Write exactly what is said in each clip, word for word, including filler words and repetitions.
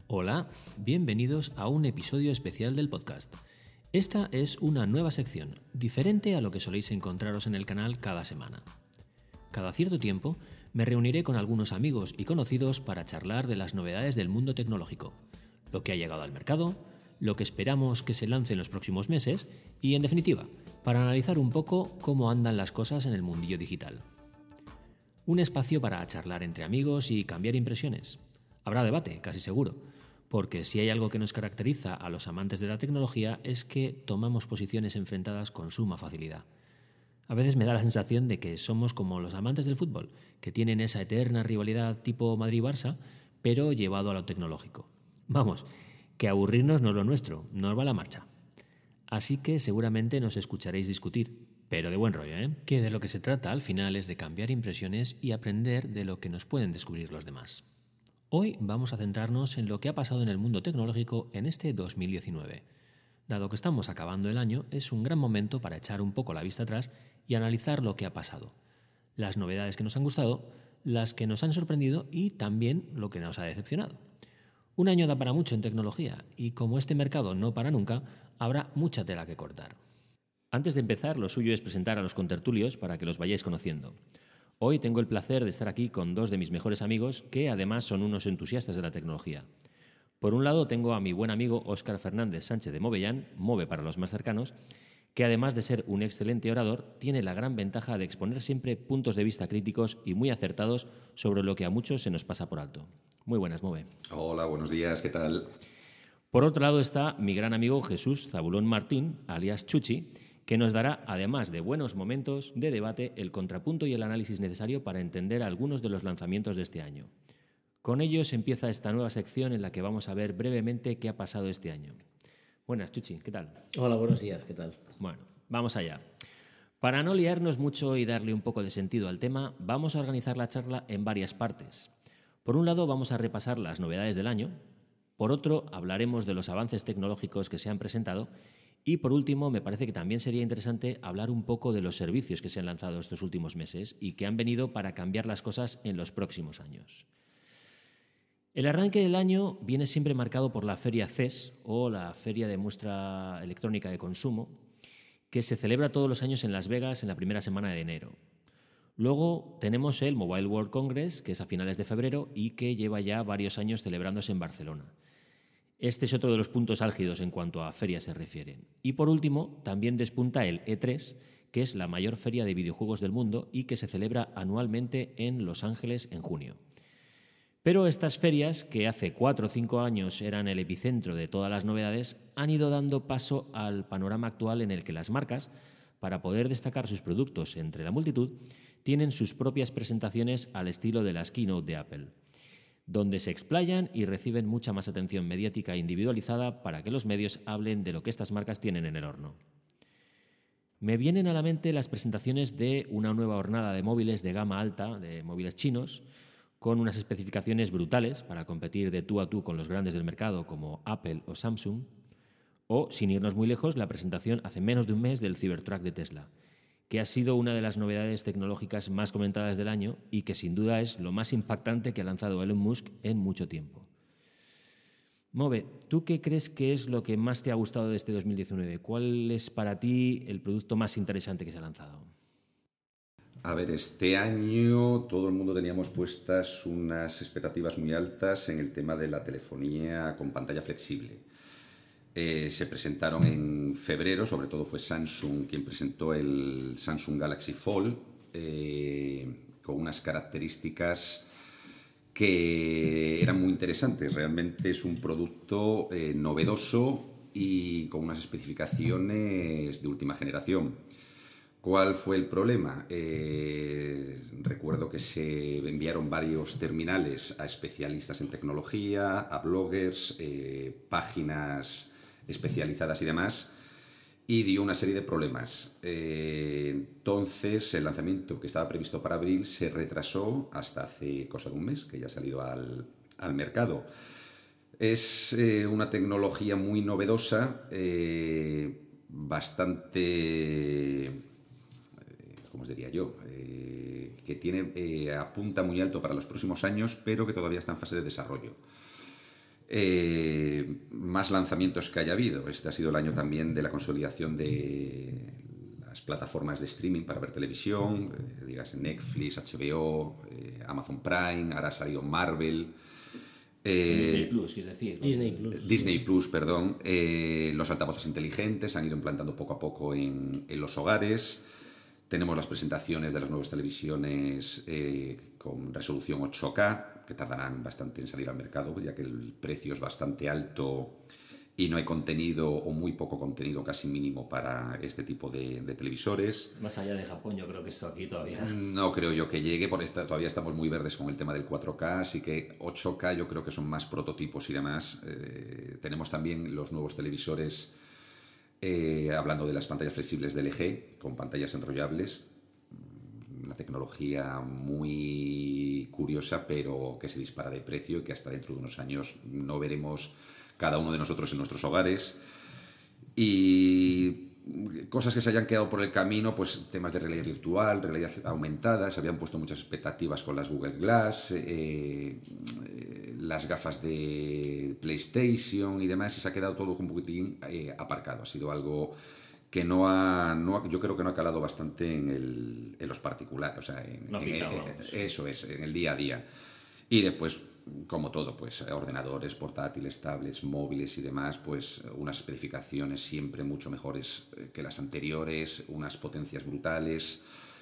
Hola, bienvenidos a un episodio especial del podcast. Esta es una nueva sección, diferente a lo que soléis encontraros en el canal cada semana. Cada cierto tiempo me reuniré con algunos amigos y conocidos para charlar de las novedades del mundo tecnológico, lo que ha llegado al mercado, lo que esperamos que se lance en los próximos meses y, en definitiva, para analizar un poco cómo andan las cosas en el mundillo digital. Un espacio para charlar entre amigos y cambiar impresiones. Habrá debate, casi seguro, porque si hay algo que nos caracteriza a los amantes de la tecnología es que tomamos posiciones enfrentadas con suma facilidad. A veces me da la sensación de que somos como los amantes del fútbol, que tienen esa eterna rivalidad tipo Madrid-Barça, pero llevado a lo tecnológico. Vamos, que aburrirnos no es lo nuestro, nos va la marcha. Así que seguramente nos escucharéis discutir, pero de buen rollo, ¿eh? Que de lo que se trata al final es de cambiar impresiones y aprender de lo que nos pueden descubrir los demás. Hoy vamos a centrarnos en lo que ha pasado en el mundo tecnológico en este dos mil diecinueve. Dado que estamos acabando el año, es un gran momento para echar un poco la vista atrás y analizar lo que ha pasado. Las novedades que nos han gustado, las que nos han sorprendido y también lo que nos ha decepcionado. Un año da para mucho en tecnología y como este mercado no para nunca, habrá mucha tela que cortar. Antes de empezar, lo suyo es presentar a los contertulios para que los vayáis conociendo. Hoy tengo el placer de estar aquí con dos de mis mejores amigos que además son unos entusiastas de la tecnología. Por un lado tengo a mi buen amigo Óscar Fernández Sánchez de Movellán, Move para los más cercanos, que además de ser un excelente orador, tiene la gran ventaja de exponer siempre puntos de vista críticos y muy acertados sobre lo que a muchos se nos pasa por alto. Muy buenas, Move. Hola, buenos días, ¿qué tal? Por otro lado está mi gran amigo Jesús Zabulón Martín, alias Chuchi, que nos dará, además de buenos momentos de debate, el contrapunto y el análisis necesario para entender algunos de los lanzamientos de este año. Con ellos empieza esta nueva sección en la que vamos a ver brevemente qué ha pasado este año. Buenas, Chuchi, ¿qué tal? Hola, buenos días, ¿qué tal? Bueno, vamos allá. Para no liarnos mucho y darle un poco de sentido al tema, vamos a organizar la charla en varias partes. Por un lado, vamos a repasar las novedades del año. Por otro, hablaremos de los avances tecnológicos que se han presentado. Y por último, me parece que también sería interesante hablar un poco de los servicios que se han lanzado estos últimos meses y que han venido para cambiar las cosas en los próximos años. El arranque del año viene siempre marcado por la Feria C E S, o la Feria de Muestra Electrónica de Consumo, que se celebra todos los años en Las Vegas en la primera semana de enero. Luego tenemos el Mobile World Congress, que es a finales de febrero y que lleva ya varios años celebrándose en Barcelona. Este es otro de los puntos álgidos en cuanto a ferias se refiere. Y por último, también despunta el E tres, que es la mayor feria de videojuegos del mundo y que se celebra anualmente en Los Ángeles en junio. Pero estas ferias, que hace cuatro o cinco años eran el epicentro de todas las novedades, han ido dando paso al panorama actual en el que las marcas, para poder destacar sus productos entre la multitud, tienen sus propias presentaciones al estilo de las keynote de Apple, donde se explayan y reciben mucha más atención mediática individualizada para que los medios hablen de lo que estas marcas tienen en el horno. Me vienen a la mente las presentaciones de una nueva hornada de móviles de gama alta, de móviles chinos, con unas especificaciones brutales para competir de tú a tú con los grandes del mercado como Apple o Samsung, o, sin irnos muy lejos, la presentación hace menos de un mes del Cybertruck de Tesla, que ha sido una de las novedades tecnológicas más comentadas del año y que sin duda es lo más impactante que ha lanzado Elon Musk en mucho tiempo. Move, ¿tú qué crees que es lo que más te ha gustado de este dos mil diecinueve? ¿Cuál es para ti el producto más interesante que se ha lanzado? A ver, este año todo el mundo teníamos puestas unas expectativas muy altas en el tema de la telefonía con pantalla flexible. Eh, se presentaron en febrero, sobre todo fue Samsung quien presentó el Samsung Galaxy Fold, eh, con unas características que eran muy interesantes. Realmente es un producto eh, novedoso y con unas especificaciones de última generación. ¿Cuál fue el problema? Eh, recuerdo que se enviaron varios terminales a especialistas en tecnología, a bloggers, eh, páginas especializadas y demás, y dio una serie de problemas. Eh, entonces, el lanzamiento que estaba previsto para abril se retrasó hasta hace cosa de un mes, que ya ha salido al, al mercado. Es eh, una tecnología muy novedosa, eh, bastante, eh, ¿cómo os diría yo? Eh, que tiene, eh, apunta muy alto para los próximos años, pero que todavía está en fase de desarrollo. Eh, más lanzamientos que haya habido. Este ha sido el año también de la consolidación de las plataformas de streaming para ver televisión, eh, digas Netflix, H B O, eh, Amazon Prime, ahora ha salido Marvel. Eh, Disney Plus, es decir. Disney Plus. Disney Plus, perdón. Eh, los altavoces inteligentes han ido implantando poco a poco en, en los hogares. Tenemos las presentaciones de las nuevas televisiones eh, con resolución ocho K, que tardarán bastante en salir al mercado, ya que el precio es bastante alto y no hay contenido o muy poco contenido, casi mínimo, para este tipo de, de televisores. Más allá de Japón, yo creo que esto aquí todavía... No creo yo que llegue, porque esta, todavía estamos muy verdes con el tema del cuatro K, así que ocho K yo creo que son más prototipos y demás. Eh, tenemos también los nuevos televisores... Eh, hablando de las pantallas flexibles de L G, con pantallas enrollables, una tecnología muy curiosa, pero que se dispara de precio y que hasta dentro de unos años no veremos cada uno de nosotros en nuestros hogares. Y cosas que se hayan quedado por el camino, pues temas de realidad virtual, realidad aumentada. Se habían puesto muchas expectativas con las Google Glass, eh, eh, las gafas de PlayStation y demás, y se ha quedado todo un poquitín eh, aparcado. Ha sido algo que no ha, no ha, yo creo que no ha calado bastante en, el, en los particulares, o sea, en, no en, en, eso es, en el día a día. Y después, como todo, pues ordenadores, portátiles, tablets, móviles y demás, pues unas especificaciones siempre mucho mejores que las anteriores, unas potencias brutales.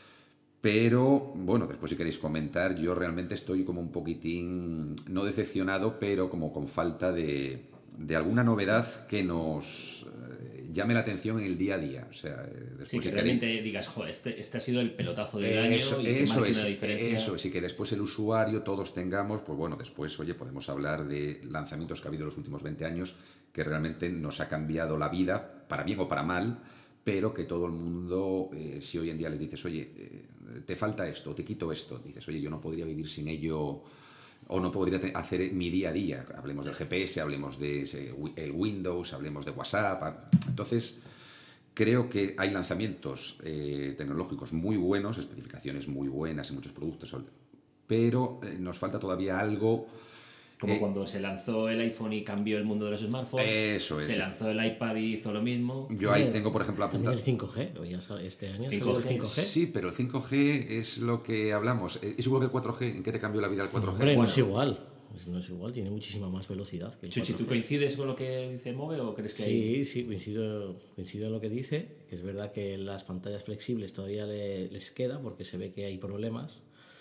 Pero, bueno, después si queréis comentar, yo realmente estoy como un poquitín, no decepcionado, pero como con falta de, de alguna novedad que nos eh, llame la atención en el día a día. O sea, después sí, que si realmente queréis... digas, joder, este, este ha sido el pelotazo del eso, año y que eso marque es, una diferencia. Eso es, y que después el usuario todos tengamos, pues bueno, después, oye, podemos hablar de lanzamientos que ha habido en los últimos veinte años que realmente nos ha cambiado la vida, para bien o para mal, pero que todo el mundo, eh, si hoy en día les dices, oye, eh, te falta esto, te quito esto, dices, oye, yo no podría vivir sin ello, o no podría hacer mi día a día. Hablemos del G P S, hablemos de el Windows, hablemos de WhatsApp. Entonces, creo que hay lanzamientos eh, tecnológicos muy buenos, especificaciones muy buenas en muchos productos, pero eh, nos falta todavía algo. Como eh, cuando se lanzó el iPhone y cambió el mundo de los smartphones. Eso es. Se lanzó el iPad y hizo lo mismo. Yo ahí tengo, por ejemplo, apuntado. El cinco G, ya sabe, este año cinco G. el cinco G. Sí, pero el cinco G es lo que hablamos. ¿Es igual que el cuatro G? ¿En qué te cambió la vida el cuatro G? Hombre, bueno, no es igual. No es igual, tiene muchísima más velocidad que el Chuchi, cuatro G. ¿tú coincides con lo que dice Move o crees que sí, hay...? Sí, coincido, coincido en lo que dice, que es verdad que las pantallas flexibles todavía le, les queda porque se ve que hay problemas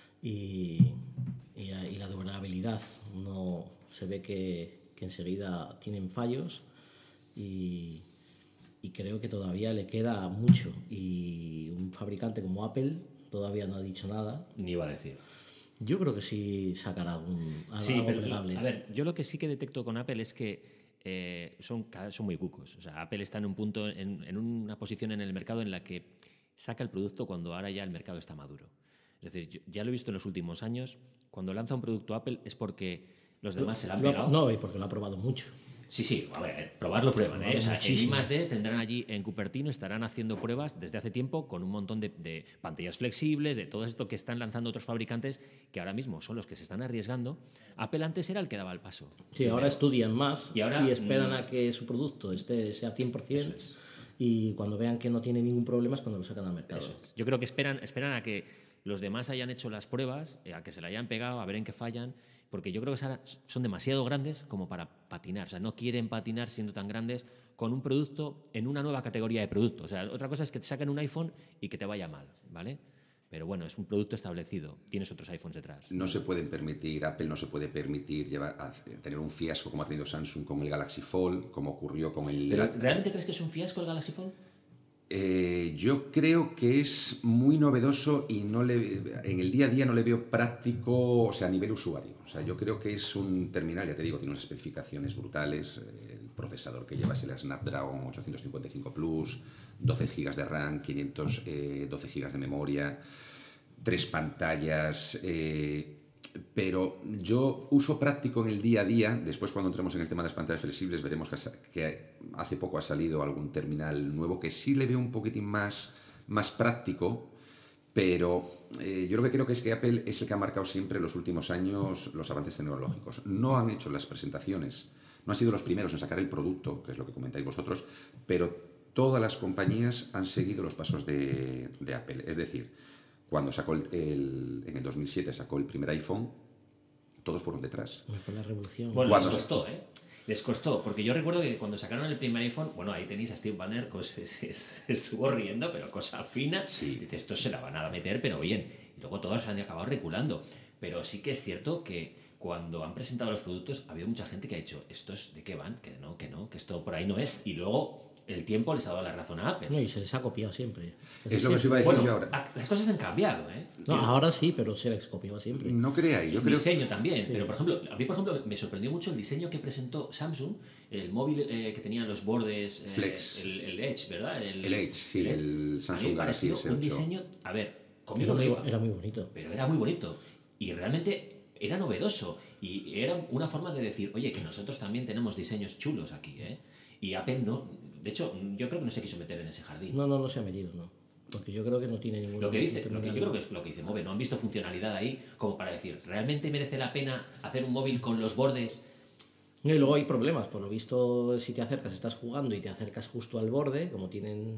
y, y, y la durabilidad no se ve que, que enseguida tienen fallos y, y creo que todavía le queda mucho y un fabricante como Apple todavía no ha dicho nada. Ni iba a decir. Yo creo que sí sacará algún, algo sí, pero, plegable. A ver, yo lo que sí que detecto con Apple es que eh, son, son muy cucos. O sea, Apple está en un punto, en, en una posición en el mercado en la que saca el producto cuando ahora ya el mercado está maduro. Es decir, yo ya lo he visto en los últimos años, cuando lanza un producto Apple es porque los demás se lo han pegado. No, y porque lo ha probado mucho. Sí, sí, a ver, probarlo prueban, ¿eh? O sea, en I más D tendrán allí en Cupertino, estarán haciendo pruebas desde hace tiempo con un montón de, de pantallas flexibles, de todo esto que están lanzando otros fabricantes que ahora mismo son los que se están arriesgando. Apple antes era el que daba el paso. Sí, primero. Ahora estudian más y, ahora, y esperan a que su producto esté sea cien por ciento es. Y cuando vean que no tiene ningún problema es cuando lo sacan al mercado. Eso es. Yo creo que esperan, esperan a que los demás hayan hecho las pruebas, a que se la hayan pegado, a ver en qué fallan, porque yo creo que son demasiado grandes como para patinar. O sea, no quieren patinar siendo tan grandes con un producto en una nueva categoría de producto. O sea, otra cosa es que te saquen un iPhone y que te vaya mal, ¿vale? Pero bueno, es un producto establecido. Tienes otros iPhones detrás. No se pueden permitir, Apple no se puede permitir llevar, a tener un fiasco como ha tenido Samsung con el Galaxy Fold, como ocurrió con el... ¿Pero realmente crees que es un fiasco el Galaxy Fold? Eh, yo creo que es muy novedoso y no le, en el día a día no le veo práctico, o sea, a nivel usuario. O sea, yo creo que es un terminal, ya te digo, tiene unas especificaciones brutales. El procesador que lleva es el Snapdragon ochocientos cincuenta y cinco Plus, doce gigas de RAM, quinientos doce gigas de memoria, tres pantallas... Eh, pero yo uso práctico en el día a día. Después, cuando entremos en el tema de las pantallas flexibles, veremos que hace poco ha salido algún terminal nuevo que sí le veo un poquitín más, más práctico, Pero eh, yo lo que creo que es que Apple es el que ha marcado siempre en los últimos años los avances tecnológicos. No han hecho las presentaciones, no han sido los primeros en sacar el producto, que es lo que comentáis vosotros, pero todas las compañías han seguido los pasos de, de Apple. Es decir, cuando sacó el, el, en el dos mil siete sacó el primer iPhone, todos fueron detrás. Fue la revolución. Bueno, Cuando les costó, ¿eh? Les costó, porque yo recuerdo que cuando sacaron el primer iPhone, bueno, ahí tenéis a Steve Ballmer, que se, se, se estuvo riendo, pero cosa fina. Sí. Dice, esto se la van a meter, pero bien. Y luego todos han acabado reculando. Pero sí que es cierto que cuando han presentado los productos, ha habido mucha gente que ha dicho, ¿estos de qué van? Que no, que no, que esto por ahí no es. Y luego el tiempo les ha dado la razón a Apple. No, y se les ha copiado siempre. Es, es lo que os iba a decir bueno, yo ahora. Las cosas han cambiado, ¿eh? No, ahora sí, pero se les copiaba siempre. No creáis, yo el creo... diseño también, Sí. pero por ejemplo, a mí por ejemplo me sorprendió mucho el diseño que presentó Samsung, el móvil eh, que tenía los bordes, eh, Flex. el, el Edge, ¿verdad? El Edge, sí, Edge. el A Samsung mí me Galaxy pareció S un ocho. diseño, a ver, conmigo Era no muy, iba, era muy bonito. pero era muy bonito y realmente era novedoso y era una forma de decir, oye, que nosotros también tenemos diseños chulos aquí, ¿eh? Y Apple no, de hecho, yo creo que no se quiso meter en ese jardín. No, no, no se ha metido, no. Porque yo creo que no tiene ningún... Lo que dice, lo que yo creo que es lo que dice Move, no han visto funcionalidad ahí como para decir, ¿realmente merece la pena hacer un móvil con los bordes? Y luego hay problemas, por lo visto, si te acercas, estás jugando y te acercas justo al borde, como tienen...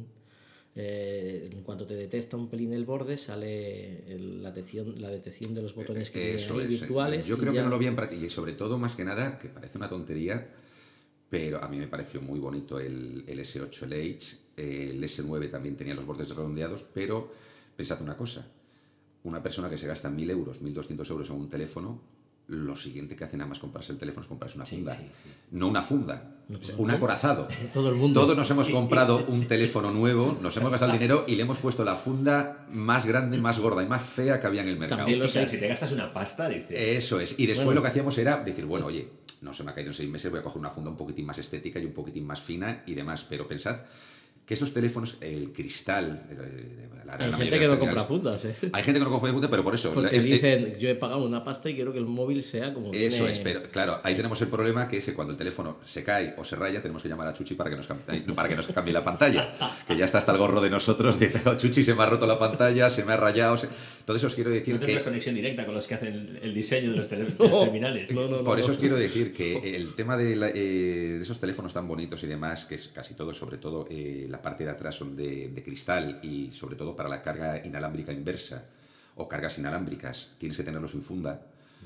Eh, en cuanto te detecta un pelín el borde, sale el- la, detección, la detección de los botones que Eso tienen ahí es. virtuales. Yo y creo ya- que no lo vi en práctica. Y sobre todo, más que nada, que parece una tontería, pero a mí me pareció muy bonito el, el ese ocho, el Edge. eh, El ese nueve también tenía los bordes redondeados, pero pensad una cosa. Una persona que se gasta mil euros, mil doscientos euros en un teléfono, lo siguiente que hace nada más comprarse el teléfono es comprarse una Sí, funda. sí, sí. No una funda, No, o sea, todo un el acorazado. Todo el mundo. Todos nos hemos comprado un teléfono nuevo, nos hemos gastado el dinero y le hemos puesto la funda más grande, más gorda y más fea que había en el mercado. También lo Y claro, sé. si te gastas una pasta, dices... Eso es. Y después Bueno. lo que hacíamos era decir, bueno, oye, no se me ha caído en seis meses, voy a coger una funda un poquitín más estética y un poquitín más fina y demás. Pero pensad que estos teléfonos, el cristal, eh, la, la Hay mayoría gente de que los no compra terminales- fundas, ¿eh? Hay gente que no compra fundas, pero por eso. Porque eh, eh, dicen, yo he pagado una pasta y quiero que el móvil sea como Eso tiene... es, pero claro, ahí tenemos el problema que es que cuando el teléfono se cae o se raya, tenemos que llamar a Chuchi para que nos cambie, para que nos cambie la pantalla. Que ya está hasta el gorro de nosotros de Chuchi, se me ha roto la pantalla, se me ha rayado. se-". Entonces os quiero decir No que... tendrás conexión directa con los que hacen el, el diseño de los, tele- de los terminales. No, no, no. Por eso os quiero decir que el tema de, la- eh, de esos teléfonos tan bonitos y demás, que es casi todo, sobre todo eh, la parte de atrás son de, de cristal y sobre todo para la carga inalámbrica inversa o cargas inalámbricas, tienes que tenerlos sin funda.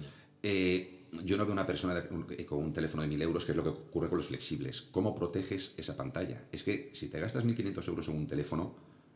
Eh, yo no veo una persona de- con un teléfono de mil euros, que es lo que ocurre con los flexibles. ¿Cómo proteges esa pantalla? Es que si te gastas mil quinientos euros en un teléfono,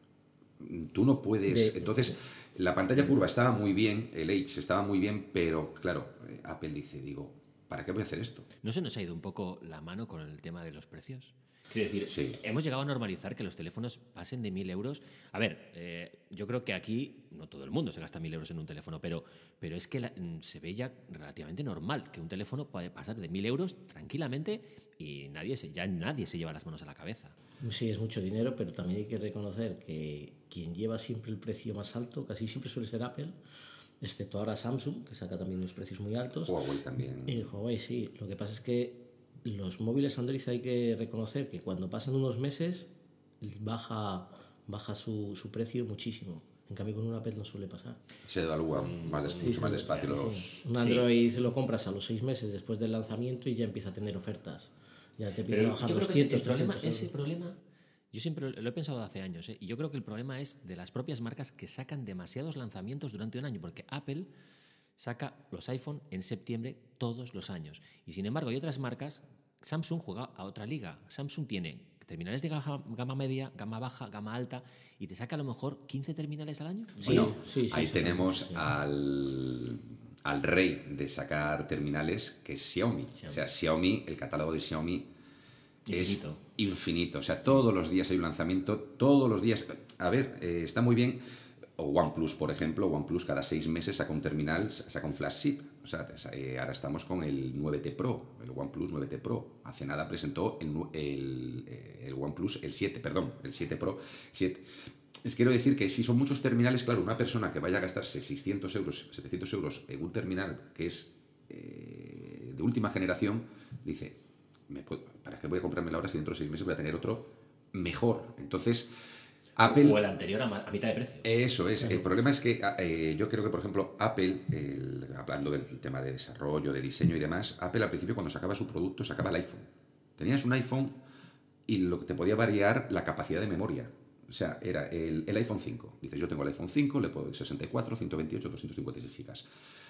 tú no puedes... De- Entonces, la pantalla curva estaba muy bien, el Edge estaba muy bien, pero claro, eh, Apple dice, digo, ¿para qué voy a hacer esto? ¿No se nos ha ido un poco la mano con el tema de los precios? Quiero decir, Sí. hemos llegado a normalizar que los teléfonos pasen de mil euros. A ver, eh, yo creo que aquí no todo el mundo se gasta mil euros en un teléfono, pero, pero es que la- mm, se ve ya relativamente normal que un teléfono puede pasar de mil euros tranquilamente y nadie se, ya nadie se lleva las manos a la cabeza. Sí, es mucho dinero, pero también hay que reconocer que quien lleva siempre el precio más alto casi siempre suele ser Apple, excepto ahora Samsung, que saca también unos precios muy altos. Huawei también. Y Huawei sí, lo que pasa es que los móviles Android hay que reconocer que cuando pasan unos meses baja, baja su, su precio muchísimo. En cambio con un Apple no suele pasar. Se devalúa más des- mucho más despacio Sí, los... sí. Un Android lo compras a los seis meses después del lanzamiento y ya empieza a tener ofertas. Ya te empieza a Pero bajar yo creo que ese- doscientos, el problema, trescientos ese euros. problema, yo siempre lo he pensado hace años, ¿eh? Y yo creo que el problema es de las propias marcas que sacan demasiados lanzamientos durante un año, porque Apple saca los iPhone en septiembre todos los años. Y sin embargo hay otras marcas, Samsung juega a otra liga. Samsung tiene terminales de gama, gama media, gama baja, gama alta, y te saca a lo mejor quince terminales al año. Sí, Bueno, sí, sí, ahí sí, tenemos sí. al, al rey de sacar terminales, que es Xiaomi. O sea, Xiaomi, el catálogo de Xiaomi es Infinito. infinito. O sea, todos los días hay un lanzamiento, todos los días... A ver, eh, está muy bien. O OnePlus, por ejemplo, OnePlus cada seis meses saca un terminal, saca un flash chip. O sea, eh, ahora estamos con el nueve T Pro, el OnePlus nueve T Pro. Hace nada presentó el, nu- el, eh, el OnePlus, el siete, perdón, el siete Pro. siete. Es quiero decir que si son muchos terminales, claro, una persona que vaya a gastarse seiscientos euros, setecientos euros en un terminal que es eh, de última generación, dice, ¿me puedo- ¿para qué voy a comprármelo ahora si dentro de seis meses voy a tener otro mejor? Entonces... Apple, o el anterior a, a mitad de precio. Eso es. El problema es que eh, yo creo que, por ejemplo, Apple, el, hablando del tema de desarrollo, de diseño y demás, Apple al principio cuando sacaba su producto sacaba el iPhone. Tenías un iPhone y lo que te podía variar la capacidad de memoria. O sea, era el, el iPhone cinco. Dices, yo tengo el iPhone cinco, le puedo sesenta y cuatro, ciento veintiocho, doscientos cincuenta y seis gigas.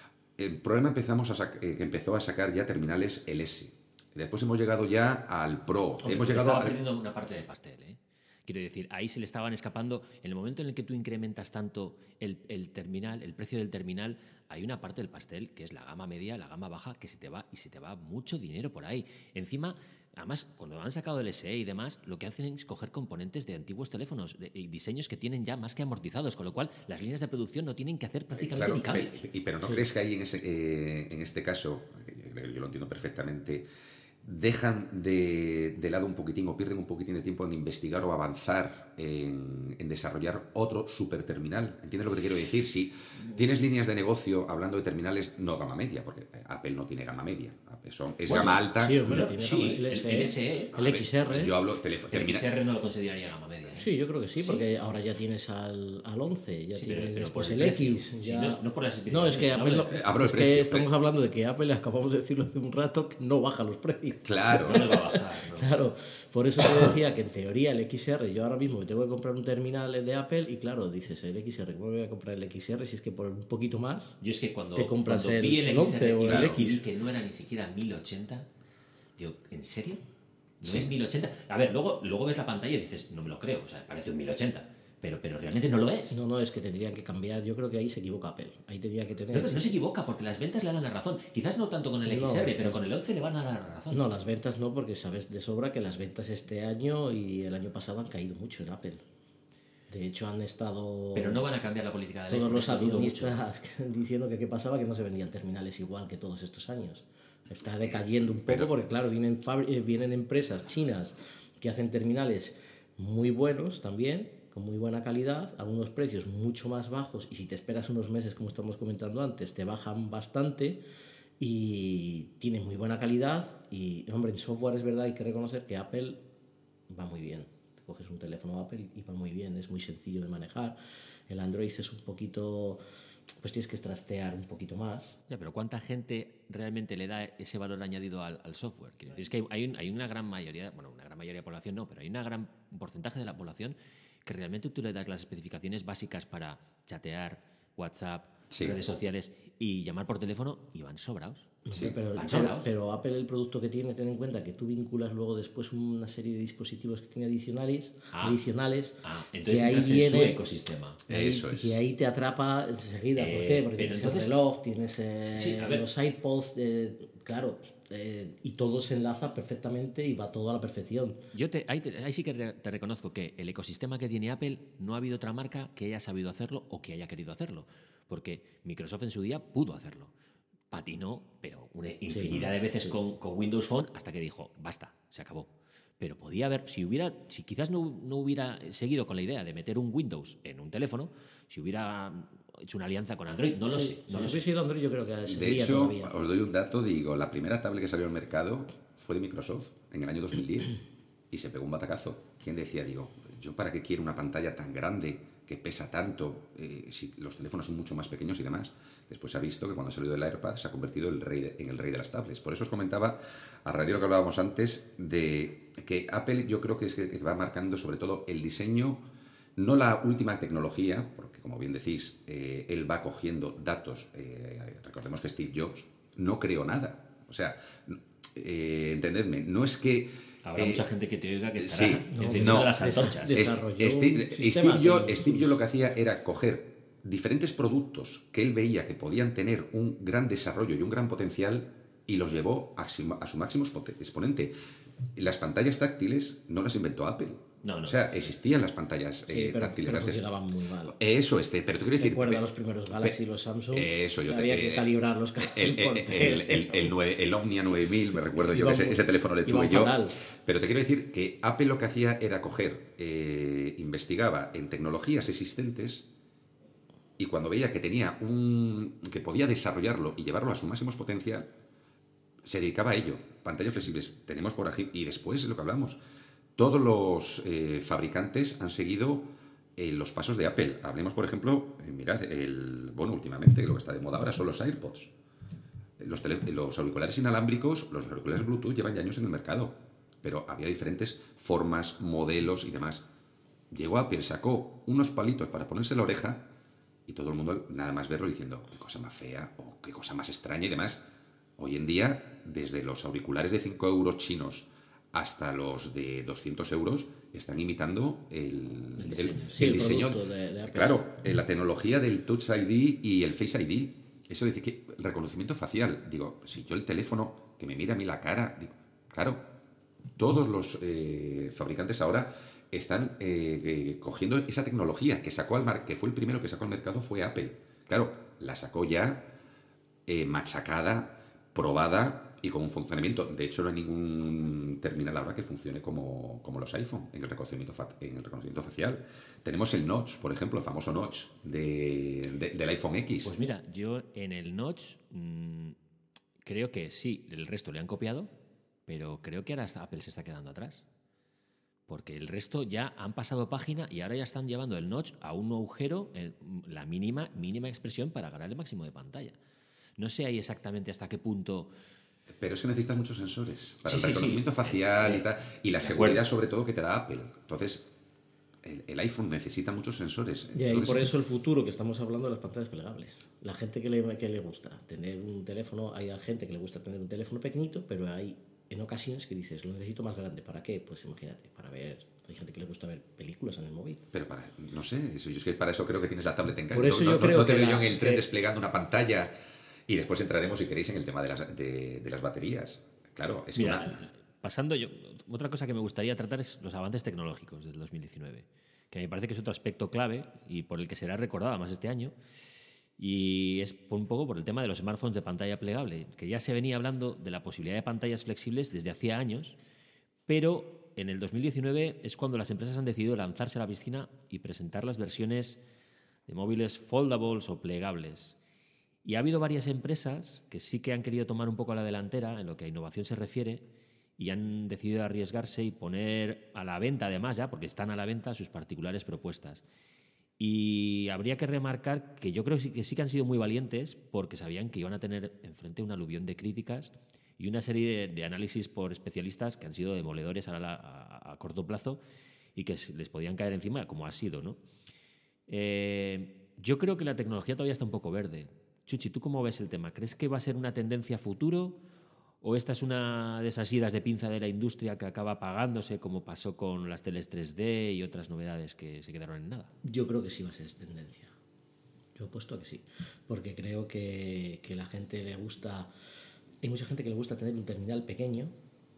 El problema empezamos a sac- eh, que empezó a sacar ya terminales el S. Después hemos llegado ya al Pro. Hombre, hemos llegado estaba a... perdiendo una parte del pastel, ¿eh? Quiero decir, ahí se le estaban escapando. En el momento en el que tú incrementas tanto el, el terminal, el precio del terminal, hay una parte del pastel que es la gama media, la gama baja, que se te va y se te va mucho dinero por ahí. Encima, además, cuando han sacado el S E y demás, lo que hacen es coger componentes de antiguos teléfonos de, y diseños que tienen ya más que amortizados, con lo cual las líneas de producción no tienen que hacer prácticamente Claro, ni cambios. pe- y, pero ¿no sí. crees que ahí en, ese, eh, en este caso, yo lo entiendo perfectamente, dejan de, de lado un poquitín o pierden un poquitín de tiempo en investigar o avanzar en, en desarrollar otro superterminal? ¿Entiendes lo que te quiero decir? Si tienes líneas de negocio hablando de terminales no gama media, porque Apple no tiene gama media, Apple son, es bueno, gama alta. Sí, hombre, no, tiene sí, gama, el, el, el S E, el X R. Yo hablo teléfono. El X R no lo consideraría gama media. ¿eh? Sí, yo creo que sí, ¿Sí? porque ahora ya tienes al, al once, ya sí, tienes pero, después pero el, el X. Ya... Sí, no, no por las no, es que Apple, no, hablo es de que precio, estamos pre... hablando de que Apple, acabamos de decirlo hace un rato, que no baja los precios. Claro. No le va a bajar. No. Claro, por eso te decía que en teoría el X R, yo ahora mismo me tengo que comprar un terminal de Apple y claro, dices el X R, ¿cómo voy a comprar el X R si es que por un poquito más yo es que cuando, te compras cuando el, vi el, el X R once o claro, el X? Y vi que no era ni siquiera mil ochenta, digo, ¿en serio? ¿No sí. es mil ochenta? A ver, luego, luego ves la pantalla y dices, no me lo creo, o sea, parece un mil ochenta. Pero, pero realmente no lo es. No, no, es que tendrían que cambiar. Yo creo que ahí se equivoca Apple. Ahí tendría que tener. No, no, no se equivoca, porque las ventas le dan la razón. Quizás no tanto con el X R, no, pero es... con el once le van a dar la razón. No, las ventas no, porque sabes de sobra que las ventas este año y el año pasado han caído mucho en Apple. De hecho, han estado. Pero no van a cambiar la política de todos los accionistas diciendo que qué pasaba, que no se vendían terminales igual que todos estos años. Está decayendo un poco, pero... porque, claro, vienen, fabri... vienen empresas chinas que hacen terminales muy buenos también, con muy buena calidad, a unos precios mucho más bajos, y si te esperas unos meses, como estamos comentando antes, te bajan bastante y tienen muy buena calidad. Y, hombre, en software es verdad, hay que reconocer que Apple va muy bien. Te coges un teléfono Apple y va muy bien, es muy sencillo de manejar. El Android es un poquito... pues tienes que trastear un poquito más. Ya, pero ¿cuánta gente realmente le da ese valor añadido al, al software? Quiero decir, es que hay, un, hay una gran mayoría, bueno, una gran mayoría de población no, pero hay una gran porcentaje de la población que realmente tú le das las especificaciones básicas para chatear, WhatsApp, sí. redes sociales y llamar por teléfono y van sobrados. Sí, pero, van sobrados. Pero, pero Apple, el producto que tiene, ten en cuenta que tú vinculas luego después una serie de dispositivos que tiene adicionales, ah, adicionales ah, entonces que ahí viene su ecosistema. Ahí, Eso es. Y ahí te atrapa enseguida. Eh, ¿Por qué? Porque pero tienes entonces, el reloj, tienes eh, sí, los iPods, eh, claro, eh, y todo se enlaza perfectamente y va todo a la perfección. Yo te, ahí, te, ahí sí que te, te reconozco que el ecosistema que tiene Apple no ha habido otra marca que haya sabido hacerlo o que haya querido hacerlo, porque Microsoft en su día pudo hacerlo. Patinó, pero una infinidad sí, de veces sí. con, con Windows Phone hasta que dijo, basta, se acabó. Pero podía haber, si hubiera, si quizás no, no hubiera seguido con la idea de meter un Windows en un teléfono, si hubiera hecho una alianza con Android, no lo sí, sé. No si lo hubiese sido Android, yo creo que de hecho, todavía. Os doy un dato, digo, la primera tablet que salió al mercado fue de Microsoft en el año dos mil diez y se pegó un batacazo. ¿Quién decía, digo, yo para qué quiero una pantalla tan grande que pesa tanto, eh, si los teléfonos son mucho más pequeños y demás? Después se ha visto que cuando ha salido el AirPad se ha convertido el rey de, en el rey de las tablets. Por eso os comentaba, a raíz de lo que hablábamos antes, de que Apple yo creo que es que va marcando sobre todo el diseño, no la última tecnología, porque como bien decís, eh, él va cogiendo datos. Eh, recordemos que Steve Jobs no creó nada. O sea, eh, entendedme, no es que... Habrá eh, mucha gente que te oiga que estará sí, encendiendo no, las antorchas. Steve, Steve, Steve, Jobs, Steve Jobs lo que hacía era coger diferentes productos que él veía que podían tener un gran desarrollo y un gran potencial y los llevó a su, a su máximo exponente. Las pantallas táctiles no las inventó Apple. No, no. O sea, existían las pantallas sí, eh, pero, táctiles pero antes. funcionaban muy mal. Eso, este, pero te quiero decir... Recuerda los primeros Galaxy y los Samsung. Eso, yo había te, que calibrar los el, el, el, el, el, nueve, el Omnia nueve mil, me recuerdo yo, que ese, ese teléfono le tuve yo. Fatal. Pero te quiero decir que Apple lo que hacía era coger, eh, investigaba en tecnologías existentes y cuando veía que tenía un... que podía desarrollarlo y llevarlo a su máximo potencial, se dedicaba a ello. Pantallas flexibles tenemos por aquí, y después lo que hablamos, todos los eh, fabricantes han seguido eh, los pasos de Apple. Hablemos, por ejemplo, eh, mirad, el, bueno, últimamente lo que está de moda ahora son los AirPods. Los, tele, los auriculares inalámbricos, los auriculares Bluetooth llevan ya años en el mercado, pero había diferentes formas, modelos y demás. Llegó Apple, sacó unos palitos para ponerse en la oreja y todo el mundo nada más verlo diciendo qué cosa más fea o qué cosa más extraña y demás. Hoy en día, desde los auriculares de cinco euros chinos hasta los de doscientos euros, están imitando el, El diseño, el, sí, el el diseño. producto de- de Apple. Claro, eh, la tecnología del Touch I D y el Face I D. Eso dice que el reconocimiento facial. Digo, si yo el teléfono que me mira a mí la cara, digo, claro, todos los eh, fabricantes ahora están eh, eh, cogiendo esa tecnología que sacó al mar, que fue el primero que sacó al mercado fue Apple. Claro, la sacó ya eh, machacada, probada y con un funcionamiento. De hecho, no hay ningún terminal ahora que funcione como, como los iPhone en el reconocimiento fa- en el reconocimiento facial. Tenemos el Notch, por ejemplo, el famoso Notch de, de- del iPhone X. Pues mira, yo en el Notch mmm, creo que sí, el resto le han copiado, pero creo que ahora hasta Apple se está quedando atrás. Porque el resto ya han pasado página y ahora ya están llevando el Notch a un agujero, en la mínima, mínima expresión para ganar el máximo de pantalla. No sé ahí exactamente hasta qué punto... Pero es que necesitas muchos sensores para Sí, el sí, reconocimiento sí. facial Eh, y tal. Y la de seguridad, acuerdo. sobre todo, que te da Apple. Entonces, el, el iPhone necesita muchos sensores. Y ahí Entonces, por eso el futuro que estamos hablando de las pantallas plegables. La gente que le, que le gusta tener un teléfono, hay gente que le gusta tener un teléfono pequeñito, pero hay en ocasiones que dices, lo necesito más grande. ¿Para qué? Pues imagínate, para ver, hay gente que le gusta ver películas en el móvil. Pero para, no sé, eso- yo es que para eso creo que tienes la tablet en casa. Por eso no, yo no- creo no te que veo la- yo en el tren que- desplegando una pantalla y después entraremos, si queréis, en el tema de las, de, de las baterías. Claro, es Mira, una... pasando yo, otra cosa que me gustaría tratar es los avances tecnológicos del dos mil diecinueve, que me parece que es otro aspecto clave y por el que será recordada más este año. Y es por un poco por el tema de los smartphones de pantalla plegable, que ya se venía hablando de la posibilidad de pantallas flexibles desde hacía años, pero en el dos mil diecinueve es cuando las empresas han decidido lanzarse a la piscina y presentar las versiones de móviles foldables o plegables. Y ha habido varias empresas que sí que han querido tomar un poco a la delantera en lo que a innovación se refiere y han decidido arriesgarse y poner a la venta, además ya, porque están a la venta, sus particulares propuestas. Y habría que remarcar que yo creo que sí que han sido muy valientes porque sabían que iban a tener enfrente un aluvión de críticas y una serie de, de análisis por especialistas que han sido demoledores a, la, a, a corto plazo y que les podían caer encima, como ha sido, ¿no? Eh, yo creo que la tecnología todavía está un poco verde. Chuchi, ¿tú cómo ves el tema? ¿Crees que va a ser una tendencia futuro o esta es una de esas idas de pinza de la industria que acaba pagándose como pasó con las teles tres D y otras novedades que se quedaron en nada? Yo creo que sí va a ser tendencia. Yo apuesto a que sí. Porque creo que, que la gente le gusta... Hay mucha gente que le gusta tener un terminal pequeño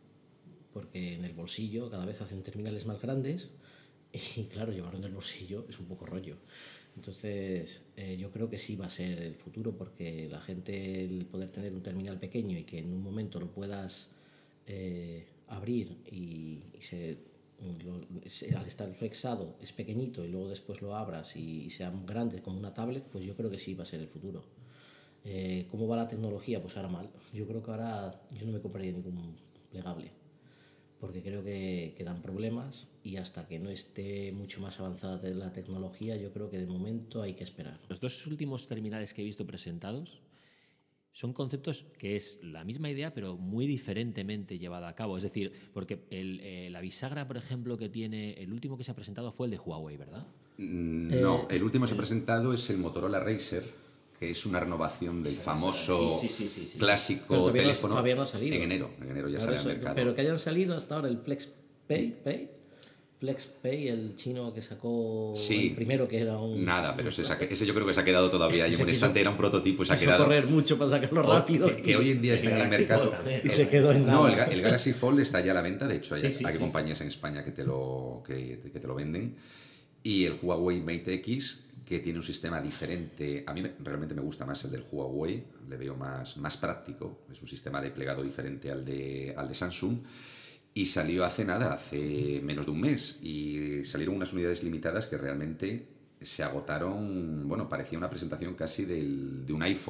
porque en el bolsillo cada vez hacen terminales más grandes y claro, llevarlo en el bolsillo es un poco rollo. Entonces, eh, yo creo que sí va a ser el futuro porque la gente, el poder tener un terminal pequeño y que en un momento lo puedas eh, abrir y, y se, lo, se, al estar flexado es pequeñito y luego después lo abras y, y sea grande como una tablet, pues yo creo que sí va a ser el futuro. Eh, ¿Cómo va la tecnología? Pues ahora mal. Yo creo que ahora yo no me compraría ningún plegable porque creo que, que dan problemas y hasta que no esté mucho más avanzada la tecnología, yo creo que de momento hay que esperar. Los dos últimos terminales que he visto presentados son conceptos que es la misma idea, pero muy diferentemente llevada a cabo. Es decir, porque el, eh, la bisagra, por ejemplo, que tiene, el último que se ha presentado fue el de Huawei, ¿verdad? Mm, No, Eh, el último que se ha presentado es el Motorola Racer, que es una renovación del famoso Sí, sí, sí, sí, sí. clásico Pero todavía no- teléfono. todavía no ha salido. En enero, en enero ya Por sale eso- al mercado. Pero que hayan salido hasta ahora el FlexPay, Pay, FlexPay, el chino que sacó Sí. el primero que era un... Nada, pero ese, se ha que- ese yo creo que se ha quedado todavía ahí en Se un quiso- instante, era un prototipo y se ha Quiso quedado... correr mucho para sacarlo o- rápido. que, que hoy en día está en el Galaxy mercado. Fold también. Y se quedó en nada. No, el, Ga- el Galaxy Fold está ya a la venta, de hecho hay, Sí, sí, hay sí, compañías en España que te, lo, que, que te lo venden. Y el Huawei Mate X, que tiene un sistema diferente. A mí me- realmente me gusta más el del Huawei, le veo más, más práctico. Es un sistema de plegado diferente al de, al de Samsung. Y salió hace nada, hace menos de un mes. Y salieron unas unidades limitadas que realmente se agotaron. Bueno, parecía una presentación casi del, de un iPhone.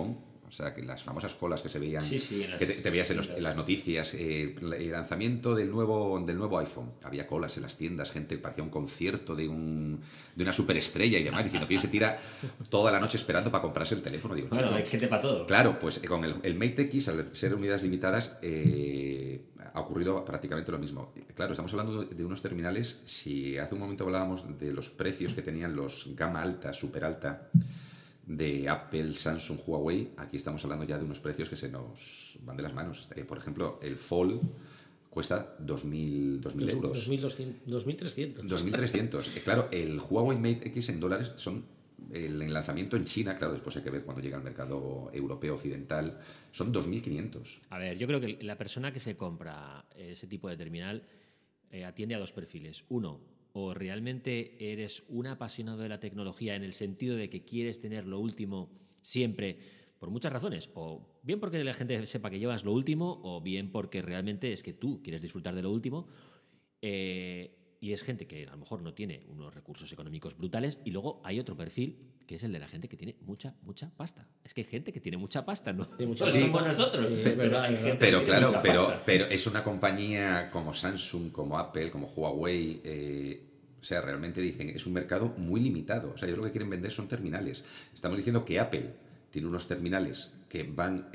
O sea, que las famosas colas que se veían, Sí, sí, en las- que te, te veías en, los- en en las noticias, eh, el lanzamiento del nuevo, del nuevo iPhone. Había colas en las tiendas, gente, parecía un concierto de, un, de una superestrella y demás, diciendo que hoy se tira toda la noche esperando para comprarse el teléfono. Digo, Bueno, chico, hay gente para todo. claro, pues con el, el Mate X, al ser unidades limitadas, eh, ha ocurrido prácticamente lo mismo. Claro, estamos hablando de unos terminales, si hace un momento hablábamos de los precios que tenían los gama alta, super alta, de Apple, Samsung, Huawei, aquí estamos hablando ya de unos precios que se nos van de las manos. Eh, por ejemplo, el Fold cuesta dos mil euros. dos mil doscientos, dos mil trescientos. dos mil trescientos. Eh, claro, el Huawei Mate X en dólares son el lanzamiento en China, claro, después hay que ver cuando llega al mercado europeo occidental, son dos mil quinientos. A ver, yo creo que la persona que se compra ese tipo de terminal eh, atiende a dos perfiles. Uno, o realmente eres un apasionado de la tecnología en el sentido de que quieres tener lo último siempre, por muchas razones, o bien porque la gente sepa que llevas lo último, o bien porque realmente es que tú quieres disfrutar de lo último, eh, y es gente que a lo mejor no tiene unos recursos económicos brutales, y luego hay otro perfil que es el de la gente que tiene mucha, mucha pasta. Es que hay gente que tiene mucha pasta, ¿no? Sí, mucha No pasta. somos nosotros, Sí, pero verdad, hay verdad. gente Pero que tiene claro, mucha pero, pasta. pero es una compañía como Samsung, como Apple, como Huawei, eh, o sea, realmente dicen, es un mercado muy limitado. O sea, ellos lo que quieren vender son terminales. Estamos diciendo que Apple tiene unos terminales que van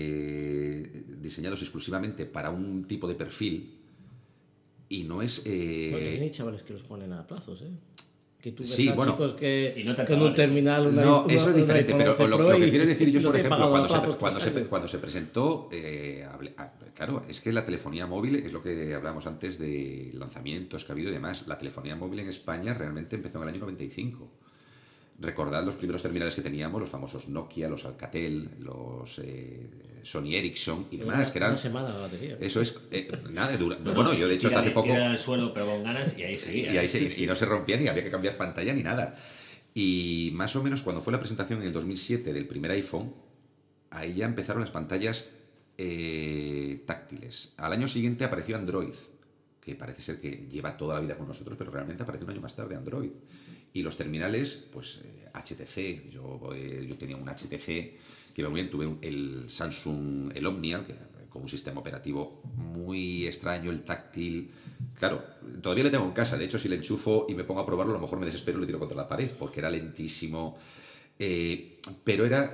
eh, diseñados exclusivamente para un tipo de perfil y no es... eh, Porque hay chavales que los ponen a plazos, ¿eh? Que tú ves Sí, a bueno. chicos que Y no tan con un chavales, terminal... una- No, una- eso es un diferente, iPhone pero once lo, Pro lo que y- quiero decir yo, y por los he ejemplo, pagado cuando a se, plazos cuando, tres se, años. cuando se presentó, eh, hablé- ah, claro, es que la telefonía móvil es lo que hablábamos antes de lanzamientos que ha habido y demás. La telefonía móvil en España realmente empezó en el año noventa y cinco. Recordad los primeros terminales que teníamos, los famosos Nokia, los Alcatel, los eh, Sony Ericsson y demás, Una- que eran... Una semana la batería. Eso es... eh, nada, dura, No, bueno, no, yo de hecho tira hasta hace de- poco... tira al suelo, pero con ganas, y ahí seguía. Y, ahí se- y no se rompía ni había que cambiar pantalla ni nada. Y más o menos cuando fue la presentación en el dos mil siete del primer iPhone, ahí ya empezaron las pantallas eh, táctiles. Al año siguiente apareció Android, que parece ser que lleva toda la vida con nosotros, pero realmente apareció un año más tarde Android. Y los terminales, pues eh, H T C, yo, eh, yo tenía un H T C que iba muy bien, tuve un- el Samsung, el Omnia, que con un sistema operativo muy extraño, el táctil. Claro, todavía lo tengo en casa, de hecho si le enchufo y me pongo a probarlo, a lo mejor me desespero y lo tiro contra la pared, porque era lentísimo. Eh, pero era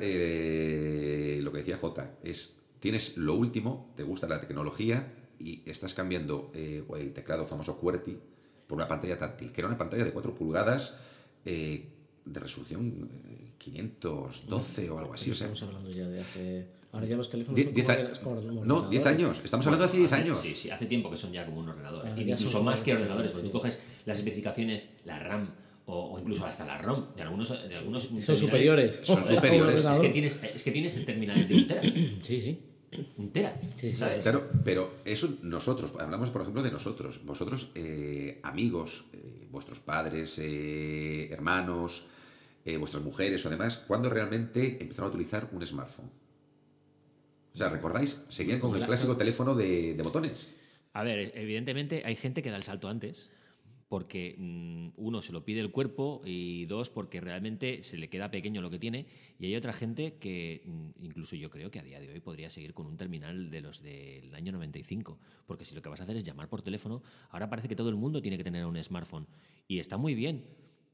eh, lo que decía Jota, es, tienes lo último, te gusta la tecnología y estás cambiando eh, el teclado famoso QWERTY por una pantalla táctil, que era una pantalla de cuatro pulgadas eh, de resolución eh, quinientos doce o algo así. O sea, Estamos hablando ya de hace... Ahora ya los teléfonos die- son diez como a- ordenas- como ordenadores. no, diez años, estamos hablando de hace diez años. Sí, sí, hace tiempo que son ya como un ordenador. Ah, Y ya incluso son más que ordenadores, ordenadores, porque sí. tú coges las especificaciones, la RAM o, o incluso hasta la ROM de algunos, de algunos Son terminales. superiores. Son Como superiores. Es ordenador. que tienes, es que tienes terminales de un tera. Sí, sí. Un tera. Sí, sí, ¿sabes? Claro, pero eso nosotros, hablamos por ejemplo de nosotros, vosotros eh, amigos, eh, vuestros padres, eh, hermanos, eh, vuestras mujeres o demás, ¿cuándo realmente empezaron a utilizar un smartphone? O sea, ¿recordáis? Seguían con el clásico teléfono de, de botones. A ver, evidentemente hay gente que da el salto antes, porque mmm, uno, se lo pide el cuerpo y dos, porque realmente se le queda pequeño lo que tiene, y hay otra gente que mmm, incluso yo creo que a día de hoy podría seguir con un terminal de los del año noventa y cinco, porque si lo que vas a hacer es llamar por teléfono, ahora parece que todo el mundo tiene que tener un smartphone, y está muy bien,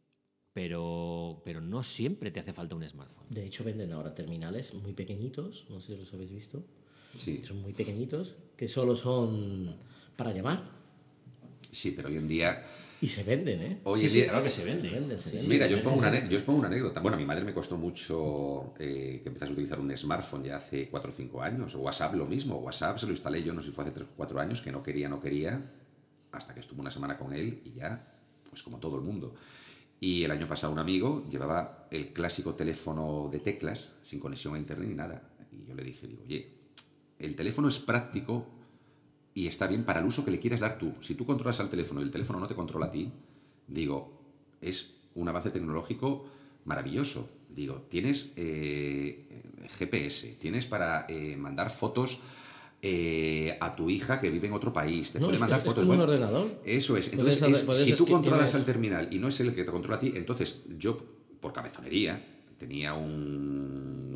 pero, pero no siempre te hace falta un smartphone. De hecho, venden ahora terminales muy pequeñitos, no sé si los habéis visto. Sí, Son muy pequeñitos, que solo son para llamar. sí, pero hoy en día... Y se venden, ¿eh? Hoy Sí, en sí, día claro que se vende. Se venden, se Sí, venden. sí. Mira, yo os, pongo Sí, una, sí. ane- yo os pongo una anécdota. Bueno, a mi madre me costó mucho eh, que empezase a utilizar un smartphone ya hace cuatro o cinco años. WhatsApp lo mismo. WhatsApp se lo instalé yo, no sé si fue hace tres o cuatro años, que no quería, no quería, hasta que estuve una semana con él y ya, pues como todo el mundo. Y el año pasado un amigo llevaba el clásico teléfono de teclas, sin conexión a internet ni nada. Y yo le dije, digo, oye, el teléfono es práctico y está bien para el uso que le quieras dar tú. Si tú controlas al teléfono y el teléfono no te controla a ti, digo, es un avance tecnológico maravilloso. Digo, tienes eh, G P S, tienes para eh, mandar fotos eh, a tu hija que vive en otro país, te No, puede es que mandar es fotos. como un Bueno, ordenador. eso es. Puedes Entonces, hacer- es- puedes si tú esqui- controlas tienes- al terminal y no es el que te controla a ti, entonces yo, por cabezonería, tenía un, un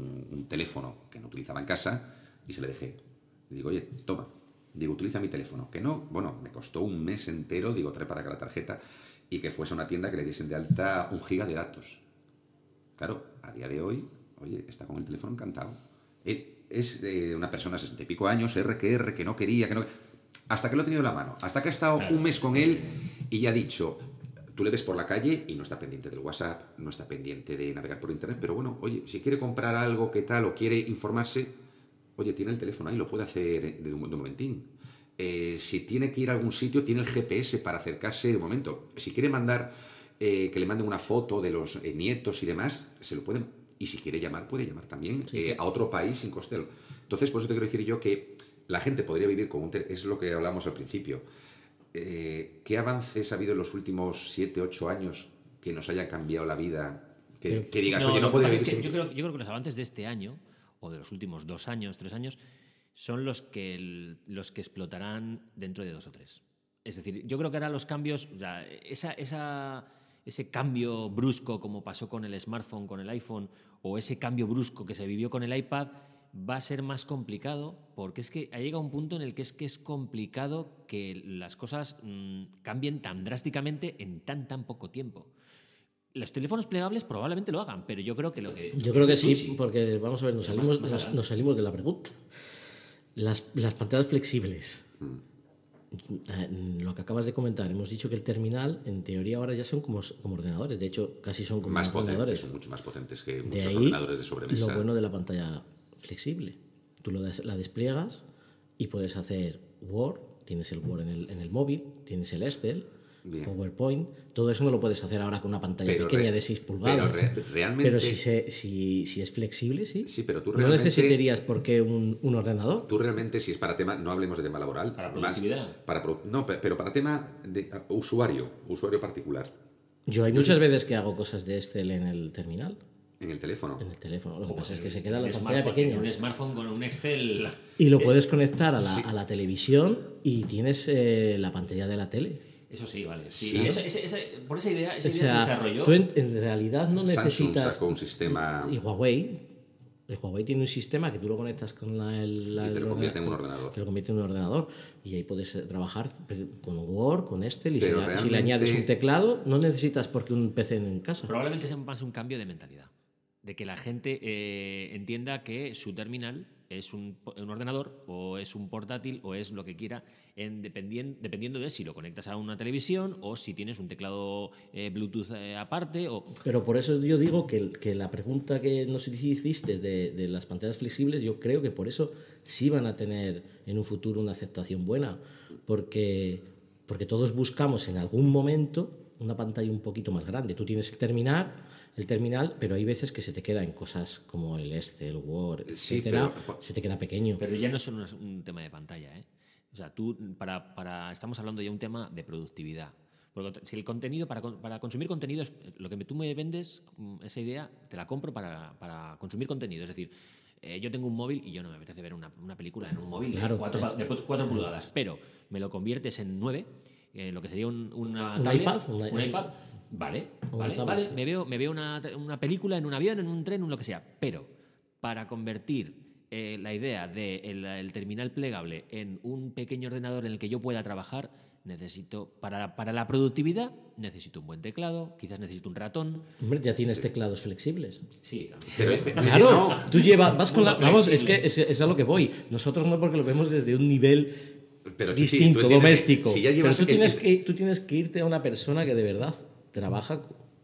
un teléfono que no utilizaba en casa y se le dejé. Y digo, oye, toma, digo, utiliza mi teléfono. Que no, bueno, me costó un mes entero, digo, trae para acá la tarjeta y que fuese a una tienda que le diesen de alta un giga de datos. Claro, a día de hoy, oye, está con el teléfono encantado. Es eh, una persona de sesenta y pico años, R que R, que no quería, que no... Hasta que lo ha tenido en la mano, hasta que ha estado claro, un mes con él y ya ha dicho, tú le ves por la calle y no está pendiente del WhatsApp, no está pendiente de navegar por internet, pero bueno, oye, si quiere comprar algo, qué tal, o quiere informarse, oye, tiene el teléfono ahí, lo puede hacer de un, de un momentín. Eh, si tiene que ir a algún sitio, tiene el G P S para acercarse de un momento. Si quiere mandar, eh, que le manden una foto de los eh, nietos y demás, se lo pueden... Y si quiere llamar, puede llamar también sí, eh, a otro país sin coste. Entonces, por eso te quiero decir yo que la gente podría vivir con un... Te- es lo que hablamos al principio. Eh, ¿Qué avances ha habido en los últimos siete, ocho años que nos haya cambiado la vida? Que, que digas, no, oye, no puedes vivir es que sin... yo, creo, yo creo que los avances de este año, o de los últimos dos años, tres años, son los que, el, los que explotarán dentro de dos o tres. Es decir, yo creo que ahora los cambios... O sea, esa... esa ese cambio brusco como pasó con el smartphone, con el iPhone, o ese cambio brusco que se vivió con el iPad, va a ser más complicado, porque es que ha llegado un punto en el que es que es complicado que las cosas mmm, cambien tan drásticamente en tan tan poco tiempo. Los teléfonos plegables probablemente lo hagan, pero yo creo que lo que... Yo creo que sí, sí, porque vamos a ver, nos salimos, más, más nos, nos salimos de la pregunta. Las, las pantallas flexibles... Mm. Lo que acabas de comentar, hemos dicho que el terminal en teoría ahora ya son como, como ordenadores, de hecho casi son como más ordenadores, potentes, son mucho más potentes que de muchos ahí, ordenadores de sobremesa. Lo bueno de la pantalla flexible, tú lo des, la despliegas y puedes hacer Word, tienes el Word en el, en el móvil, tienes el Excel, bien. PowerPoint, todo eso no lo puedes hacer ahora con una pantalla pero pequeña re, de seis pulgadas. Pero re, realmente... Pero si, se, si, si es flexible, sí. Sí, pero tú realmente... No necesitarías por qué un, un ordenador. Tú realmente, si es para tema, no hablemos de tema laboral. Para productividad. Más, para, no, pero para tema de uh, usuario, usuario particular. Yo hay Yo muchas sí. veces que hago cosas de Excel en el terminal. En el teléfono. En el teléfono. Lo que pasa es que se queda la pantalla pequeña. Un smartphone con un Excel. Y lo puedes conectar a la, sí. a la televisión y tienes eh, la pantalla de la tele. Eso sí, vale. Sí, sí. Esa, esa, esa, por esa idea, esa o idea sea, se desarrolló. Tú en, en realidad no necesitas. Samsung sacó un sistema. Y Huawei. El Huawei tiene un sistema que tú lo conectas con la. El, la y te lo convierte en un ordenador. Te lo convierte en un ordenador. Y ahí puedes trabajar con Word, con Excel. Y si, realmente... si le añades un teclado, no necesitas porque un P C en casa. Probablemente sea más un cambio de mentalidad. De que la gente eh, entienda que su terminal es un, un ordenador o es un portátil o es lo que quiera, en dependien, dependiendo de si lo conectas a una televisión o si tienes un teclado eh, Bluetooth eh, aparte. O... Pero por eso yo digo que, que la pregunta que nos hiciste de, de las pantallas flexibles, yo creo que por eso sí van a tener en un futuro una aceptación buena, porque, porque todos buscamos en algún momento una pantalla un poquito más grande. Tú tienes el terminal, el terminal, pero hay veces que se te queda en cosas como el Excel, Word, sí, etcétera, pero... se te queda pequeño. Pero ya no es solo un tema de pantalla, ¿eh? O sea, tú, para, para, estamos hablando ya de un tema de productividad. Porque si el contenido, para, para consumir contenido, es, lo que tú me vendes, esa idea, te la compro para, para consumir contenido. Es decir, eh, yo tengo un móvil y yo no me apetece ver una, una película en un móvil claro, de cuatro pulgadas, pero me lo conviertes en nueve, eh, lo que sería un, una ¿Un tablet, iPad? Un, un iPad. Vale, vale, vale. Me veo, me veo una, una película en un avión, en un tren, en lo que sea. Pero para convertir eh, la idea del de el terminal plegable en un pequeño ordenador en el que yo pueda trabajar, necesito, para, para la productividad, necesito un buen teclado, quizás necesito un ratón. Hombre, ya tienes sí. teclados flexibles. Sí, también. Pero, claro, no. Tú llevas, vas con la... Vamos, es que es, es a lo que voy. Nosotros no, porque lo vemos desde un nivel... Pero, distinto, sí, doméstico. Si pero tú tienes, el... que, tú tienes que irte a una persona que de verdad trabaja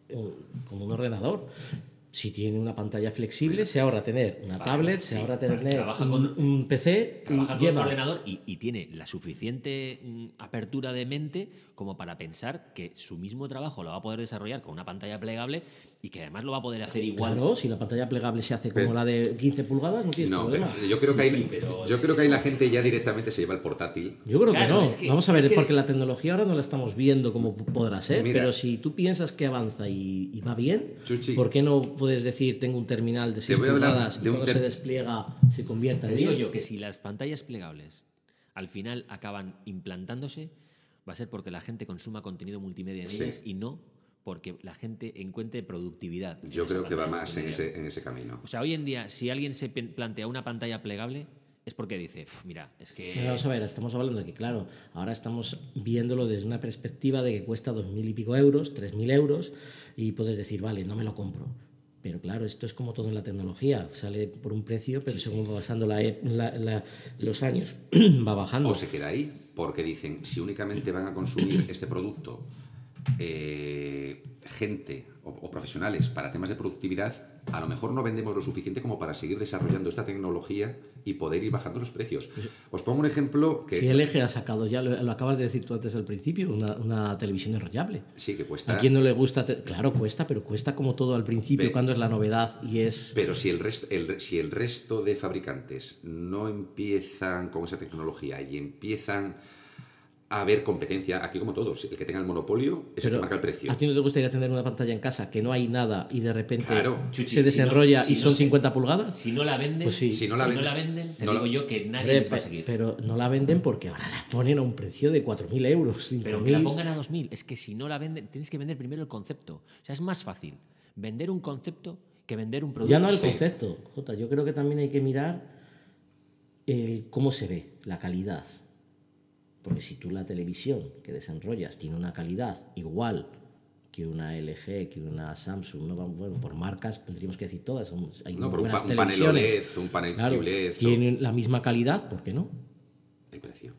como un ordenador. Si tiene una pantalla flexible, se ahorra tener una vale, tablet, sí, se ahorra tener trabaja un, con, un P C trabaja y con lleva un ordenador y, y tiene la suficiente mm, apertura de mente como para pensar que su mismo trabajo lo va a poder desarrollar con una pantalla plegable y que además lo va a poder hacer igual. Claro, si la pantalla plegable se hace como pero, la de quince pulgadas, no tienes no, problema. Yo creo que, sí, hay, sí, pero yo creo que ahí la gente ya directamente se lleva el portátil. Yo creo claro, que no. Es que, Vamos a ver, es que... porque la tecnología ahora no la estamos viendo como podrá ser, Mira, pero si tú piensas que avanza y, y va bien, Chuchi, ¿por qué no puedes decir tengo un terminal de seis pulgadas y cuando ter... se despliega se convierta en diez? Digo yo que si las pantallas plegables al final acaban implantándose, va a ser porque la gente consuma contenido multimedia en ellas sí. y no porque la gente encuentre productividad. Yo creo que va más en ese, en ese camino. O sea, hoy en día, si alguien se plantea una pantalla plegable, es porque dice, mira, es que... Pero vamos a ver, estamos hablando de que, claro, ahora estamos viéndolo desde una perspectiva de que cuesta dos mil y pico euros, tres mil euros, y puedes decir, vale, no me lo compro. Pero claro, esto es como todo en la tecnología, sale por un precio, pero sí, según sí. va pasando la, la, la, los años, va bajando. O se queda ahí, porque dicen, si únicamente van a consumir este producto eh, gente o, o profesionales para temas de productividad, a lo mejor no vendemos lo suficiente como para seguir desarrollando esta tecnología y poder ir bajando los precios. Os pongo un ejemplo que... Si L G ha sacado, ya lo, lo acabas de decir tú antes al principio, una, una televisión enrollable. Sí, que cuesta... ¿A quién no le gusta? Te... Claro, cuesta, pero cuesta como todo al principio, Ve... cuando es la novedad y es... Pero si el, resto, el, si el resto de fabricantes no empiezan con esa tecnología y empiezan a haber competencia, aquí como todos, el que tenga el monopolio es pero el que marca el precio. ¿A ti no te gustaría tener una pantalla en casa que no hay nada y de repente claro. Chuchi, se desenrolla si no, y si son no cincuenta se, pulgadas? Si no la venden, pues sí. si no la, si venden, no la venden, te no digo la... yo que nadie Hombre, les va a seguir. Pero no la venden porque ahora la ponen a un precio de cuatro mil euros. cinco mil. Pero que la pongan a dos mil, es que si no la venden, tienes que vender primero el concepto. O sea, es más fácil vender un concepto que vender un producto. Ya no el sí. concepto, Jota, yo creo que también hay que mirar el cómo se ve, la calidad. Porque si tú la televisión que desenrollas tiene una calidad igual que una L G, que una Samsung, no bueno, por marcas tendríamos que decir todas, son, hay no, pero buenas un, pa- un panel O L E D, un panel claro, Q L E D, tienen o... la misma calidad, ¿por qué no? El precio.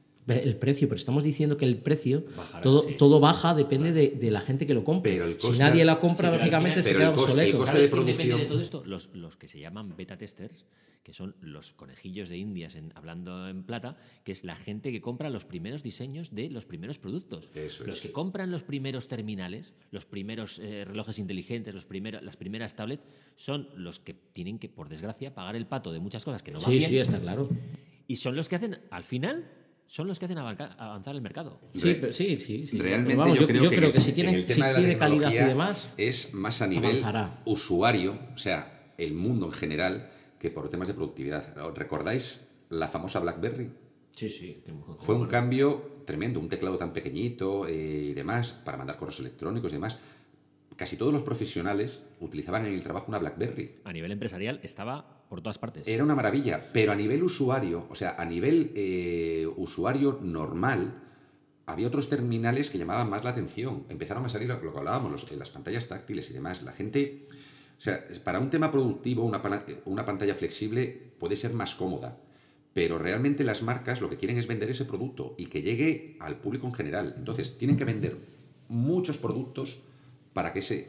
El precio, pero estamos diciendo que el precio, Bajará, todo, sí. todo baja, depende de, de la gente que lo compre. Pero el coste, si nadie la compra, sí, lógicamente final, se queda el coste, obsoleto. El coste ¿Sabes de quién producción... depende de todo esto? Los, los que se llaman beta testers, que son los conejillos de indias, en, hablando en plata, que es la gente que compra los primeros diseños de los primeros productos. Eso los es. que compran los primeros terminales, los primeros eh, relojes inteligentes, los primeros, las primeras tablets, son los que tienen que, por desgracia, pagar el pato de muchas cosas que no van sí, bien. Sí, está claro. Y son los que hacen, al final... son los que hacen avanzar el mercado. Sí, pero sí, sí, sí. Realmente vamos, yo, yo creo yo que, creo en, que si tiene, en el tema si de tiene la calidad y tecnología demás, es más a nivel avanzará. usuario, o sea, el mundo en general, que por temas de productividad. ¿Recordáis la famosa BlackBerry? Sí, sí. Fue un cambio tremendo, un teclado tan pequeñito eh, y demás, para mandar correos electrónicos y demás. Casi todos los profesionales utilizaban en el trabajo una BlackBerry. A nivel empresarial estaba por todas partes. Era una maravilla, pero a nivel usuario, o sea, a nivel eh, usuario normal, había otros terminales que llamaban más la atención. Empezaron a salir lo que hablábamos, los, las pantallas táctiles y demás. La gente, o sea, para un tema productivo, una, una pantalla flexible puede ser más cómoda, pero realmente las marcas lo que quieren es vender ese producto y que llegue al público en general. Entonces, tienen que vender muchos productos para que ese,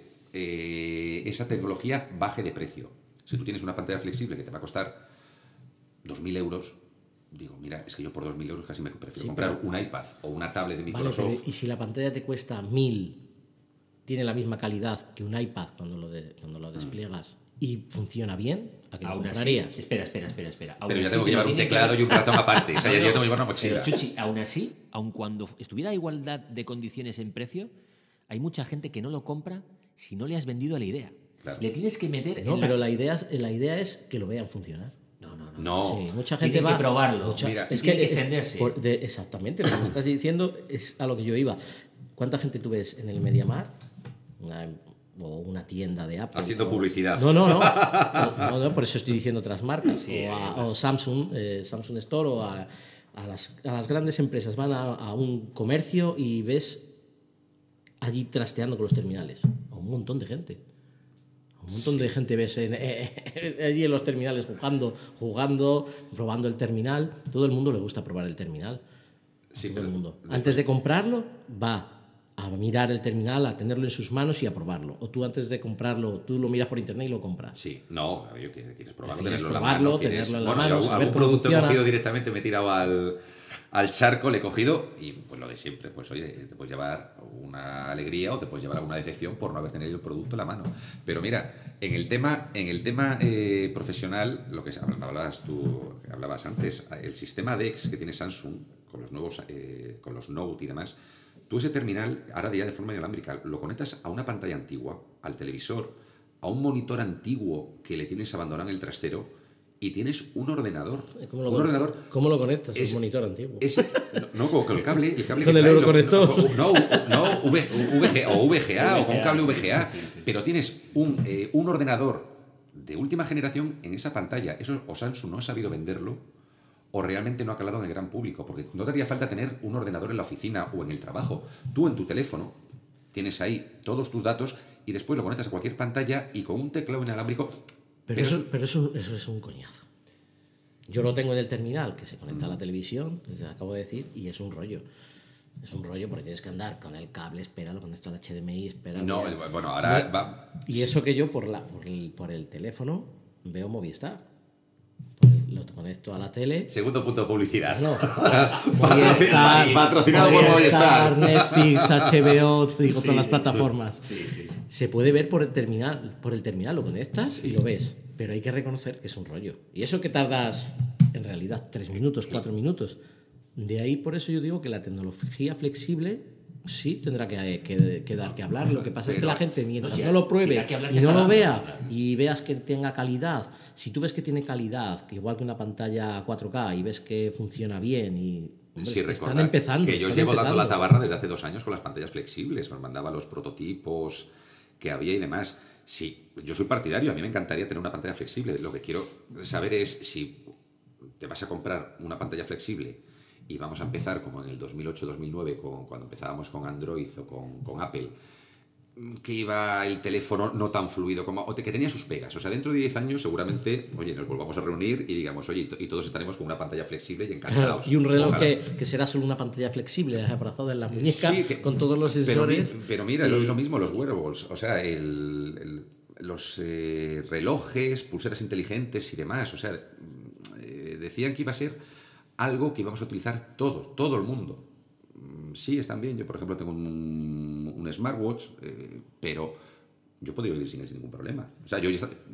eh, esa tecnología baje de precio. Si tú tienes una pantalla flexible que te va a costar dos mil euros, digo, mira, es que yo por dos mil euros casi me prefiero sí, comprar pero... un iPad o una tablet de Microsoft. Vale, pero, y si la pantalla te cuesta mil, tiene la misma calidad que un iPad cuando lo, de, cuando lo despliegas mm. y funciona bien, ¿a qué lo comprarías? Así, espera, espera, espera, espera. Pero ya tengo que llevar un teclado que... y un ratón aparte. O sea, no, ya tengo que llevar una mochila. Pero, Chuchi, aún así, aun cuando estuviera a igualdad de condiciones en precio, hay mucha gente que no lo compra si no le has vendido la idea. Claro. Le tienes que meter... No, en pero la... la, idea, la idea es que lo vean funcionar. No, no, no. No. Sí, mucha gente tiene va... que probarlo. Mucha, Mira, es tiene que, que extenderse. Por, de, exactamente, lo que estás diciendo es a lo que yo iba. ¿Cuánta gente tú ves en el MediaMarkt? Una, o una tienda de Apple. Haciendo o, publicidad. No, no, no, no, no. No, por eso estoy diciendo otras marcas. Sí, o, a, pues... o Samsung, eh, Samsung Store, o a, a, las, a las grandes empresas. Van a, a un comercio y ves allí trasteando con los terminales. A un montón de gente. A un montón sí. de gente ves en, eh, allí en los terminales jugando, jugando, probando el terminal. Todo el mundo le gusta probar el terminal. Sí, todo pero el mundo. Después... Antes de comprarlo, va a mirar el terminal, a tenerlo en sus manos y a probarlo. O tú antes de comprarlo, tú lo miras por internet y lo compras. Sí, no, yo quieres probarlo, tenerlo en la probarlo, mano. Tenerlo quieres... en la bueno, mano, yo, saber algún cómo producto funciona. he cogido directamente, me he tirado al, al charco, le he cogido y pues lo de siempre, pues oye, te puedes llevar una alegría o te puedes llevar alguna decepción por no haber tenido el producto en la mano. Pero mira, en el tema, en el tema eh, profesional, lo que hablabas tú, hablabas antes, el sistema D E X que tiene Samsung con los nuevos, eh, con los Note y demás. Tú ese terminal, ahora ya de forma inalámbrica, lo conectas a una pantalla antigua, al televisor, a un monitor antiguo que le tienes abandonado en el trastero y tienes un ordenador. ¿Cómo lo, un con... ordenador ¿Cómo lo conectas? Es un monitor antiguo. Es, no, no, con el cable. El cable con que el trae, euroconector. No, no, no v, VG, o V G A o con cable V G A. Sí, sí, sí. Pero tienes un, eh, un ordenador de última generación en esa pantalla. Eso o Samsung no ha sabido venderlo o realmente no ha calado en el gran público. Porque no te haría falta tener un ordenador en la oficina o en el trabajo. Tú en tu teléfono tienes ahí todos tus datos y después lo conectas a cualquier pantalla y con un teclado inalámbrico... Pero, pero, eso, pero eso, eso es un coñazo. Yo lo tengo en el terminal que se conecta a la televisión, les acabo de decir, y es un rollo. Es un rollo porque tienes que andar con el cable, espera, lo conecto al H D M I, espera. No, bueno, ahora va... Y eso que yo por, la, por, el, por el teléfono veo Movistar. El, lo conecto a la tele. Segundo punto de publicidad. No. Movistar, patrocinado por Movistar. Netflix, H B O, te digo, sí, todas las plataformas. Sí, sí, sí. Se puede ver por el terminal, por el terminal lo conectas sí. y lo ves. Pero hay que reconocer que es un rollo. Y eso que tardas, en realidad, tres minutos, cuatro minutos. De ahí, por eso yo digo que la tecnología flexible sí tendrá que, que, que dar que hablar. Lo que pasa Pero, es que la gente, mientras no, si no lo pruebe si y no lo vea hablar. Y veas que tenga calidad, si tú ves que tiene calidad, que igual que una pantalla cuatro K y ves que funciona bien y... Hombre, sí, están empezando. Que yo están llevo empezando. dando la tabarra desde hace dos años con las pantallas flexibles. Nos mandaba los prototipos que había y demás. Sí, yo soy partidario, a mí me encantaría tener una pantalla flexible. Lo que quiero saber es si te vas a comprar una pantalla flexible y vamos a empezar como en el dos mil ocho dos mil nueve, con, cuando empezábamos con Android o con, con Apple, que iba el teléfono no tan fluido, como, o que tenía sus pegas. O sea, dentro de diez años seguramente, oye, nos volvamos a reunir y digamos, oye, y todos estaremos con una pantalla flexible y encantados. Claro, y un reloj que, que será solo una pantalla flexible, abrazada en la muñeca, sí, que, con todos los sensores. Pero, pero mira, y... lo, lo mismo los wearables, o sea, el, el, los eh, relojes, pulseras inteligentes y demás. O sea, eh, decían que iba a ser algo que íbamos a utilizar todos, todo el mundo. Sí, están bien. Yo, por ejemplo, tengo un, un smartwatch, eh, pero yo podría vivir sin él sin ningún problema. O sea, yo,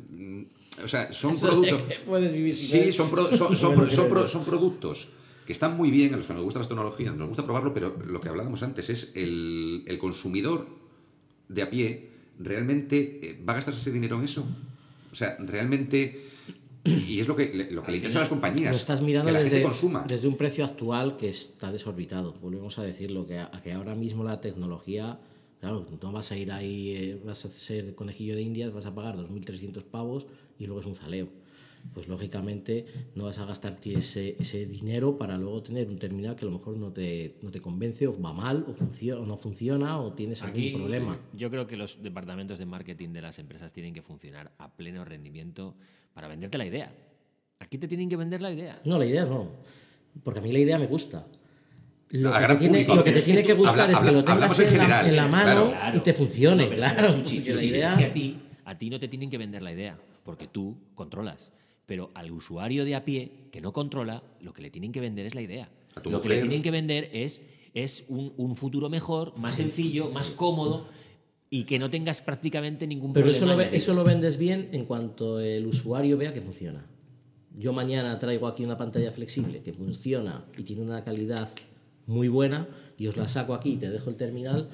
o sea son Eso productos... Es que puedes vivir sin sí, son, pro, son, son, son, son, pro, son productos que están muy bien, a los que nos gustan las tecnologías, nos gusta probarlo, pero lo que hablábamos antes es el, el consumidor de a pie realmente va a gastarse ese dinero en eso. O sea, realmente... Y es lo que, lo que le interesa a las compañías, lo estás mirando que la desde, gente consuma. Desde un precio actual que está desorbitado. Volvemos a decirlo, que, a, que ahora mismo la tecnología, claro, no vas a ir ahí, eh, vas a ser conejillo de indias, vas a pagar dos mil trescientos pavos y luego es un jaleo. Pues lógicamente no vas a gastarte ese, ese dinero para luego tener un terminal que a lo mejor no te, no te convence, o va mal, o, funcio, o no funciona, o tienes Aquí, algún problema. Yo creo que los departamentos de marketing de las empresas tienen que funcionar a pleno rendimiento para venderte la idea. Aquí te tienen que vender la idea. No, la idea no, porque a mí la idea me gusta. Lo, a que, gran te tiene, público, lo que te tiene que gustar habla, es que lo tengas en, general, la, en la mano claro. y te funcione, no, pero, claro. Pero, Suchi, Suchi, la idea... Es que a ti, a ti no te tienen que vender la idea, porque tú controlas. Pero al usuario de a pie que no controla, lo que le tienen que vender es la idea. Lo mujer. que le tienen que vender es, es un, un futuro mejor, más sencillo, más cómodo y que no tengas prácticamente ningún Pero problema. Pero eso, lo, eso lo vendes bien en cuanto el usuario vea que funciona. Yo mañana traigo aquí una pantalla flexible que funciona y tiene una calidad muy buena y os la saco aquí y te dejo el terminal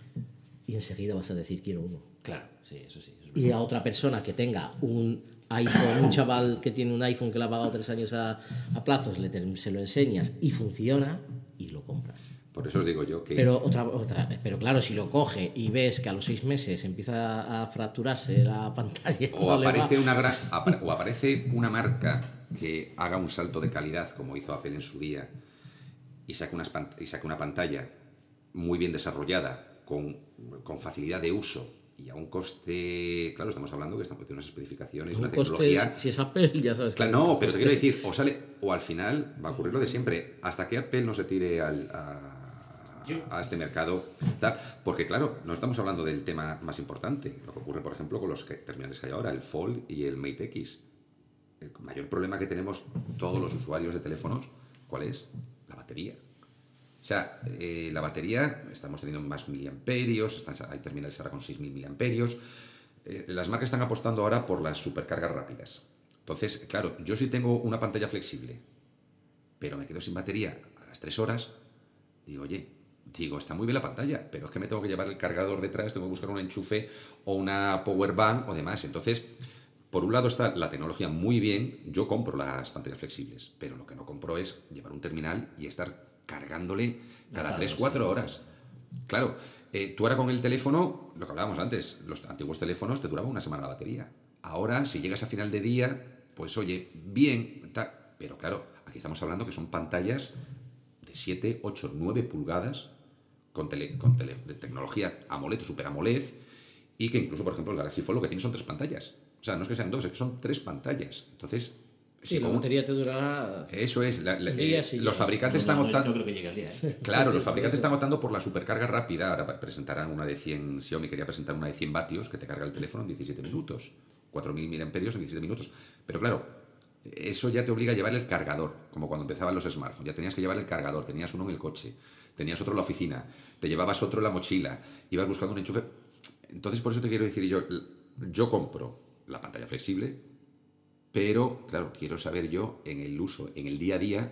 y enseguida vas a decir quiero uno. Claro, sí, eso sí. Eso y a otra persona que tenga un iPhone, un chaval que tiene un iPhone que le ha pagado tres años a, a plazos, le, se lo enseñas y funciona y lo compra. Por eso os digo yo que... Pero, otra, otra, pero claro, si lo coge y ves que a los seis meses empieza a fracturarse la pantalla... O, no aparece, una gra... o aparece una marca que haga un salto de calidad, como hizo Apple en su día, y saca, unas pant... y saca una pantalla muy bien desarrollada, con, con facilidad de uso, y a un coste, claro, estamos hablando que estamos tiene unas especificaciones, un una coste, tecnología. Si es Apple, ya sabes. Claro, no, pero te quiero decir, o sale, o al final va a ocurrir lo de siempre, hasta que Apple no se tire al, a, a este mercado, tal, porque claro, no estamos hablando del tema más importante, lo que ocurre, por ejemplo, con los que, terminales que hay ahora, el Fold y el Mate X. El mayor problema que tenemos todos los usuarios de teléfonos, ¿cuál es? La batería. O sea, eh, la batería, estamos teniendo más miliamperios, están, hay terminales ahora con seis mil miliamperios. Eh, las marcas están apostando ahora por las supercargas rápidas. Entonces, claro, yo sí tengo una pantalla flexible, pero me quedo sin batería a las tres horas, digo, oye, digo, está muy bien la pantalla, pero es que me tengo que llevar el cargador detrás, tengo que buscar un enchufe o una power bank o demás. Entonces, por un lado está la tecnología muy bien, yo compro las pantallas flexibles, pero lo que no compro es llevar un terminal y estar cargándole cada tres cuatro horas. Claro, eh, tú ahora con el teléfono, lo que hablábamos antes, los antiguos teléfonos te duraba una semana la batería. Ahora, si llegas a final de día, pues oye, bien, tal, pero claro, aquí estamos hablando que son pantallas de siete, ocho, nueve pulgadas con, tele, con tele, de tecnología AMOLED o Super AMOLED, y que incluso, por ejemplo, el Galaxy Fold lo que tiene son tres pantallas. O sea, no es que sean dos, es que son tres pantallas. Entonces, sí, si la batería te durará. Eso es. La, la, día, eh, sí, los fabricantes no, están no, optando. No creo que llegue al día. ¿eh? Claro, los fabricantes están optando por la supercarga rápida. Ahora presentarán una de cien. Xiaomi quería presentar una de cien vatios que te carga el teléfono en diecisiete minutos. cuatro mil miliamperios en diecisiete minutos. Pero claro, eso ya te obliga a llevar el cargador, como cuando empezaban los smartphones. Ya tenías que llevar el cargador, tenías uno en el coche, tenías otro en la oficina, te llevabas otro en la mochila, ibas buscando un enchufe. Entonces, por eso te quiero decir yo, yo compro la pantalla flexible, pero, claro, quiero saber yo en el uso, en el día a día,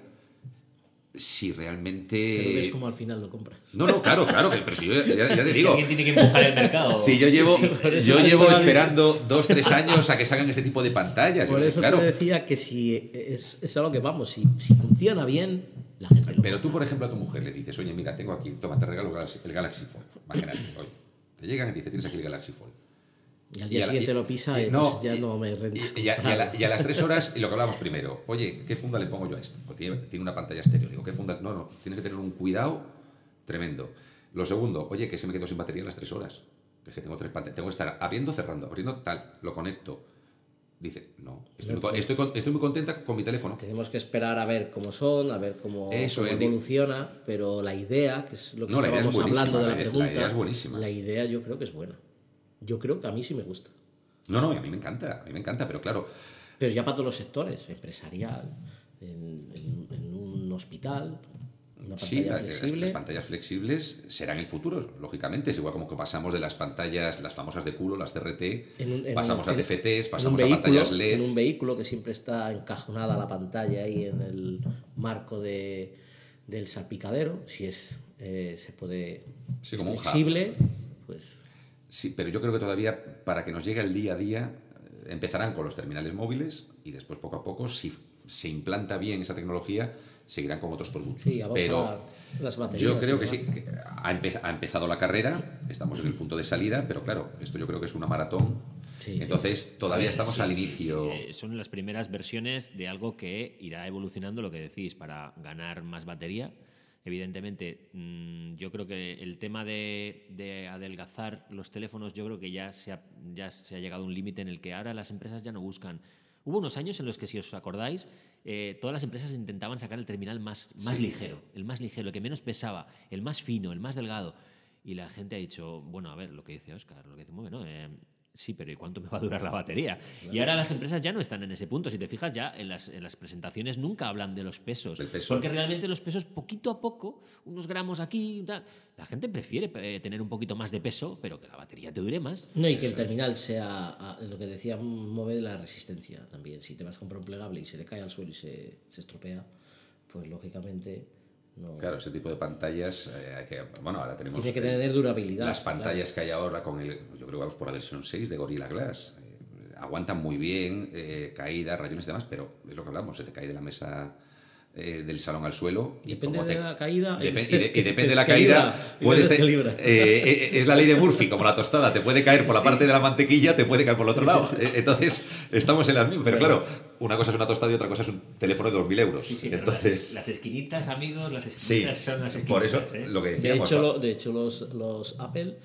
si realmente... Pero ves como al final lo compras. No, no, claro, claro, pero si yo ya, ya te es digo... Que alguien tiene que empujar el mercado. Si yo llevo, Sí, yo llevo esperando dos, tres años a que salgan este tipo de pantallas. Por yo, eso claro. te decía que si es, es a lo que vamos, si, si funciona bien, la gente lo Pero tú, por ejemplo, a tu mujer le dices, oye, mira, tengo aquí, toma, te regalo el Galaxy Fold. Imagínate, oye, te llegan y te dicen, tienes aquí el Galaxy Fold. Y al día y a la, siguiente y, lo pisa y, y no, pues ya y, no me renta. Y, y, a, y, a la, y a las tres horas, y lo que hablábamos primero, oye, ¿qué funda le pongo yo a esto? Pues tiene, tiene una pantalla estéreo. Digo, ¿qué funda? No, no, tienes que tener un cuidado tremendo. Lo segundo, oye, que se me quedó sin batería en las tres horas. Que es que tengo tres pantallas. Tengo que estar abriendo, cerrando, abriendo, tal, lo conecto. Dice, no, estoy, muy, estoy, estoy muy contenta con mi teléfono. Tenemos que esperar a ver cómo son, a ver cómo, Eso cómo es, evoluciona, pero la idea, que es lo que no, estábamos hablando de la, la pregunta, la idea es buenísima. La idea yo creo que es buena. Yo creo que a mí sí me gusta. No, no, a mí me encanta, a mí me encanta, pero claro... Pero ya para todos los sectores, empresarial, en, en, en un hospital... Una pantalla sí, flexible. Las, las pantallas flexibles serán el futuro, lógicamente. Es igual como que pasamos de las pantallas, las famosas de culo, las C R T, en un, en pasamos un, a T F Ts, pasamos vehículo, a pantallas L E D. En un vehículo que siempre está encajonada la pantalla ahí en el marco de, del salpicadero, si es eh, se puede sí, como flexible, un pues... Sí, pero yo creo que todavía, para que nos llegue el día a día, empezarán con los terminales móviles y después, poco a poco, si se implanta bien esa tecnología, seguirán con otros productos. Sí, pero las baterías, yo creo que sí, que ha, empez, ha empezado la carrera, estamos en el punto de salida, pero claro, esto yo creo que es una maratón. Sí, entonces sí. todavía estamos sí, al inicio. Sí, sí. Son las primeras versiones de algo que irá evolucionando, lo que decís, para ganar más batería. Evidentemente, mmm, yo creo que el tema de, de adelgazar los teléfonos, yo creo que ya se ha, ya se ha llegado a un límite en el que ahora las empresas ya no buscan. Hubo unos años en los que, si os acordáis, eh, todas las empresas intentaban sacar el terminal más, más sí. ligero, el más ligero, el que menos pesaba, el más fino, el más delgado. Y la gente ha dicho, bueno, a ver, lo que dice Óscar, lo que dice, bueno, eh, sí, pero ¿y cuánto me va a durar la batería? Claro. Y ahora las empresas ya no están en ese punto. Si te fijas, ya en las, en las presentaciones nunca hablan de los pesos. Peso. Porque realmente los pesos, poquito a poco, unos gramos aquí, tal, la gente prefiere eh, tener un poquito más de peso, pero que la batería te dure más. No, y que el terminal sea, lo que decía, mueve la resistencia también. Si te vas a comprar un plegable y se le cae al suelo y se, se estropea, pues lógicamente... No. Claro, ese tipo de pantallas, eh, que, bueno, ahora tenemos... Tiene que tener durabilidad. Las pantallas claro. que hay ahora con el... Yo creo que vamos por la versión seis de Gorilla Glass. Eh, aguantan muy bien, eh, caídas, rayones y demás, pero es lo que hablamos, se te cae de la mesa eh, del salón al suelo. Y depende como de te, la caída... Dep y, de, y depende de la caída... Puedes te, eh, es la ley de Murphy, como la tostada. Te puede caer por la sí. parte de la mantequilla, te puede caer por el otro lado. Entonces, estamos en las mismas. Pero claro, una cosa es una tostada y otra cosa es un teléfono de dos mil euros. Sí, sí, Entonces, las, las esquinitas, amigos, las esquinitas sí, son las esquinitas. Por eso, ¿eh? lo que decíamos... De hecho, lo, de hecho los, los Apple,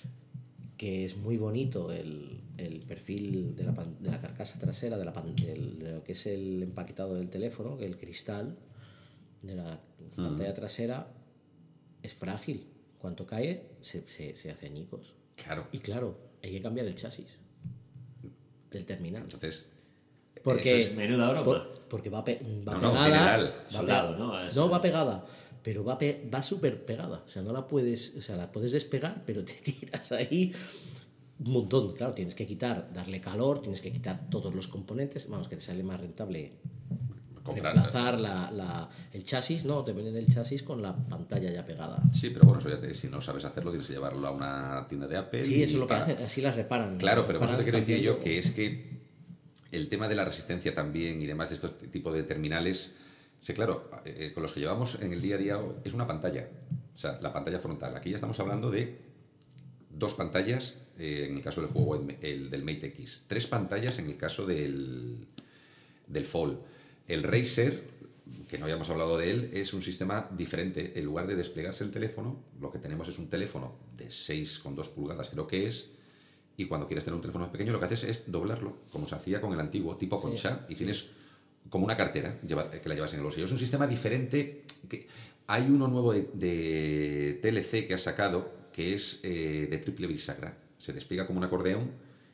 que es muy bonito el, el perfil de la, de la carcasa trasera, de, la, de lo que es el empaquetado del teléfono, que el cristal de la mm. pantalla trasera es frágil. Cuando cae, se, se, se hace añicos. Claro. Y claro, hay que cambiar el chasis del terminal. Entonces... Porque, eso es menuda broma. Por, porque va, pe, va no, pegada. No, general. Va Soldado, pe, ¿no? Es, no, va pegada. Pero va, pe, va súper pegada. O sea, no la puedes. O sea, la puedes despegar, pero te tiras ahí un montón. Claro, tienes que quitar, darle calor, tienes que quitar todos los componentes. Vamos, que te sale más rentable comprar, reemplazar la, la, el chasis, ¿no? Te venden el chasis con la pantalla ya pegada. Sí, pero bueno, eso ya te, si no sabes hacerlo, tienes que llevarlo a una tienda de Apple. Sí, eso es lo para... que hacen, así las reparan. Claro, pero reparan por eso te quiero decir yo que es que el tema de la resistencia también y demás de estos tipos de terminales, sí, claro, eh, con los que llevamos en el día a día es una pantalla, o sea, la pantalla frontal. Aquí ya estamos hablando de dos pantallas, eh, en el caso del juego el del Mate X, tres pantallas en el caso del, del Fold. El Razer, que no habíamos hablado de él, es un sistema diferente. En lugar de desplegarse el teléfono, lo que tenemos es un teléfono de seis coma dos pulgadas, creo que es, y cuando quieres tener un teléfono más pequeño, lo que haces es doblarlo, como se hacía con el antiguo, tipo concha, sí, y tienes como una cartera lleva, que la llevas en el bolsillo. Es un sistema diferente. Que hay uno nuevo de, de T L C que ha sacado, que es eh, de triple bisagra. Se despliega como un acordeón.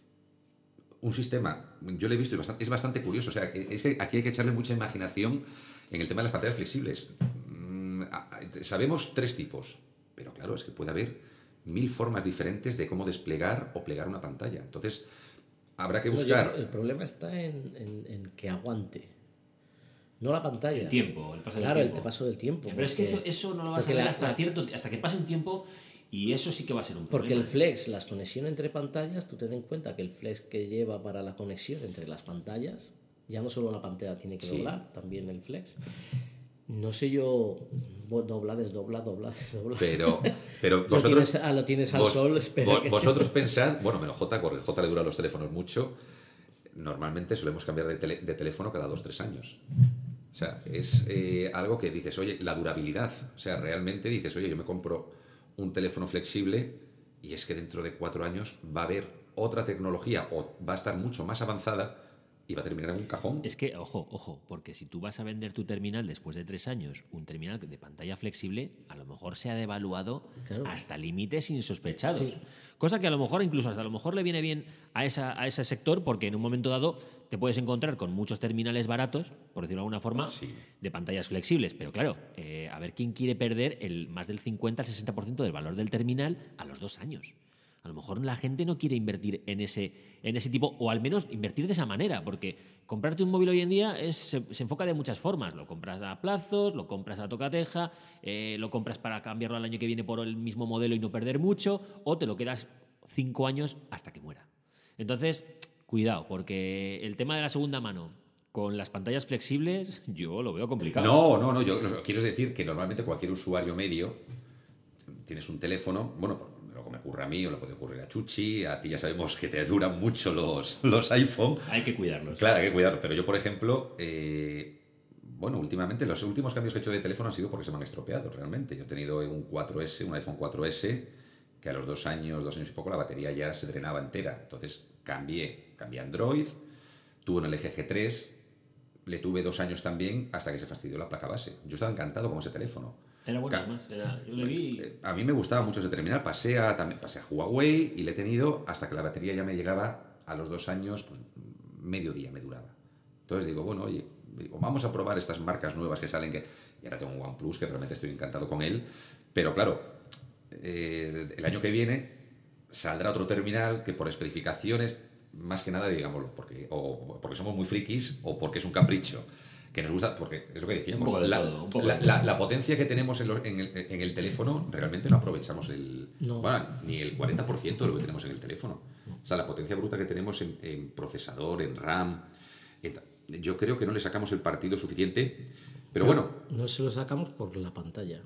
Un sistema, yo lo he visto y bastante, es bastante curioso. O sea, es que aquí hay que echarle mucha imaginación en el tema de las pantallas flexibles. Mm, sabemos tres tipos, pero claro, es que puede haber mil formas diferentes de cómo desplegar o plegar una pantalla. Entonces, habrá que buscar... No, yo, el problema está en, en, en que aguante. No la pantalla. El tiempo, el paso del claro, tiempo. Claro, el paso del tiempo. Pero es que eso, eso no lo vas a ver hasta, cierto, hasta que pase un tiempo, y eso sí que va a ser un problema. Porque el flex, las conexiones entre pantallas, tú ten en cuenta que el flex que lleva para la conexión entre las pantallas, ya no solo la pantalla tiene que sí. doblar, también el flex. No sé yo, dobla, desdobla, dobla, desdobla. Pero, pero lo vosotros... Tienes, lo tienes al vos, sol, espera vos, que... Vosotros pensad... Bueno, menos J, porque J le dura los teléfonos mucho. Normalmente solemos cambiar de, tele, de teléfono cada dos, tres años. O sea, es eh, algo que dices, oye, la durabilidad. O sea, realmente dices, oye, yo me compro un teléfono flexible y es que dentro de cuatro años va a haber otra tecnología o va a estar mucho más avanzada y va a terminar en un cajón. Es que, ojo, ojo, porque si tú vas a vender tu terminal después de tres años, un terminal de pantalla flexible, a lo mejor se ha devaluado claro. hasta límites insospechados. Sí. Cosa que a lo mejor, incluso hasta a lo mejor le viene bien a, esa, a ese sector, porque en un momento dado te puedes encontrar con muchos terminales baratos, por decirlo de alguna forma, sí. de pantallas flexibles. Pero claro, eh, a ver quién quiere perder el más del cincuenta al sesenta por ciento del valor del terminal a los dos años. A lo mejor la gente no quiere invertir en ese, en ese tipo, o al menos invertir de esa manera, porque comprarte un móvil hoy en día es, se, se enfoca de muchas formas. Lo compras a plazos, lo compras a tocateja, eh, lo compras para cambiarlo al año que viene por el mismo modelo y no perder mucho, o te lo quedas cinco años hasta que muera. Entonces, cuidado, porque el tema de la segunda mano con las pantallas flexibles yo lo veo complicado. No, no, no, yo lo quiero decir que normalmente cualquier usuario medio, tienes un teléfono, bueno, que me ocurre a mí o le puede ocurrir a Chuchi, a ti ya sabemos que te duran mucho los, los iPhone. Hay que cuidarlos. Claro, hay que cuidarlos, pero yo, por ejemplo, eh, bueno, últimamente los últimos cambios que he hecho de teléfono han sido porque se me han estropeado realmente. Yo he tenido un cuatro ese, un iPhone cuatro ese, que a los dos años, dos años y poco, la batería ya se drenaba entera. Entonces cambié, cambié a Android, tuve un L G G tres, le tuve dos años también hasta que se fastidió la placa base. Yo estaba encantado con ese teléfono. Era bueno, además. Era, yo le vi... A mí me gustaba mucho ese terminal. Pasé a, también, pasé a Huawei y le he tenido hasta que la batería ya me llegaba a los dos años, pues medio día me duraba. Entonces digo, bueno, oye, digo, vamos a probar estas marcas nuevas que salen. Que, y ahora tengo un OnePlus que realmente estoy encantado con él. Pero claro, eh, el año que viene saldrá otro terminal que por especificaciones, más que nada, digámoslo, porque, o porque somos muy frikis o porque es un capricho. Que nos gusta, porque es lo que decíamos, la, todo, la, la, la potencia que tenemos en, lo, en, el, en el teléfono, realmente no aprovechamos el no. bueno, ni el cuarenta por ciento de lo que tenemos en el teléfono. No. O sea, la potencia bruta que tenemos en, en procesador, en RAM, en, yo creo que no le sacamos el partido suficiente, pero, pero bueno... No se lo sacamos por la pantalla.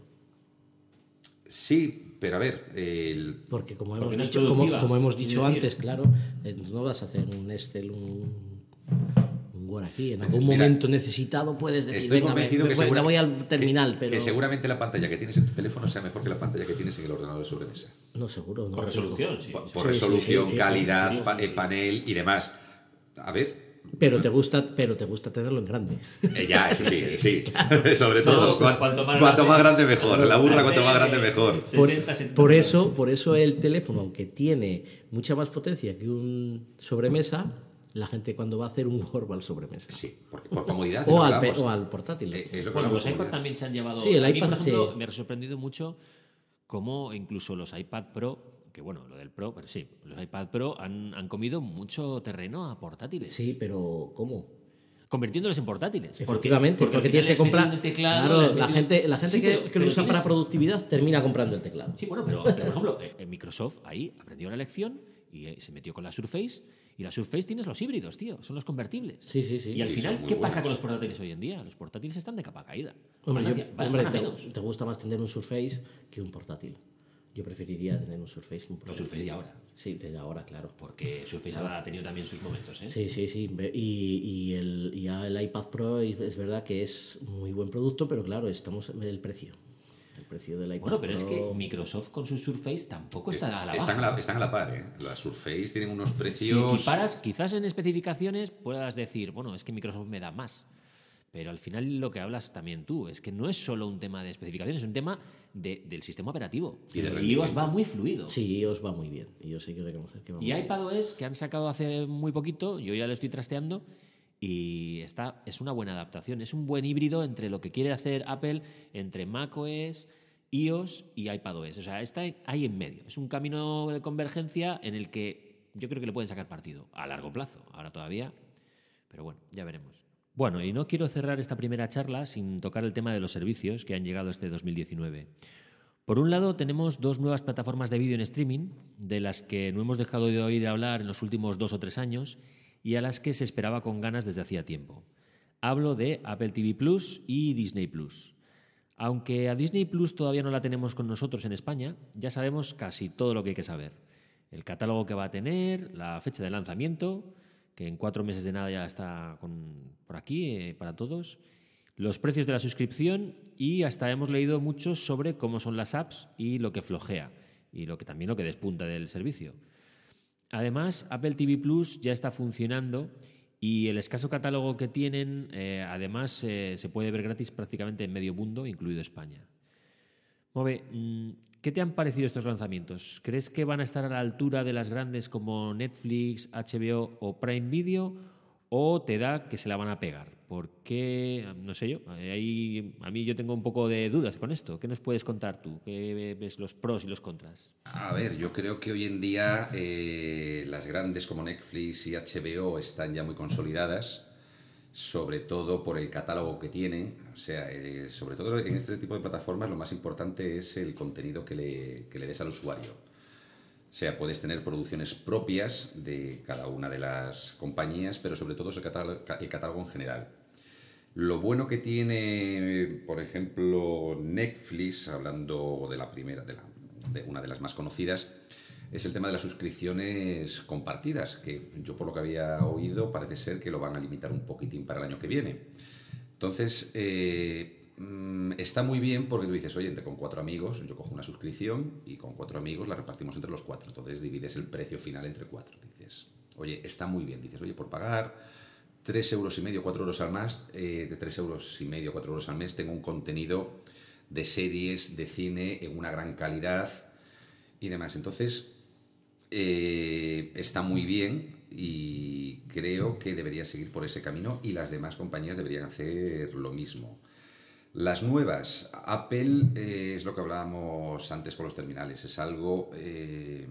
Sí, pero a ver... El... Porque como hemos Porque dicho, como, como hemos dicho antes, claro, no vas a hacer un Excel, un... Bueno, aquí en algún Mira, momento necesitado puedes decir, estoy venga, convencido me, que, me, segura, voy al terminal, que, pero... que seguramente la pantalla que tienes en tu teléfono sea mejor que la pantalla que tienes en el ordenador de sobremesa. No, seguro. No, por resolución, sí. Por, por sí, resolución, sí, sí, calidad, sí, sí, pa, sí. panel y demás. A ver... Pero te gusta, pero te gusta tenerlo en grande. Eh, ya, eso sí, sí. Sobre todo, cuanto, cuanto, más, cuanto grande, más grande mejor. La burra cuanto más grande mejor. Por, por eso, por eso el teléfono, aunque tiene mucha más potencia que un sobremesa, la gente cuando va a hacer un Word va al sobremesa. Sí, porque por comodidad. o, al pe- o al portátil. Eh, es lo que bueno, los iPad también se han llevado... Sí, el a mí, iPad, por ejemplo, sí. me ha sorprendido mucho cómo incluso los iPad Pro, que bueno, lo del Pro, pero sí, los iPad Pro han, han comido mucho terreno a portátiles. Sí, pero ¿cómo? Convirtiéndolos en portátiles. Efectivamente, porque, porque, porque tienes que comprar... Teclado, claro, la gente, la gente sí, que, pero, que pero lo usa tienes... para productividad termina comprando el teclado. Sí, bueno, pero, pero por ejemplo, en Microsoft ahí aprendió la lección y se metió con la Surface Y la Surface tienes los híbridos, tío, son los convertibles. Sí, sí, sí. Y al Y final, son muy ¿qué pasa buenos. con los portátiles hoy en día? Los portátiles están de capa caída. Hombre, Van yo- hacia- van- hombre, van a te, menos. te gusta más tener un Surface que un portátil. Yo preferiría tener un Surface que un Los portátil. Surface de ahora. Sí, desde ahora, claro. Porque Surface ahora ha tenido también sus momentos, ¿eh? Sí, sí, sí. Ve- Y, y el, y ya el iPad Pro es es verdad que es muy buen producto, pero claro, estamos en el precio. El precio del iPad Bueno, pero es Pro- que Microsoft con su Surface tampoco está a la Están a baja. la, están a la par, ¿eh? Las Surface tienen unos Si precios... equiparas, quizás en especificaciones puedas decir, bueno, es que Microsoft me da más. Pero al final lo que hablas también tú, es que no es solo un tema de especificaciones, es un tema de- del sistema operativo. Y de iOS rendimiento. va muy fluido. Sí, iOS va muy bien. iOS hay que reconocer que va Y muy bien. iPadOS, que han sacado hace muy poquito, yo ya lo estoy trasteando, y está, es una buena adaptación. Es un buen híbrido entre lo que quiere hacer Apple, entre macOS, iOS y iPadOS. O sea, está ahí en medio. Es un camino de convergencia en el que yo creo que le pueden sacar partido a largo plazo. Ahora todavía, pero bueno, ya veremos. Bueno, y no quiero cerrar esta primera charla sin tocar el tema de los servicios que han llegado este dos mil diecinueve. Por un lado, tenemos dos nuevas plataformas de vídeo en streaming, de las que no hemos dejado de oír hablar en los últimos dos o tres años y a las que se esperaba con ganas desde hacía tiempo. Hablo de Apple T V Plus y Disney Plus. Aunque a Disney Plus todavía no la tenemos con nosotros en España, ya sabemos casi todo lo que hay que saber. El catálogo que va a tener, la fecha de lanzamiento, que en cuatro meses de nada ya está con- por aquí eh, para todos, los precios de la suscripción y hasta hemos leído mucho sobre cómo son las apps y lo que flojea y lo que también lo que despunta del servicio. Además, Apple T V Plus ya está funcionando y el escaso catálogo que tienen, eh, además, eh, se puede ver gratis prácticamente en medio mundo, incluido España. Move, mm, ¿qué te han parecido estos lanzamientos? ¿Crees que van a estar a la altura de las grandes como Netflix, H B O o Prime Video? ¿O te da que se la van a pegar? Porque, no sé yo, ahí, a mí yo tengo un poco de dudas con esto. ¿Qué nos puedes contar tú? ¿Qué ves los pros y los contras? A ver, yo creo que hoy en día eh, las grandes como Netflix y H B O están ya muy consolidadas, sobre todo por el catálogo que tienen. O sea, eh, sobre todo en este tipo de plataformas lo más importante es el contenido que le, que le des al usuario. O sea, puedes tener producciones propias de cada una de las compañías, pero sobre todo es el catálogo, el catálogo en general. Lo bueno que tiene, por ejemplo, Netflix, hablando de la primera, de, la, de una de las más conocidas, es el tema de las suscripciones compartidas, que yo por lo que había oído parece ser que lo van a limitar un poquitín para el año que viene. Entonces, eh, está muy bien porque tú dices, oye, entre con cuatro amigos, yo cojo una suscripción y con cuatro amigos la repartimos entre los cuatro. Entonces divides el precio final entre cuatro. Dices, oye, está muy bien. Dices, oye, por pagar tres euros y medio, cuatro euros al mes, eh, de tres euros y medio, cuatro euros al mes, tengo un contenido de series, de cine, en una gran calidad y demás. Entonces, eh, está muy bien y creo que debería seguir por ese camino y las demás compañías deberían hacer lo mismo. Las nuevas, Apple, eh, es lo que hablábamos antes con los terminales, es algo eh,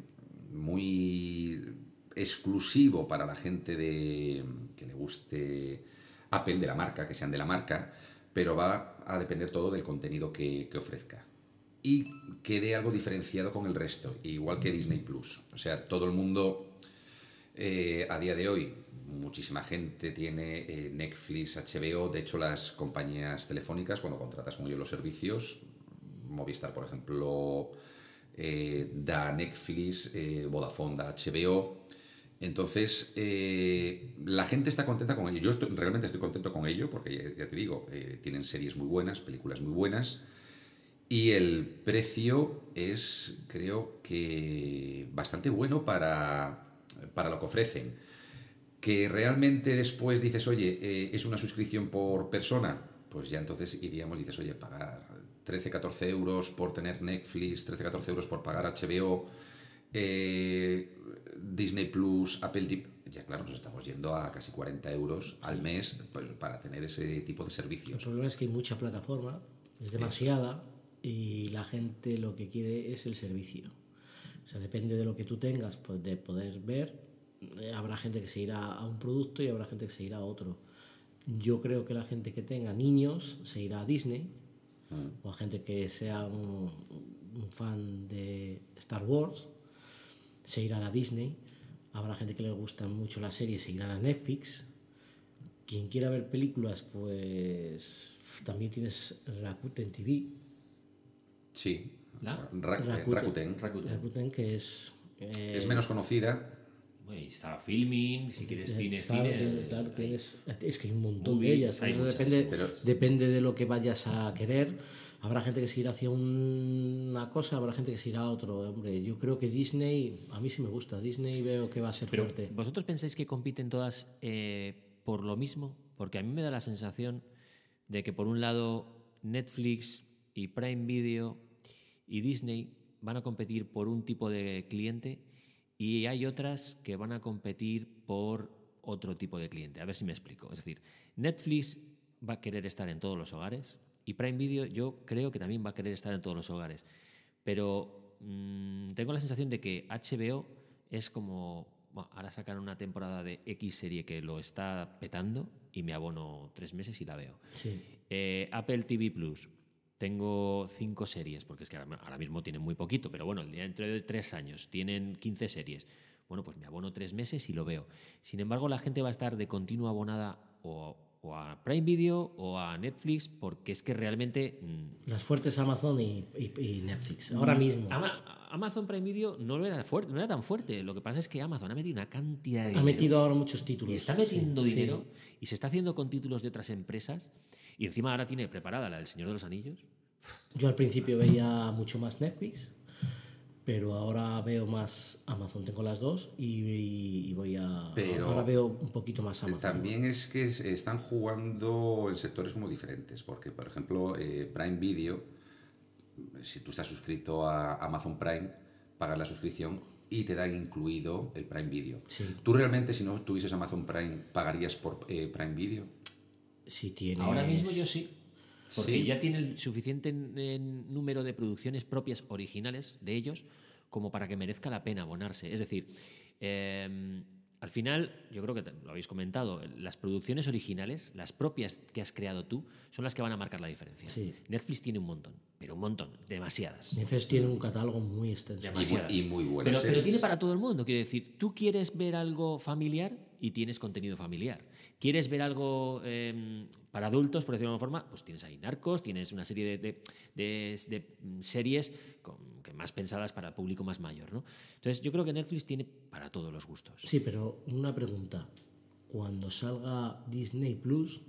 muy exclusivo para la gente de, que le guste Apple, de la marca, que sean de la marca, pero va a depender todo del contenido que, que ofrezca. Y que dé algo diferenciado con el resto, igual que Disney Plus. O sea, todo el mundo eh, a día de hoy, muchísima gente tiene eh, Netflix, H B O. De hecho, las compañías telefónicas, cuando contratas con ellos los servicios, Movistar, por ejemplo, eh, da Netflix, eh, Vodafone da H B O. Entonces, eh, la gente está contenta con ello. Yo estoy, realmente estoy contento con ello porque, ya, ya te digo, eh, tienen series muy buenas, películas muy buenas. Y el precio es, creo que, bastante bueno para, para lo que ofrecen. Que realmente después dices, oye, eh, es una suscripción por persona, pues ya entonces iríamos, dices, oye, pagar trece, catorce euros por tener Netflix, trece, catorce euros por pagar H B O, eh, Disney Plus, Apple T V. Ya claro, nos estamos yendo a casi cuarenta euros al mes pues, para tener ese tipo de servicios. El problema es que hay mucha plataforma, es demasiada, y la gente lo que quiere es el servicio. O sea, depende de lo que tú tengas, pues de poder ver. Eh, habrá gente que se irá a un producto y habrá gente que se irá a otro. Yo creo que la gente que tenga niños se irá a Disney, mm. o a gente que sea un, un fan de Star Wars se irá a Disney. Habrá gente que le gustan mucho las series e irán a Netflix. Quien quiera ver películas, pues también tienes Rakuten T V. Sí. ¿La? Ra- Rakuten. Rakuten. Rakuten. Rakuten, que es... eh, Es menos conocida. Bueno, y está Filming, si quieres cine, claro, cine. tiene- claro, tienes- es que hay un montón Movie, de ellas. hay Eso muchas, depende, pero- depende de lo que vayas a querer. Habrá gente que se irá hacia un- una cosa, habrá gente que se irá a otro. Hombre, yo creo que Disney, a mí sí me gusta. Disney veo que va a ser Pero, fuerte. ¿vosotros pensáis que compiten todas eh, por lo mismo? Porque a mí me da la sensación de que por un lado Netflix y Prime Video y Disney van a competir por un tipo de cliente y hay otras que van a competir por otro tipo de cliente. A ver si me explico. Es decir, Netflix va a querer estar en todos los hogares y Prime Video yo creo que también va a querer estar en todos los hogares. Pero mmm, tengo la sensación de que H B O es como... Bueno, ahora sacan una temporada de X serie que lo está petando y me abono tres meses y la veo. Sí. Eh, Apple T V Plus. Tengo cinco series, porque es que ahora, ahora mismo tienen muy poquito, pero bueno, dentro de tres años tienen quince series. Bueno, pues me abono tres meses y lo veo. Sin embargo, la gente va a estar de continuo abonada o, o a Prime Video o a Netflix, porque es que realmente... Mmm, Las fuertes Amazon y, y- y Netflix. Ahora mismo. Ama- Amazon Prime Video no era fuerte, no era tan fuerte. Lo que pasa es que Amazon ha metido una cantidad de Ha dinero metido ahora muchos títulos. y está metiendo Sí, dinero sí. y se está haciendo con títulos de otras empresas y encima ahora tiene preparada la del Señor de los Anillos. Yo al principio veía mucho más Netflix, pero ahora veo más Amazon. Tengo las dos y, y voy a... Pero ahora veo un poquito más Amazon. También es que es- están jugando en sectores como diferentes, porque por ejemplo eh, Prime Video, si tú estás suscrito a Amazon Prime, pagas la suscripción y te dan incluido el Prime Video. Sí. ¿Tú realmente si no tuvieses Amazon Prime pagarías por eh, Prime Video? Si tienes... Ahora mismo yo sí. Porque Sí. ya tienen suficiente en- en número de producciones propias originales de ellos como para que merezca la pena abonarse. Es decir, eh, al final, yo creo que te- lo habéis comentado, las producciones originales, las propias que has creado tú, son las que van a marcar la diferencia. Sí. Netflix tiene un montón, pero un montón, demasiadas. Netflix tiene un catálogo muy extenso. Y muy, Demasiadas. y muy buenas Pero, pero series. tiene para todo el mundo. Quiero decir, tú quieres ver algo familiar y tienes contenido familiar. ¿Quieres ver algo eh, para adultos, por decirlo de alguna forma? Pues tienes ahí Narcos, tienes una serie de, de- de- de series con- que más pensadas para el público más mayor, ¿no? Entonces, yo creo que Netflix tiene para todos los gustos. Sí, pero una pregunta. Cuando salga Disney Plus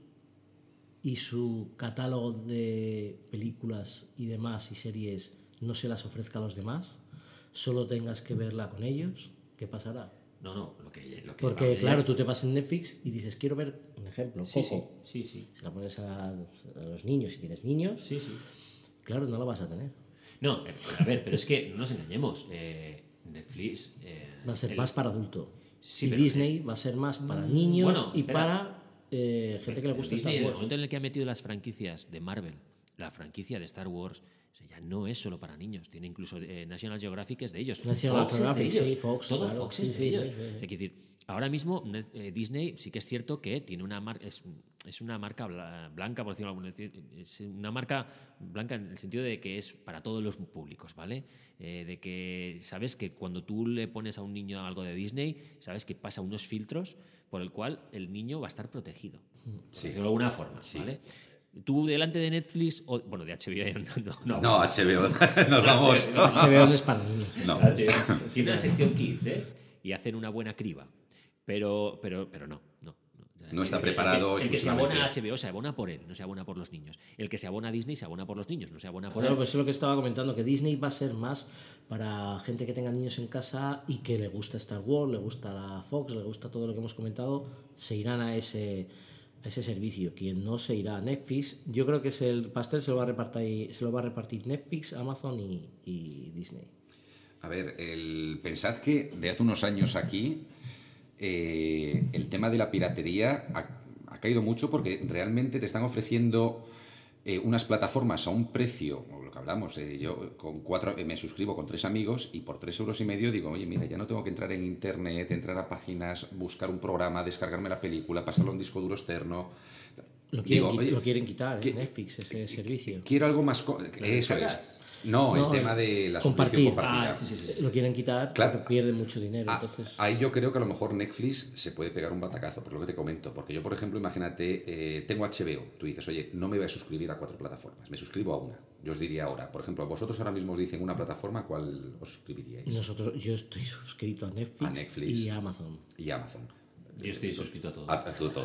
y su catálogo de películas y demás y series no se las ofrezca a los demás, solo tengas que verla con ellos, ¿qué pasará? No, no, lo que, lo que Porque, va a claro, ver- tú te vas en Netflix y dices, quiero ver, un ejemplo, Sí, Coco. sí, sí, sí. Si la pones a, a los niños, si tienes niños, Sí, sí. claro, no la vas a tener. No, eh, a ver, pero es que no nos engañemos. eh, Netflix... eh, Va a ser el- más para adulto. Sí, y pero- Disney va a ser más para niños bueno, y espera. para eh, gente que le gusta Disney, Star en el Wars. momento en el que ha metido las franquicias de Marvel, la franquicia de Star Wars, o sea, ya no es solo para niños, tiene incluso eh, National Geographic es de ellos, National Fox es de Geographic, ellos, sí, Fox, todo claro, Fox sí, es de sí, ellos. sí, sí, sí. O sea, quiero decir, ahora mismo eh, Disney sí que es cierto que tiene una marca, es, es una marca bla- blanca, por decirlo de alguna manera, es una marca blanca en el sentido de que es para todos los públicos, ¿vale? Eh, de que sabes que cuando tú le pones a un niño algo de Disney, sabes que pasa unos filtros por el cual el niño va a estar protegido, por Sí. decirlo de alguna forma, Sí. ¿vale? Tú delante de Netflix, o, bueno, de H B O, no, no, no. No, H B O, nos vamos. H B O, H B O no es para niños. No. H B O. Tiene una sección Kids, ¿eh? Y hacen una buena criba. Pero, pero, pero no, no. No está El- preparado El, el que se exclusivamente. abona a H B O se abona por él, no se abona por los niños. El que se abona a Disney se abona por los niños, no se abona por Claro, él. pues eso es lo que estaba comentando, que Disney va a ser más para gente que tenga niños en casa y que le gusta Star Wars, le gusta la Fox, le gusta todo lo que hemos comentado, se irán a ese, a ese servicio. Quien no se irá a Netflix, yo creo que es el pastel se lo va a repartir, se lo va a repartir Netflix, Amazon y, y Disney. A ver, el, pensad que de hace unos años aquí eh, el tema de la piratería ha, ha caído mucho porque realmente te están ofreciendo eh, unas plataformas a un precio, o lo que hablamos, eh, yo con cuatro eh, me suscribo con tres amigos y por tres euros y medio digo, oye, mira, ya no tengo que entrar en internet, entrar a páginas, buscar un programa, descargarme la película, pasarlo a un disco duro externo. Lo quieren, Digo, qui- oye, lo quieren quitar, ¿eh? ¿qué- Netflix, ese servicio. Quiero algo más... co- ¿Las Eso es. descargas? No, el No, tema el de la compartir. suscripción compartida. Ah, sí, sí, sí. Lo quieren quitar Claro. porque pierden mucho dinero. Ah, Entonces, ahí yo creo que a lo mejor Netflix se puede pegar un batacazo, por lo que te comento. Porque yo, por ejemplo, imagínate, eh, tengo H B O. Tú dices, oye, no me voy a suscribir a cuatro plataformas, me suscribo a una. Yo os diría ahora, por ejemplo, vosotros ahora mismo os dicen una plataforma, ¿cuál os suscribiríais? nosotros, yo estoy suscrito a Netflix, A Netflix. y a Amazon. Y Amazon. Yo estoy suscrito a todo. A, a tú todo.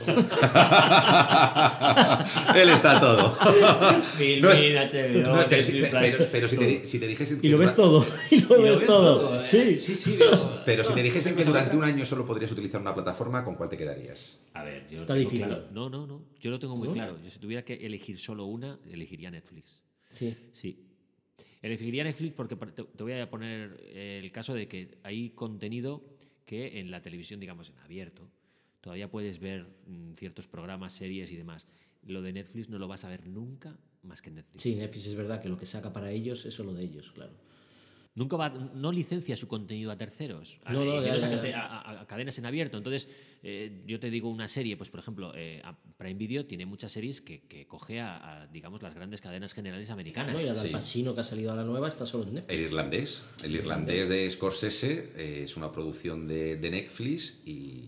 Él está todo. Film, No es- H B O, no, pero, si, Disney Plus, pero- pero si te, todo. di- si te dijesen Y que lo ves dura- todo. Y lo Y lo ves ves todo. todo, ¿eh? Sí. Sí, sí, pero... Pero si te dijesen que durante un año solo podrías utilizar una plataforma, ¿con cuál te quedarías? A ver, yo Está lo tengo difícil. claro. No, no, no. Yo lo tengo muy ¿No? claro. Yo si tuviera que elegir solo una, elegiría Netflix. Sí. Sí. Elegiría Netflix porque te te voy a poner el caso de que hay contenido que en la televisión, digamos, en abierto, todavía puedes ver mm, ciertos programas, series y demás. Lo de Netflix no lo vas a ver nunca más que en Netflix. Sí, Netflix es verdad que lo que saca para ellos es solo de ellos, claro. Nunca va, no licencia su contenido a terceros, a, No, no, menos ya, a ya, cate- ya. a- a- a cadenas en abierto. Entonces, eh, yo te digo una serie, pues por ejemplo, eh, a- Prime Video tiene muchas series que, que coge a, a, digamos, las grandes cadenas generales americanas. No, y Al Sí. Pacino, que ha salido a la nueva, está solo en Netflix. El irlandés. El irlandés de Scorsese eh, es una producción de, de Netflix y...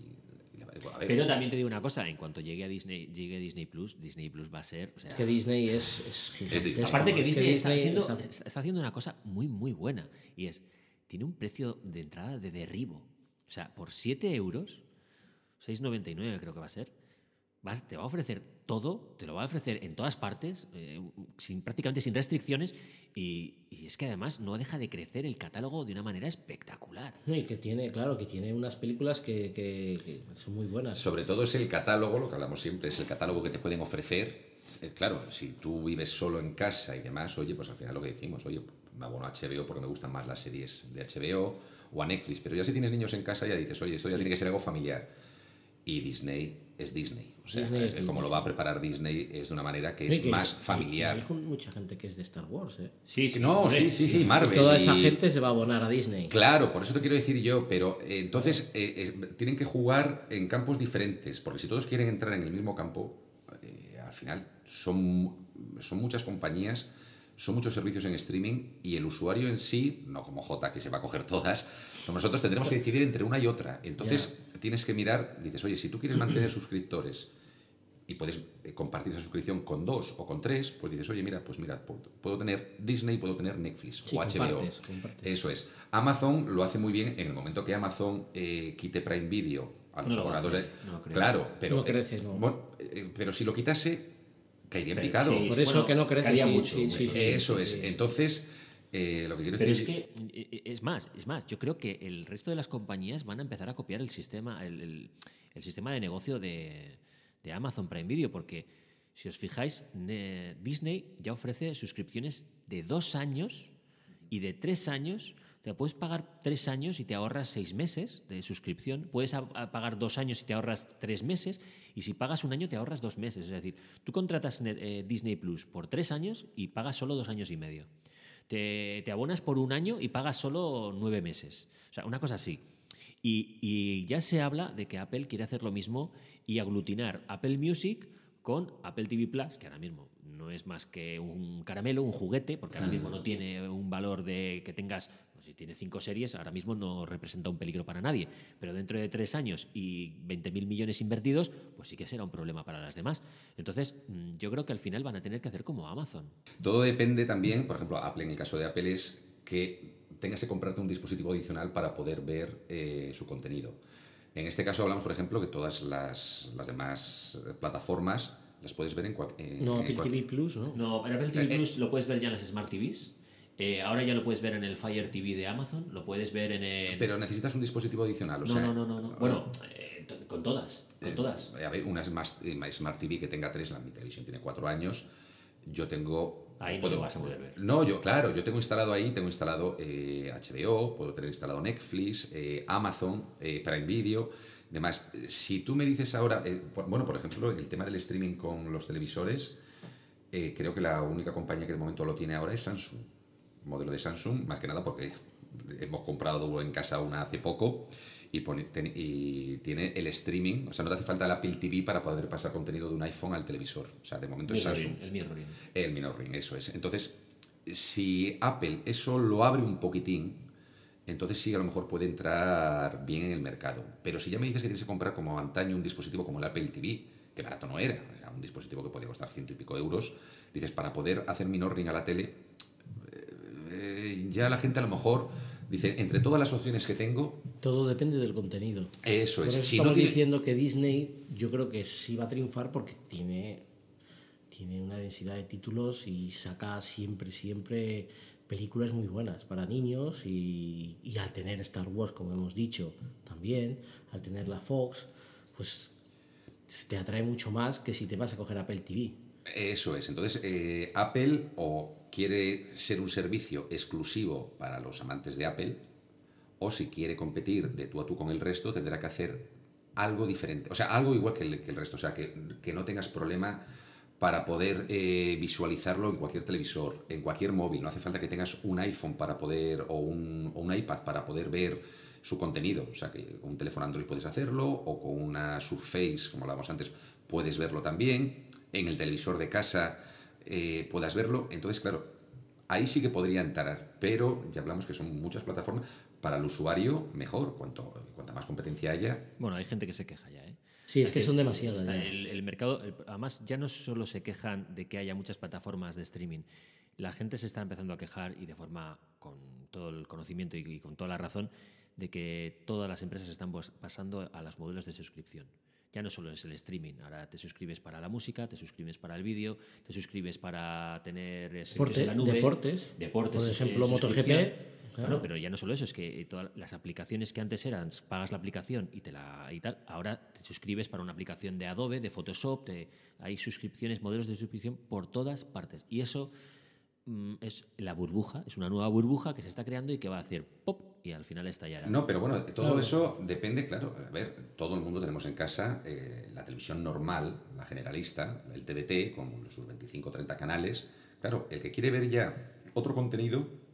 y a ver, Pero también te digo una cosa, en cuanto llegue a Disney, llegue a Disney Plus, Disney Plus va a ser, o sea, Es que Disney es, es gigantesco. Disney. aparte que Es Disney, está, haciendo, esa- está- está haciendo una cosa muy muy buena y es tiene un precio de entrada de derribo, o sea, por siete euros, seis noventa y nueve creo que va a ser, vas, te va a ofrecer todo, te lo va a ofrecer en todas partes, eh, sin prácticamente sin restricciones y, y es que además no deja de crecer el catálogo de una manera espectacular. No, y que tiene, claro, que tiene unas películas que, que- que son muy buenas. sobre todo es el catálogo, lo que hablamos siempre, es el catálogo que te pueden ofrecer. Eh, Claro, si tú vives solo en casa y demás, oye, pues al final lo que decimos, oye, me abono a H B O porque me gustan más las series de H B O o a Netflix, pero ya si tienes niños en casa ya dices, oye, esto ya tiene que ser algo familiar. Y Disney es Disney. O sea, Disney es eh, como Disney, lo va a preparar Disney es de una manera que No, y es que- más y- familiar. y Hay mucha gente que es de Star Wars, ¿eh? Sí, sí, No, hombre, sí, sí, sí, Marvel. Toda esa y- gente se va a abonar a Disney. Claro, por eso te quiero decir yo, pero eh, entonces eh, es- tienen que jugar en campos diferentes, porque si todos quieren entrar en el mismo campo, eh, al final son, son muchas compañías, son muchos servicios en streaming y el usuario en sí, no como J que se va a coger todas, pero nosotros tendremos que decidir entre una y otra. Entonces tienes que mirar, dices, oye, si tú quieres mantener suscriptores y puedes eh, compartir esa suscripción con dos o con tres, pues dices, oye, mira, pues mira, puedo, puedo tener Disney, puedo tener Netflix Sí, o H B O. compartes, compartes. Eso es. Amazon lo hace muy bien en el momento que Amazon eh, quite Prime Video a los No lo va a abonados. hacer, de- no lo creo. Claro, pero No crece, no. bueno, eh, pero si lo quitase caería en Pero picado. sí, Por eso bueno, que no crece, caería sí, mucho, sí, mucho. sí, sí. Eso es. sí, sí. Entonces, eh, lo que quiero Pero es decir que, eh, es más, es más, yo creo que el resto de las compañías van a empezar a copiar el sistema, el, el- el sistema de negocio de, de Amazon Prime Video, porque si os fijáis, ne- Disney ya ofrece suscripciones de dos años y de tres años. O sea, puedes pagar tres años y te ahorras seis meses de suscripción. Puedes a- a pagar dos años y te ahorras tres meses. Y si pagas un año, te ahorras dos meses. Es decir, tú contratas Net- eh, Disney Plus por tres años y pagas solo dos años y medio. Te, te abonas por un año y pagas solo nueve meses. O sea, una cosa así. Y, y ya se habla de que Apple quiere hacer lo mismo y aglutinar Apple Music con Apple T V Plus, que ahora mismo no es más que un caramelo, un juguete, porque ahora mismo no tiene un valor de que tengas, pues si tiene cinco series, ahora mismo no representa un peligro para nadie, pero dentro de tres años y veinte mil millones invertidos, pues sí que será un problema para las demás. Entonces, mm, yo creo que al final van a tener que hacer como Amazon. todo depende también, por ejemplo, Apple, en el caso de Apple, es que tengas que comprarte un dispositivo adicional para poder ver eh, su contenido. En este caso hablamos, por ejemplo, que todas las, las demás plataformas las puedes ver en cualquier... No, Apple T V Plus, ¿no? No, pero Apple T V Plus lo puedes ver ya en las Smart T Vs. Eh, ahora ya lo puedes ver en el Fire T V de Amazon, lo puedes ver en el... Pero necesitas un dispositivo adicional, o no, sea... no, no, no, no. Bueno, eh, t- con todas, con Eh, todas. A ver, una Smart, eh, Smart T V que tenga tres, la, mi televisión tiene cuatro años, yo tengo... Ahí no lo vas a poder ver. No, yo, claro, yo tengo instalado ahí, tengo instalado eh, H B O, puedo tener instalado Netflix, eh, Amazon, eh, Prime Video, demás. Si tú me dices ahora, eh, por- bueno, por ejemplo, el tema del streaming con los televisores, eh, creo que la única compañía que de momento lo tiene ahora es Samsung. Modelo de Samsung, más que nada porque hemos comprado en casa una hace poco y, pone- ten- y tiene el streaming, o sea, no te hace falta el Apple T V para poder pasar contenido de un iPhone al televisor. O sea, de momento es Samsung. Mirroring, el mirroring. El mirroring, eso es. Entonces, si Apple eso lo abre un poquitín, entonces sí, a lo mejor puede entrar bien en el mercado. Pero si ya me dices que tienes que comprar como antaño un dispositivo como el Apple T V, que barato no era, era un dispositivo que podía costar ciento y pico euros, dices, para poder hacer minorring a la tele, eh, ya la gente a lo mejor dice, entre todas las opciones que tengo... Todo depende del contenido. Eso es. Por eso Si estamos no tiene... diciendo que Disney, yo creo que sí va a triunfar porque tiene, tiene una densidad de títulos y saca siempre, siempre películas muy buenas para niños y, y al tener Star Wars, como hemos dicho, también, al tener la Fox, pues te atrae mucho más que si te vas a coger Apple T V. Eso es. Entonces, eh, Apple o quiere ser un servicio exclusivo para los amantes de Apple, o si quiere competir de tú a tú con el resto, tendrá que hacer algo diferente. O sea, algo igual que el, que el resto. O sea, que, que no tengas problema para poder eh, visualizarlo en cualquier televisor, en cualquier móvil. No hace falta que tengas un iPhone para poder, o un, o un iPad para poder ver su contenido. O sea, que con un teléfono Android puedes hacerlo, o con una Surface, como hablábamos antes, puedes verlo también. En el televisor de casa eh, puedas verlo. Entonces, claro, ahí sí que podría entrar, pero ya hablamos que son muchas plataformas. Para el usuario, mejor, cuanto, cuanta más competencia haya. Bueno, hay gente que se queja ya, ¿eh? Sí, es que son demasiadas. Está el, el mercado, el, además, ya no solo se quejan de que haya muchas plataformas de streaming, la gente se está empezando a quejar, y de forma con todo el conocimiento y, y con toda la razón, de que todas las empresas están pasando a los modelos de suscripción. Ya no solo es el streaming, ahora te suscribes para la música, te suscribes para el vídeo, te suscribes para tener servicios en la nube. Deportes, deportes, por ejemplo, eh, MotoGP. Claro. Bueno, pero ya no solo eso, es que todas las aplicaciones que antes eran, pagas la aplicación y te la y tal, ahora te suscribes para una aplicación de Adobe, de Photoshop, de, hay suscripciones, modelos de suscripción por todas partes. Y eso mm, es la burbuja, es una nueva burbuja que se está creando y que va a hacer pop y al final estallará. No, pero bueno, todo claro. Eso depende, claro. A ver, todo el mundo tenemos en casa eh, la televisión normal, la generalista, el T D T, con sus veinticinco o treinta canales. Claro, el que quiere ver ya otro contenido...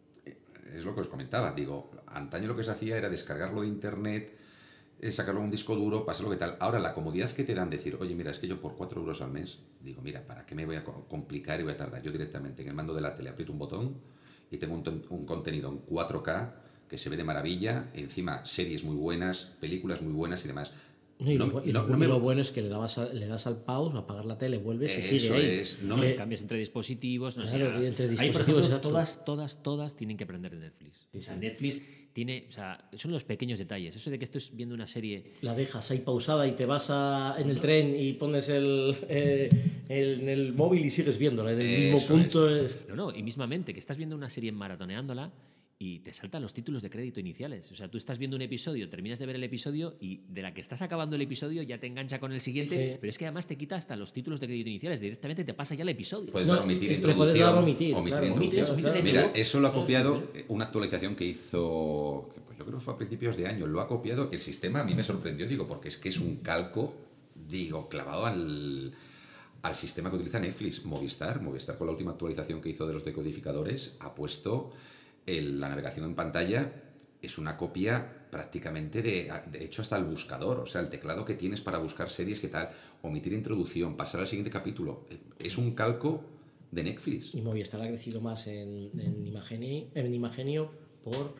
Es lo que os comentaba, digo, antaño lo que se hacía era descargarlo de internet, eh, sacarlo a un disco duro, pasarlo que tal. Ahora, la comodidad que te dan decir, oye, mira, es que yo por cuatro euros al mes, digo, mira, ¿para qué me voy a complicar y voy a tardar? Yo directamente en el mando de la tele aprieto un botón y tengo un, un contenido en cuatro K que se ve de maravilla, encima series muy buenas, películas muy buenas y demás. Y, no, lo, y, no, lo, no me... y lo bueno es que le, dabas a, le das al pause, apagar la tele, vuelves y Eso sigue ahí. Es, no que me cambias entre dispositivos. No claro, sé, entre dispositivos. Ahí, por ejemplo, todas, todas, todas tienen que aprender de Netflix. Sí, o sea, sí. Netflix tiene, o sea, son los pequeños detalles. Eso de que estés viendo una serie... La dejas ahí pausada y te vas a, en el tren y pones el, eh, el, en el móvil y sigues viéndola. En el mismo Eso punto es. es... No, no, y mismamente, que estás viendo una serie maratoneándola y te saltan los títulos de crédito iniciales. O sea, tú estás viendo un episodio, terminas de ver el episodio y de la que estás acabando el episodio ya te engancha con el siguiente, sí. Pero es que además te quita hasta los títulos de crédito iniciales. Directamente te pasa ya el episodio. Puedes no, dar omitir es, introducción. Puedes dar omitir, omitir claro, introducción. omites, omites, Mira, omites. eso lo ha copiado una actualización que hizo, pues yo creo que fue a principios de año, lo ha copiado. El sistema a mí me sorprendió, digo, porque es que es un calco, digo, clavado al... al sistema que utiliza Netflix. Movistar, Movistar con la última actualización que hizo de los decodificadores ha puesto el, la navegación en pantalla, es una copia prácticamente de, de hecho hasta el buscador, o sea, el teclado que tienes para buscar series, qué tal, omitir introducción, pasar al siguiente capítulo, es un calco de Netflix. Y Movistar ha crecido más en, en, Imagenio, en Imagenio por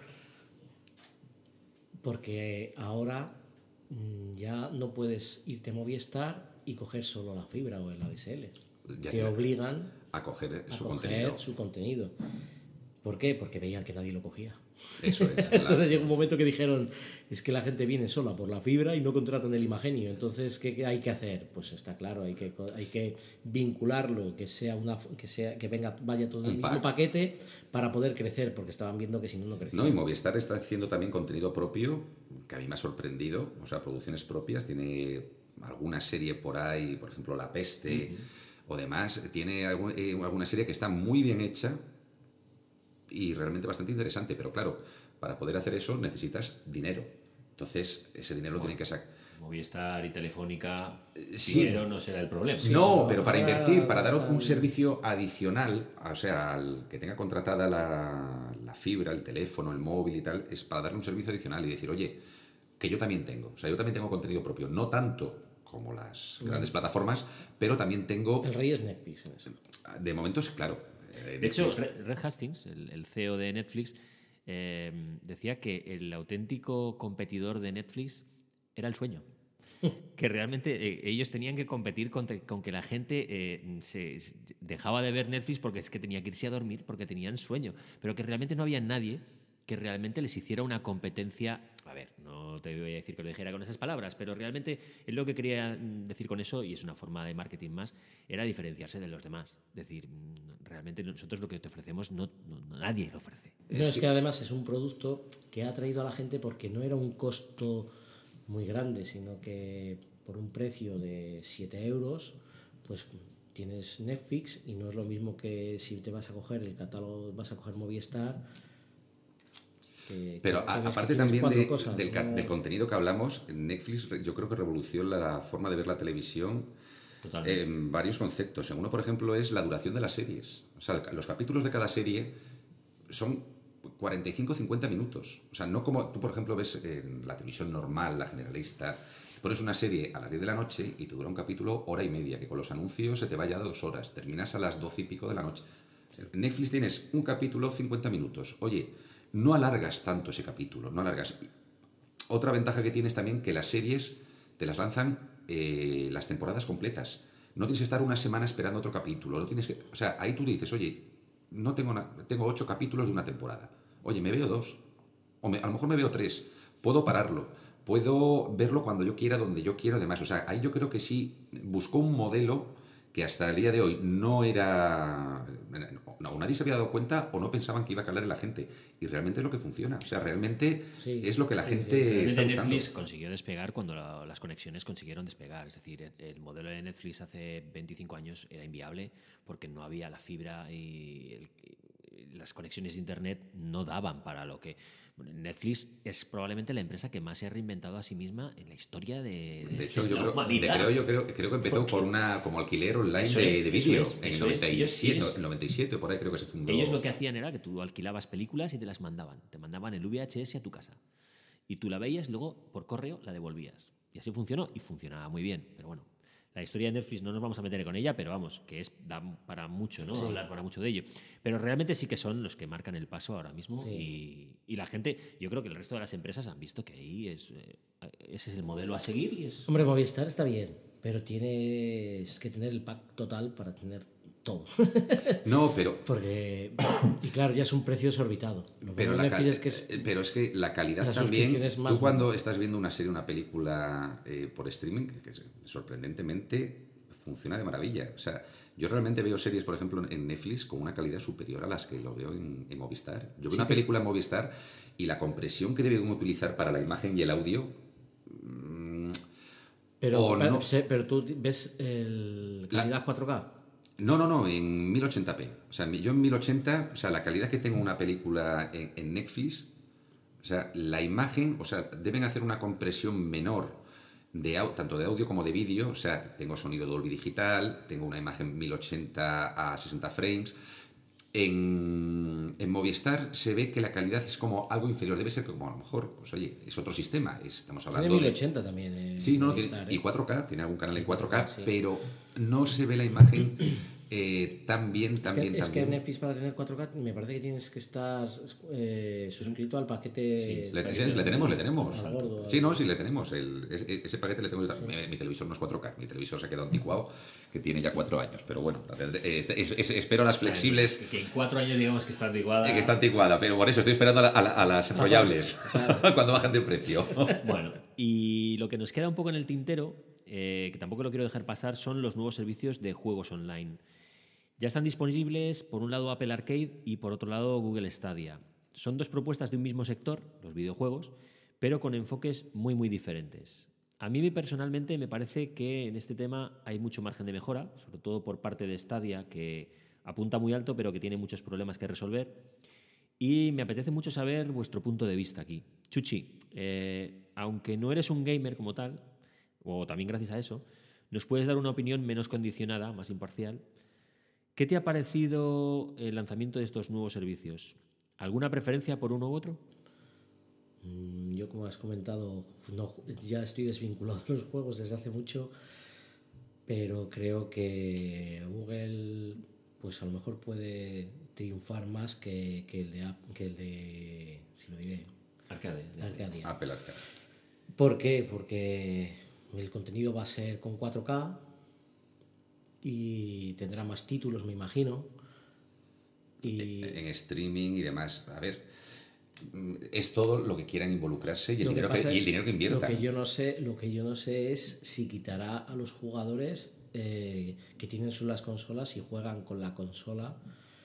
porque ahora ya no puedes irte a Movistar y coger solo la fibra o el A D S L. Ya te, te obligan a coger su a contenido. Coger su contenido. ¿Por qué? Porque veían que nadie lo cogía. Eso es. Entonces llegó un momento que dijeron, es que la gente viene sola por la fibra y no contratan el Imagenio. Entonces, ¿qué, qué hay que hacer? Pues está claro, hay que, hay que vincularlo, que sea una que sea que venga vaya todo en el mismo paquete para poder crecer, porque estaban viendo que si no, no crecía. No, y Movistar está haciendo también contenido propio, que a mí me ha sorprendido, o sea, producciones propias, tiene alguna serie por ahí, por ejemplo, La Peste uh-huh. o demás, tiene algún, eh, alguna serie que está muy bien hecha y realmente bastante interesante, pero claro, para poder hacer eso necesitas dinero. Entonces, ese dinero bueno, tiene que sacar. Movistar y Telefónica, sí. dinero no será el problema. Sí, no, pero para invertir, para dar un servicio adicional, o sea, al que tenga contratada la, la fibra, el teléfono, el móvil y tal, es para darle un servicio adicional y decir, oye, que yo también tengo, o sea, yo también tengo contenido propio, no tanto como las grandes plataformas, pero también tengo... El rey es Netflix. De momento, claro. Eh, De hecho, Reed Hastings, el, el C E O de Netflix, eh, decía que el auténtico competidor de Netflix era el sueño. Que realmente eh, ellos tenían que competir con, te, con que la gente eh, se, se dejaba de ver Netflix porque es que tenía que irse a dormir porque tenían sueño, pero que realmente no había nadie que realmente les hiciera una competencia. A ver, no te voy a decir que lo dijera con esas palabras, pero realmente es lo que quería decir con eso, y es una forma de marketing más, era diferenciarse de los demás. Es decir, realmente nosotros lo que te ofrecemos no, no, no nadie lo ofrece. No, es que además es un producto que ha atraído a la gente porque no era un costo muy grande, sino que por un precio de siete euros, pues tienes Netflix, y no es lo mismo que si te vas a coger el catálogo, vas a coger Movistar. Que, Pero que, a, que aparte también de, cosas, del, ¿no? del contenido que hablamos, Netflix yo creo que revolucionó la forma de ver la televisión. Totalmente. En varios conceptos. En uno, por ejemplo, es la duración de las series. O sea, los capítulos de cada serie son cuarenta y cinco a cincuenta minutos. O sea, no como tú, por ejemplo, ves en la televisión normal, la generalista, pones una serie a las diez de la noche y te dura un capítulo hora y media, que con los anuncios se te vaya a dos horas, terminas a las doce y pico de la noche. En Netflix tienes un capítulo cincuenta minutos. Oye, no alargas tanto ese capítulo, no alargas. Otra ventaja que tienes también, que las series te las lanzan eh, las temporadas completas. No tienes que estar una semana esperando otro capítulo. No tienes que, o sea, ahí tú dices, oye, no tengo, una, tengo ocho capítulos de una temporada. Oye, me veo dos. O me, a lo mejor me veo tres. Puedo pararlo. Puedo verlo cuando yo quiera, donde yo quiera, además. O sea, ahí yo creo que sí buscó un modelo que hasta el día de hoy no era... No, nadie se había dado cuenta o no pensaban que iba a calar en la gente. Y realmente es lo que funciona. O sea, realmente sí, es lo que la sí, gente sí. está buscando. Netflix consiguió despegar cuando la, las conexiones consiguieron despegar. Es decir, el modelo de Netflix hace veinticinco años era inviable porque no había la fibra y el, las conexiones de internet no daban para lo que... Netflix es probablemente la empresa que más se ha reinventado a sí misma en la historia de, de, de hecho, de yo, la creo, de creo, yo creo, creo que empezó por una como alquiler online de, es, de vídeo es, en el noventa y siete, ellos, el noventa y siete, por ahí creo que se fundó. Ellos lo que hacían era que tú alquilabas películas y te las mandaban. Te mandaban el V H S a tu casa. Y tú la veías, luego por correo la devolvías. Y así funcionó, y funcionaba muy bien. Pero bueno, la historia de Netflix no nos vamos a meter con ella, pero vamos, que es da para mucho, ¿no? Sí. Hablar para mucho de ello. Pero realmente sí que son los que marcan el paso ahora mismo. Sí. Y, y la gente, yo creo que el resto de las empresas han visto que ahí es, eh, ese es el modelo a seguir. Y es... Hombre, Movistar está bien, pero tienes que tener el pack total para tener todo. No, pero... Porque, y claro, ya es un precio desorbitado. Lo pero, la cal... es que es, pero es que la calidad también... Tú cuando bien. Estás viendo una serie, una película eh, por streaming, que sorprendentemente funciona de maravilla. O sea, yo realmente veo series, por ejemplo, en Netflix con una calidad superior a las que lo veo en, en Movistar. Yo veo sí, una película en Movistar y la compresión que deben utilizar para la imagen y el audio... Mmm, pero, pero, no. pero tú ves el calidad la... cuatro K. No, no, no, en mil ochenta p. O sea, yo en mil ochenta, o sea, la calidad que tengo una película en, en Netflix, o sea, la imagen, o sea, deben hacer una compresión menor, de tanto de audio como de vídeo. O sea, tengo sonido Dolby Digital, tengo una imagen mil ochenta a sesenta frames. En, en Movistar se ve que la calidad es como algo inferior. Debe ser como a lo mejor, pues oye, es otro sistema. Estamos hablando tiene mil ochenta de... también. Eh, sí, no, Movistar, tiene, ¿eh? y cuatro K, tiene algún canal en cuatro K, sí. pero no se ve la imagen eh, tan bien, tan es que, bien, es tan que bien. Netflix para tener cuatro K me parece que tienes que estar eh, suscrito al paquete. Sí, le, sí, le tenemos, le tenemos. Gordo, sí, no, sí, le tenemos. El, ese, ese paquete le tengo yo. Sí. Mi, mi televisor no es cuatro K, mi televisor se ha quedado anticuado, que tiene ya cuatro años. Pero bueno, es, es, es, espero las flexibles. Que, que en cuatro años digamos que está anticuada. Que está anticuada, pero por eso estoy esperando a, la, a, la, a las enrollables claro. Cuando bajan de precio. Bueno, y lo que nos queda un poco en el tintero, eh, que tampoco lo quiero dejar pasar, son los nuevos servicios de juegos online. Ya están disponibles, por un lado, Apple Arcade y por otro lado, Google Stadia. Son dos propuestas de un mismo sector, los videojuegos, pero con enfoques muy, muy diferentes. A mí personalmente me parece que en este tema hay mucho margen de mejora, sobre todo por parte de Stadia, que apunta muy alto, pero que tiene muchos problemas que resolver. Y me apetece mucho saber vuestro punto de vista aquí. Chuchi, eh, aunque no eres un gamer como tal, o también gracias a eso, nos puedes dar una opinión menos condicionada, más imparcial. ¿Qué te ha parecido el lanzamiento de estos nuevos servicios? ¿Alguna preferencia por uno u otro? Yo, como has comentado, no, ya estoy desvinculado de los juegos desde hace mucho, pero creo que Google pues a lo mejor puede triunfar más que, que, el, de, que el de, si lo diré, Arcade. Arcadia. Apple Arcade. ¿Por qué? Porque el contenido va a ser con cuatro K y tendrá más títulos, me imagino. Y En streaming y demás. A ver, es todo lo que quieran involucrarse y el, lo que dinero, que, pasa y el es- dinero que inviertan. Lo que yo no sé, lo que yo no sé es si quitará a los jugadores eh, que tienen solo las consolas y juegan con la consola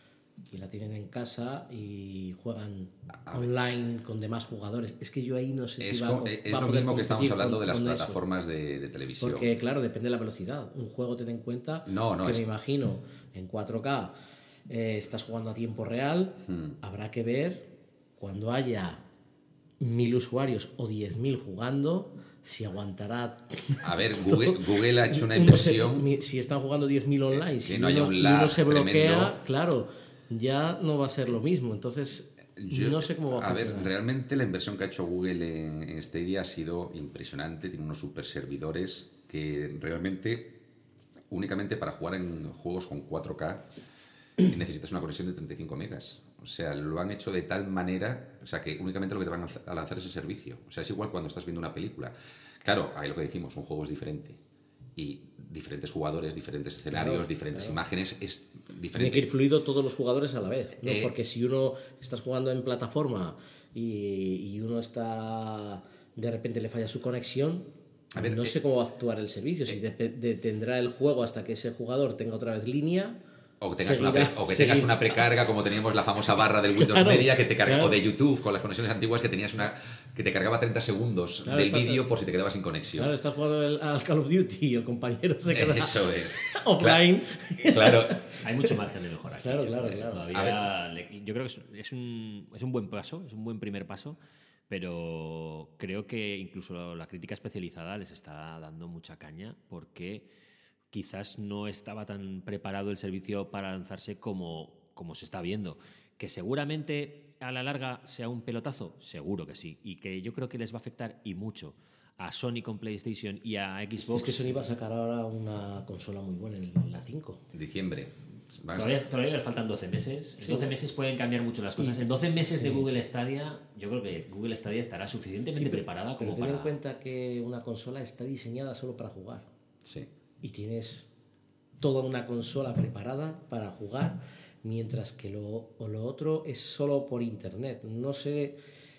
y la tienen en casa y juegan A ver. online con demás jugadores. Es que yo ahí no sé Es, si va, a co- co- es va a lo poder mismo que estamos competir hablando con- de las con eso. plataformas de, de televisión. Porque, claro, depende de la velocidad. Un juego, ten en cuenta No, no, que es- me imagino en cuatro K eh, estás jugando a tiempo real. Hmm. Habrá que ver cuando haya mil usuarios o diez mil jugando si aguantará. A ver, Google, Google ha hecho una Uno se- inversión. mi- si están jugando diez mil online, que si no haya uno, un y lag uno se bloquea, tremendo. claro, ya no va a ser lo mismo. Entonces, Yo- no sé cómo va a, a ver, funcionar. realmente la inversión que ha hecho Google en, en Stadia ha sido impresionante. Tiene unos super servidores que realmente únicamente para jugar en juegos con cuatro K necesitas una conexión de treinta y cinco megas. O sea, lo han hecho de tal manera, o sea, que únicamente lo que te van a lanzar es el servicio. O sea, es igual cuando estás viendo una película. Claro, ahí lo que decimos, un juego es diferente. Y diferentes jugadores, diferentes escenarios, Claro, diferentes claro. imágenes, es Tiene diferente. que ir fluido todos los jugadores a la vez, ¿no? Eh, Porque si uno estás jugando en plataforma y, y uno está de repente le falla su conexión, A ver, no eh, sé cómo va a actuar el servicio. Si depe- detendrá el juego hasta que ese jugador tenga otra vez línea. O que tengas, una, seguirá- pre- o que tengas seguirá. una precarga, como teníamos la famosa barra del Windows Claro, Media que te carga, claro. o de YouTube con las conexiones antiguas que tenías una que te cargaba treinta segundos Claro, del está- vídeo por si te quedabas sin conexión. Claro, estás jugando el- al Call of Duty y el compañero se queda Eso es. offline. Claro. Hay mucho margen de mejora. aquí, Claro, yo claro, creo. claro. Todavía le- yo creo que es, es un, es un buen paso, es un buen primer paso, pero creo que incluso la crítica especializada les está dando mucha caña porque quizás no estaba tan preparado el servicio para lanzarse como, como se está viendo. Que seguramente a la larga sea un pelotazo, seguro que sí, y que yo creo que les va a afectar y mucho a Sony con PlayStation y a Xbox. Es que Sony va a sacar ahora una consola muy buena, en la cinco. Diciembre. Van a Todavía, ser- todavía le faltan doce meses. En Sí. doce meses pueden cambiar mucho las cosas. Y- En doce meses de sí. Google Stadia, yo creo que Google Stadia estará suficientemente Sí, pero- preparada Pero como ten para... en cuenta que una consola está diseñada solo para jugar. Sí. Y tienes toda una consola preparada para jugar, mientras que lo, o lo otro es solo por internet. No sé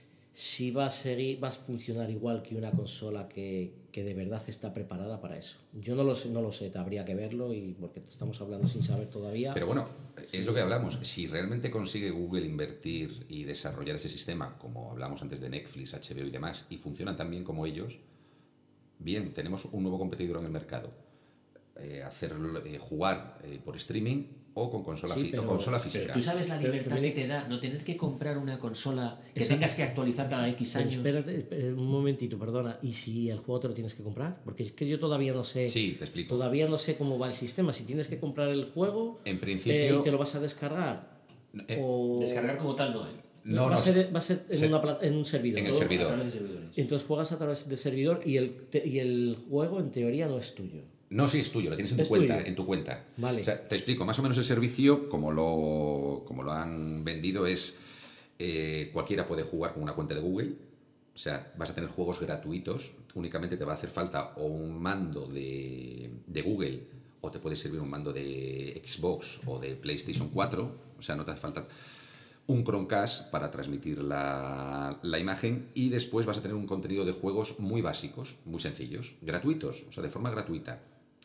si va a seguir, va a funcionar igual que una consola que, que de verdad está preparada para eso. Yo no lo sé, no lo sé, habría que verlo y porque estamos hablando sin saber todavía. Pero bueno, es lo que hablamos. Si realmente consigue Google invertir y desarrollar ese sistema, como hablamos antes de Netflix, H B O y demás, y funcionan tan bien como ellos, bien, tenemos un nuevo competidor en el mercado. Eh, hacerlo, eh, jugar eh, por streaming o con consola, Sí, fi- pero- o consola Pero física. tú sabes la Pero libertad también- que te da no tener que comprar una consola que Esa- tengas que actualizar cada X Pero años. espérate, espérate un momentito, perdona. ¿Y si el juego te lo tienes que comprar? Porque es que yo todavía no sé. Sí, te explico. Todavía no sé cómo va el sistema. Si tienes que comprar el juego En eh, principio- y te lo vas a descargar. Eh, o... Descargar como tal no, ¿eh? No, va, no, a ser, va a ser en, se- una pla- en un servidor. en el Todo- servidor. A través de servidores. Entonces juegas a través del servidor y el, te- y el juego en teoría no es tuyo. No, sí, es tuyo, lo tienes en tu Es cuenta, tuyo. en tu cuenta. Vale. O sea, te explico, más o menos el servicio, como lo, como lo han vendido, es eh, cualquiera puede jugar con una cuenta de Google. O sea, vas a tener juegos gratuitos. Únicamente te va a hacer falta o un mando de, de Google o te puede servir un mando de Xbox o de PlayStation cuatro. O sea, no te hace falta un Chromecast para transmitir la, la imagen y después vas a tener un contenido de juegos muy básicos, muy sencillos, gratuitos, o sea, de forma gratuita.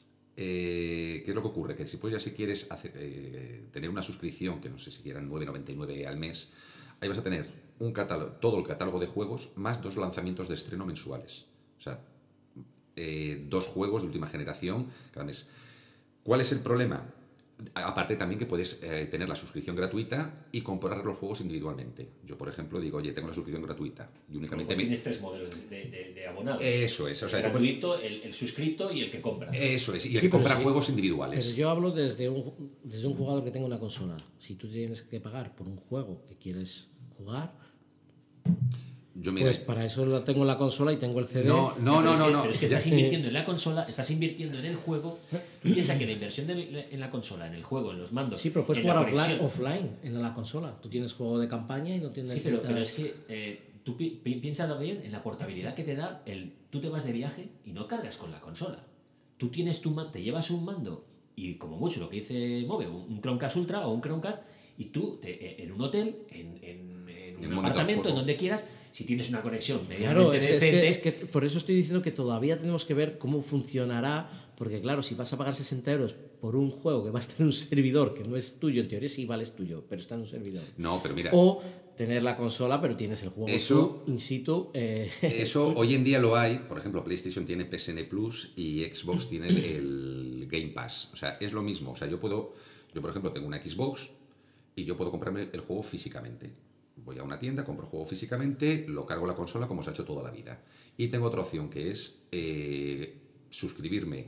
Eh, ¿Qué es lo que ocurre? Que si pues ya si quieres hacer, eh, tener una suscripción, que no sé si quieran nueve noventa y nueve al mes, ahí vas a tener un catálogo, todo el catálogo de juegos más dos lanzamientos de estreno mensuales. O sea, eh, dos juegos de última generación cada mes. ¿Cuál es el problema? Aparte también que puedes eh, tener la suscripción gratuita y comprar los juegos individualmente. Yo, por ejemplo, digo, oye, tengo la suscripción gratuita y únicamente... Como me- tienes tres modelos de, de, de abonados. Eso es, o sea, el gratuito, el, el suscrito y el que compra. eso es, y el Sí, que pero compra sí. juegos Pero individuales. yo hablo desde un, desde un jugador que tenga una consola. Si tú tienes que pagar por un juego que quieres jugar, Yo, mira, Pues para eso lo tengo en la consola y tengo el C D. No, no, no, Pero es no. que, no. pero es que Ya- estás invirtiendo en la consola, estás invirtiendo en el juego. Tú piensas que la inversión de- en la consola, en el juego, en los mandos. Sí, pero puedes en la jugar offline, conexión- offline en la consola. Tú tienes juego de campaña y no tienes... Sí, pero, pero es que eh, tú pi- pi- piensas también en la portabilidad que te da el. Tú te vas de viaje y no cargas con la consola. Tú tienes tu ma- te llevas un mando y, como mucho, lo que dice Move, un, un Chromecast Ultra o un Chromecast, y tú te- en un hotel, en, en, en un En monitor apartamento, juego. en donde quieras, si tienes una conexión Claro, medianamente es, es decente. que, es que por eso estoy diciendo que todavía tenemos que ver cómo funcionará, porque claro, si vas a pagar sesenta euros por un juego que va a estar en un servidor que no es tuyo, en teoría sí vale es tuyo, pero está en un servidor. No, pero mira. O tener la consola, pero tienes el juego Eso- tú, in situ. eh, Eso hoy en día lo hay. Por ejemplo, PlayStation tiene P S N Plus y Xbox tiene el, el Game Pass. O sea, es lo mismo. O sea, yo puedo. Yo, por ejemplo, tengo una Xbox y yo puedo comprarme el juego físicamente. Voy a una tienda, compro el juego físicamente, lo cargo en la consola como se ha hecho toda la vida. Y tengo otra opción que es eh, suscribirme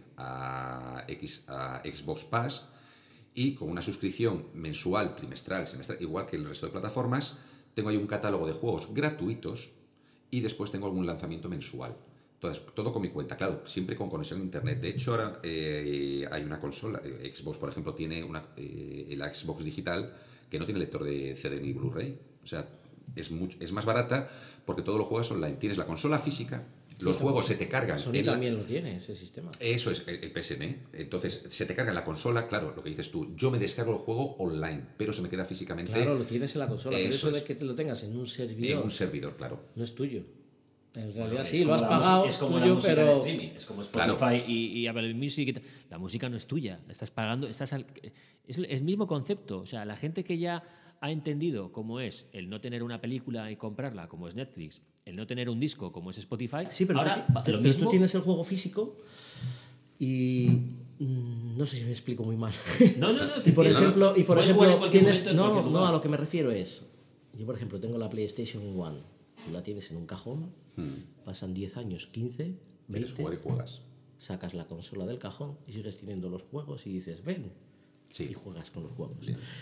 a, X, a Xbox Pass y con una suscripción mensual, trimestral, semestral, igual que el resto de plataformas, tengo ahí un catálogo de juegos gratuitos y después tengo algún lanzamiento mensual. Entonces, todo con mi cuenta, claro, siempre con conexión a internet. De hecho, ahora eh, hay una consola, eh, Xbox, por ejemplo, tiene una, eh, la Xbox digital que no tiene lector de C D ni Blu-ray. O sea, es, mucho, es más barata porque todo lo juegas online. Tienes la consola física, los juegos se te cargan. Sony en la- también lo tiene, ese sistema. Eso es el el P S N. Entonces, se te carga en la consola, claro, lo que dices tú. Yo me descargo el juego online, pero se me queda físicamente Claro, lo tienes en la consola, pero Eso eso de es. que te lo tengas en un en servidor un servidor, claro. no es tuyo. En realidad Bueno, es sí, lo como has la pagado, música- es como la tuyo, música de pero... streaming, es como Spotify Claro. y, y Apple Music. y tal. La música no es tuya, estás pagando, estás al- es el mismo concepto. O sea, la gente que ya ha entendido cómo es el no tener una película y comprarla, como es Netflix, el no tener un disco, como es Spotify. Sí, pero, ahora tú, va- pero lo tú mismo. tienes el juego físico y mm, no sé si me explico muy mal. No, no, no. te Y por entiendo. ejemplo, y por Puedes jugar en ejemplo cualquier tienes momento, en no, cualquier no, lugar. a lo que me refiero es, yo por ejemplo tengo la PlayStation One, tú la tienes en un cajón, pasan diez años, quince, Quieres jugar y veinte, juegas. sacas la consola del cajón y sigues teniendo los juegos y dices, ven, Sí. y juegas con los juegos.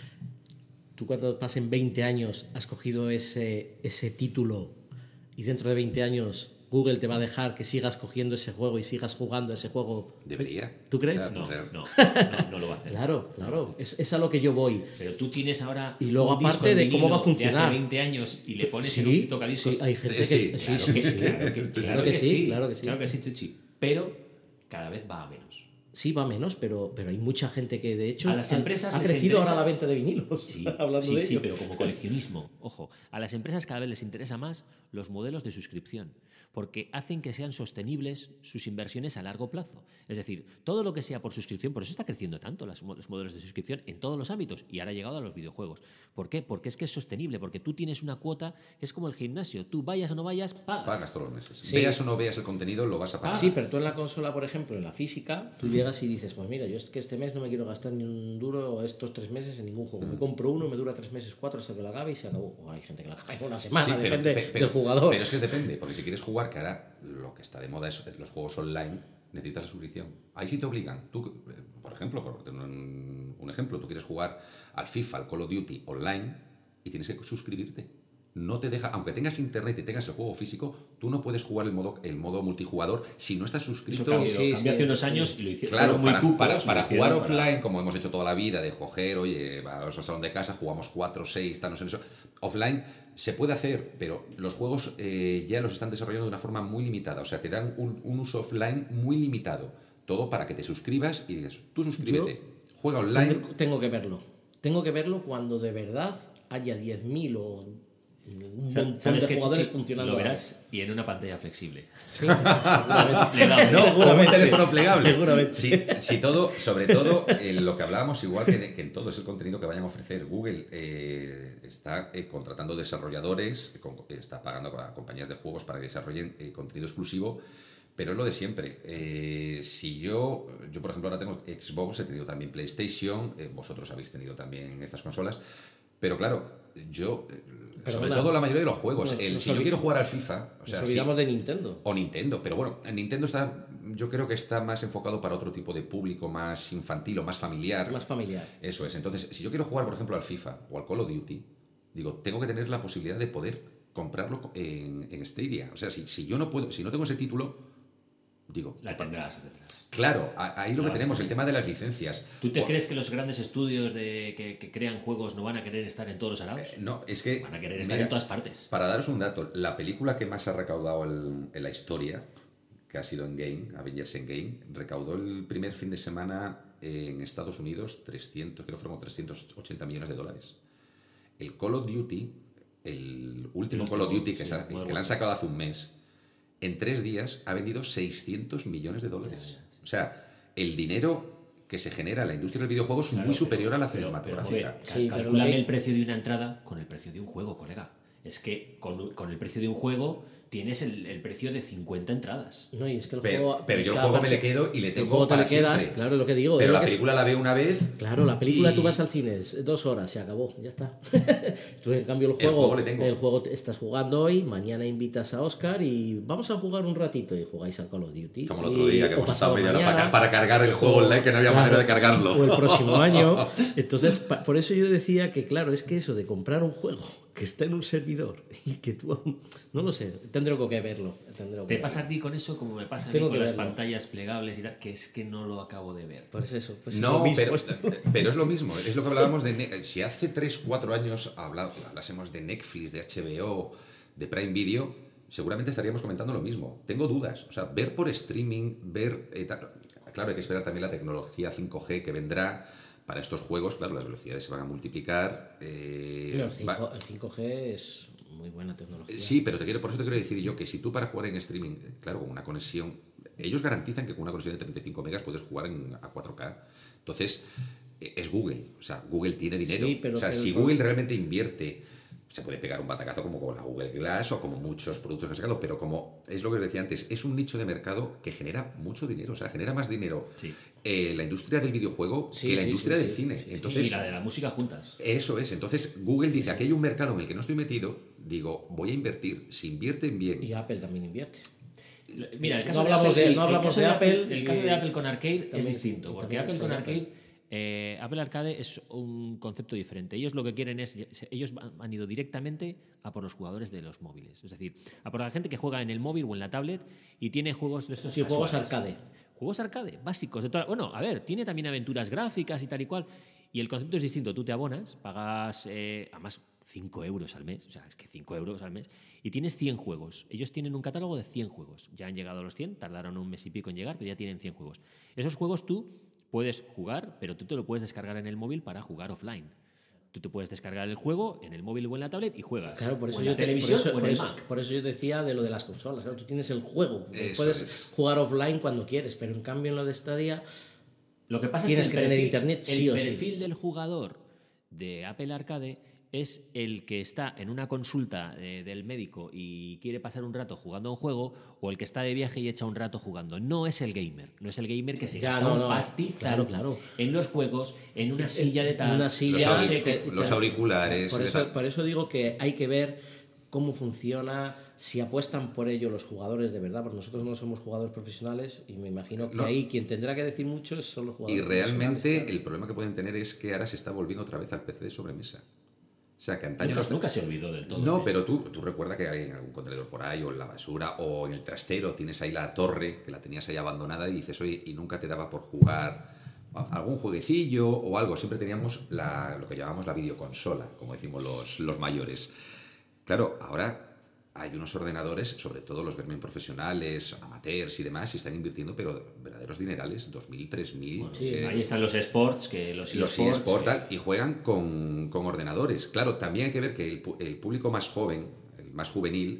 Tú cuando pasen veinte años has cogido ese, ese título y dentro de veinte años Google te va a dejar que sigas cogiendo ese juego y sigas jugando ese juego. Debería. ¿Tú crees? O sea, No, real- no, no, no lo va a hacer. Claro, claro, es, es a lo que yo voy. Pero tú tienes ahora. Y luego, un disco aparte en de cómo va a vinilo de funcionar. hace veinte años y le pones Sí, en un tocadiscos. sí, hay gente Sí, que... sí, Claro sí, que, sí, claro que, Claro que sí, claro que sí. Claro que sí, Chuchi. Pero cada vez va a menos. Sí, va menos, pero, pero hay mucha gente que de hecho A las ha- empresas ha les crecido interesa- ahora la venta de vinilos. Sí, hablando sí, de sí, ello. pero como coleccionismo. Ojo, a las empresas cada vez les interesa más los modelos de suscripción, porque hacen que sean sostenibles sus inversiones a largo plazo. Es decir, todo lo que sea por suscripción, por eso está creciendo tanto las mo- los modelos de suscripción en todos los ámbitos y ahora ha llegado a los videojuegos. ¿Por qué? Porque es que es sostenible, porque tú tienes una cuota que es como el gimnasio. Tú vayas o no vayas, pagas. Pagas todos los meses. Sí. Veas o no veas el contenido, lo vas a pagar. Sí, pero tú en la consola, por ejemplo, en la física, tú llegas y dices, pues mira, yo es que este mes no me quiero gastar ni un duro estos tres meses en ningún juego. Me compro uno, me dura tres meses, cuatro hasta que lo acabe y se acabó. O hay gente que la acaba en una semana, Sí, pero- depende pe- pero- del jugador. Pero es que depende, porque si quieres jugar, que ahora lo que está de moda es los juegos online, necesitas la suscripción. Ahí sí te obligan. Tú, eh, por ejemplo, por tener un, un ejemplo, tú quieres jugar al FIFA, al Call of Duty online y tienes que suscribirte. No te deja, aunque tengas internet y tengas el juego físico, tú no puedes jugar el modo, el modo multijugador si no estás suscrito. Eso cambió, sí, cambió sí, hace unos sí. años y lo hicieron Claro, fueron muy para, cupos, para, lo para hicieron jugar para- offline, como hemos hecho toda la vida, de coger, oye, vamos al salón de casa, jugamos cuatro, seis, estamos en eso. Offline se puede hacer, pero los juegos eh, ya los están desarrollando de una forma muy limitada. O sea, te dan un, un uso offline muy limitado. Todo para que te suscribas y digas, tú suscríbete, juega online. Tengo, tengo que verlo. Tengo que verlo cuando de verdad haya diez mil o un montón ¿Sabes de qué, jugadores Chuchi? funcionando. Lo verás y en una pantalla flexible. Sí, seguramente. No, o un Seguramente. teléfono plegable. Seguramente. Si, si todo, sobre todo, en lo que hablábamos, igual que, de- que en todo es el contenido que vayan a ofrecer. Google eh, está eh, contratando desarrolladores, con- está pagando a compañías de juegos para que desarrollen eh, contenido exclusivo, pero es lo de siempre. Eh, si yo, yo por ejemplo ahora tengo Xbox, he tenido también PlayStation, eh, vosotros habéis tenido también estas consolas, pero claro, yo, eh, sobre Perdona. todo la mayoría de los juegos, Nos- el, nos si yo olvi- quiero jugar al FIFA, o sea, Nos si- olvidamos de Nintendo. o Nintendo, pero bueno, Nintendo está, yo creo que está más enfocado para otro tipo de público, más infantil o más familiar. Más familiar. Eso es. Entonces, si yo quiero jugar, por ejemplo, al FIFA o al Call of Duty, digo, tengo que tener la posibilidad de poder comprarlo en, en Stadia. O sea, si, si yo no puedo, si no tengo ese título, digo... La tendrás, la tendrás. Claro, ahí lo La que tenemos, el tema de las licencias. ¿Tú te o, crees que los grandes estudios de, que, que crean juegos no van a querer estar en todos los araos? Eh, no, es que... Van a querer estar mira, en todas partes. Para daros un dato, la película que más ha recaudado el, en la historia, que ha sido Endgame, Avengers Endgame, recaudó el primer fin de semana en Estados Unidos trescientos, creo que fueron trescientos ochenta millones de dólares. El Call of Duty, el último, el último Call of Duty que, sí, sa, que le han sacado hace un mes, en tres días ha vendido seiscientos millones de dólares. Ya, ya, sí. O sea, el dinero que se genera en la industria del videojuego es claro, muy superior pero, a la cinematográfica. Pero, sí, calculame que... el precio de una entrada con el precio de un juego, colega. Es que con, con el precio de un juego tienes el, el precio de cincuenta entradas. No, y es que el pero, juego... Pero yo el juego me le quedo y le tengo el juego para te le quedas, siempre. claro, lo que digo. Pero la película es... la veo una vez... Claro, la película y... tú vas al cine, es dos horas, se acabó, ya está. Tú, en cambio, el juego, el juego, le tengo. el juego estás jugando hoy, mañana invitas a Óscar y vamos a jugar un ratito y jugáis al Call of Duty. Como el otro día, y, que hemos estado media mañana, hora para, para cargar el juego o, online, que no había claro, manera de cargarlo. O el próximo año. Entonces, pa, por eso yo decía que, claro, es que eso de comprar un juego que está en un servidor y que tú... No lo sé, tendré que verlo. Tendré que ¿Te verlo. pasa a ti con eso como me pasa a Tengo mí con las verlo. pantallas plegables y tal? Que es que no lo acabo de ver. Pues eso, pues no, es lo mismo pero, esto. pero es lo mismo. Es lo que hablábamos de... Si hace tres cuatro años hablásemos de Netflix, de H B O, de Prime Video, seguramente estaríamos comentando lo mismo. Tengo dudas. O sea, ver por streaming, ver... Eh, claro, hay que esperar también la tecnología cinco G que vendrá... Para estos juegos, claro, las velocidades se van a multiplicar. Eh, Pero el, cinco, el cinco G es muy buena tecnología. Sí, pero te quiero, por eso te quiero decir yo que si tú para jugar en streaming, claro, con una conexión, ellos garantizan que con una conexión de treinta y cinco megas puedes jugar en, a cuatro K. Entonces, es Google. O sea, Google tiene dinero. Sí, pero, o sea, pero, si pero, Google realmente invierte, se puede pegar un batacazo como con la Google Glass o como muchos productos que han sacado, pero como es lo que os decía antes, es un nicho de mercado que genera mucho dinero, o sea, genera más dinero sí. eh, la industria del videojuego sí, que la sí, industria sí, del sí, cine. sí, Entonces, y la de la música juntas. Eso es. Entonces, Google dice, aquí hay un mercado en el que no estoy metido, digo, voy a invertir. Si invierten bien... Y Apple también invierte. Mira, el caso no de hablamos Apple, de, no hablamos el de Apple, Apple, el caso de Apple con Arcade también, es distinto, porque Apple con Arcade, Apple. Eh, Apple Arcade es un concepto diferente. Ellos lo que quieren es, ellos han ido directamente a por los jugadores de los móviles, es decir, a por la gente que juega en el móvil o en la tablet y tiene juegos de estos sí, casuales. juegos arcade. Juegos arcade, básicos. De toda, bueno, a ver, tiene también aventuras gráficas y tal y cual. Y el concepto es distinto. Tú te abonas, pagas, eh, además, cinco euros al mes. O sea, es que cinco euros al mes. Y tienes cien juegos. Ellos tienen un catálogo de cien juegos. Ya han llegado a los cien, tardaron un mes y pico en llegar, pero ya tienen cien juegos. Esos juegos tú puedes jugar, pero tú te lo puedes descargar en el móvil para jugar offline. Tú te puedes descargar el juego en el móvil o en la tablet y juegas. Claro, por eso o en yo la te, televisión por eso, o en por el eso, Mac. Por eso yo decía de lo de las consolas. Claro, tú tienes el juego, Eso puedes es. jugar offline cuando quieres, pero en cambio en lo de Stadia Lo que pasa tienes es que, que el tener perfil, internet sí el o sí. perfil del jugador de Apple Arcade es el que está en una consulta eh, del médico y quiere pasar un rato jugando a un juego, o el que está de viaje y echa un rato jugando. No es el gamer, no es el gamer que se Ya, gasta no, un no. pastizal Claro, claro. en los juegos, en una silla de tal. En una silla, los, no sé auric- qué- los auriculares... Por el- eso, por eso digo que hay que ver cómo funciona, si apuestan por ello los jugadores de verdad, porque nosotros no somos jugadores profesionales y me imagino que No. ahí quien tendrá que decir mucho son los Y jugadores realmente profesionales, claro. el problema que pueden tener es que ahora se está volviendo otra vez al P C de sobremesa. O sea, que antaño... Nunca, los- nunca se olvidó del todo. No, ¿eh? pero tú, tú recuerdas que hay en algún contenedor por ahí, o en la basura, o en el trastero, tienes ahí la torre, que la tenías ahí abandonada, y dices, oye, y nunca te daba por jugar algún jueguecillo o algo. Siempre teníamos la, lo que llamamos la videoconsola, como decimos los, los mayores. Claro, ahora hay unos ordenadores, sobre todo los vermen profesionales, amateurs y demás, y están invirtiendo, pero verdaderos dinerales, dos mil, tres mil. Bueno, Sí, ahí están los sports, que los Los eSports, eSports, que- tal, y juegan con, con ordenadores. Claro, también hay que ver que el, pu- el público más joven, el más juvenil,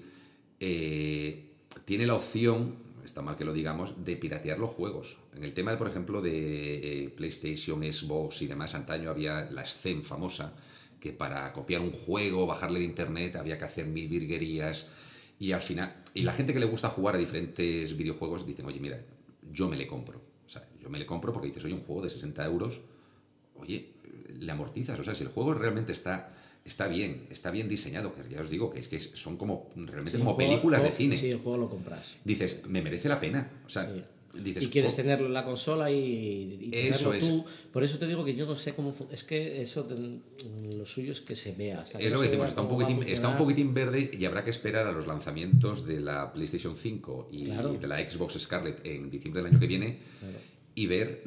eh, tiene la opción, está mal que lo digamos, de piratear los juegos. En el tema, de, por ejemplo, de eh, PlayStation, Xbox y demás, antaño había la Scene famosa, que para copiar un juego, bajarle de internet, había que hacer mil virguerías, y al final, y la gente que le gusta jugar a diferentes videojuegos dicen, oye, mira, yo me le compro. O sea, yo me le compro porque dices, oye, un juego de sesenta euros, oye, le amortizas. O sea, si el juego realmente está, está bien, está bien diseñado, que ya os digo que es que son como realmente Sí, como el juego- películas de juego- cine. Sí, el juego lo compras. Dices, me merece la pena. O sea, Sí. dices, y quieres oh, tenerlo en la consola y, y eso tenerlo es. tú. Por eso te digo que yo no sé cómo... fu- Es que eso, ten- lo suyo es que se vea. Hasta que Es no lo que se decimos, vea está un, cómo va a poquitín, está un funcionar. poquitín verde y habrá que esperar a los lanzamientos de la PlayStation cinco y Claro. de la Xbox Scarlett en diciembre del año que viene Claro. y ver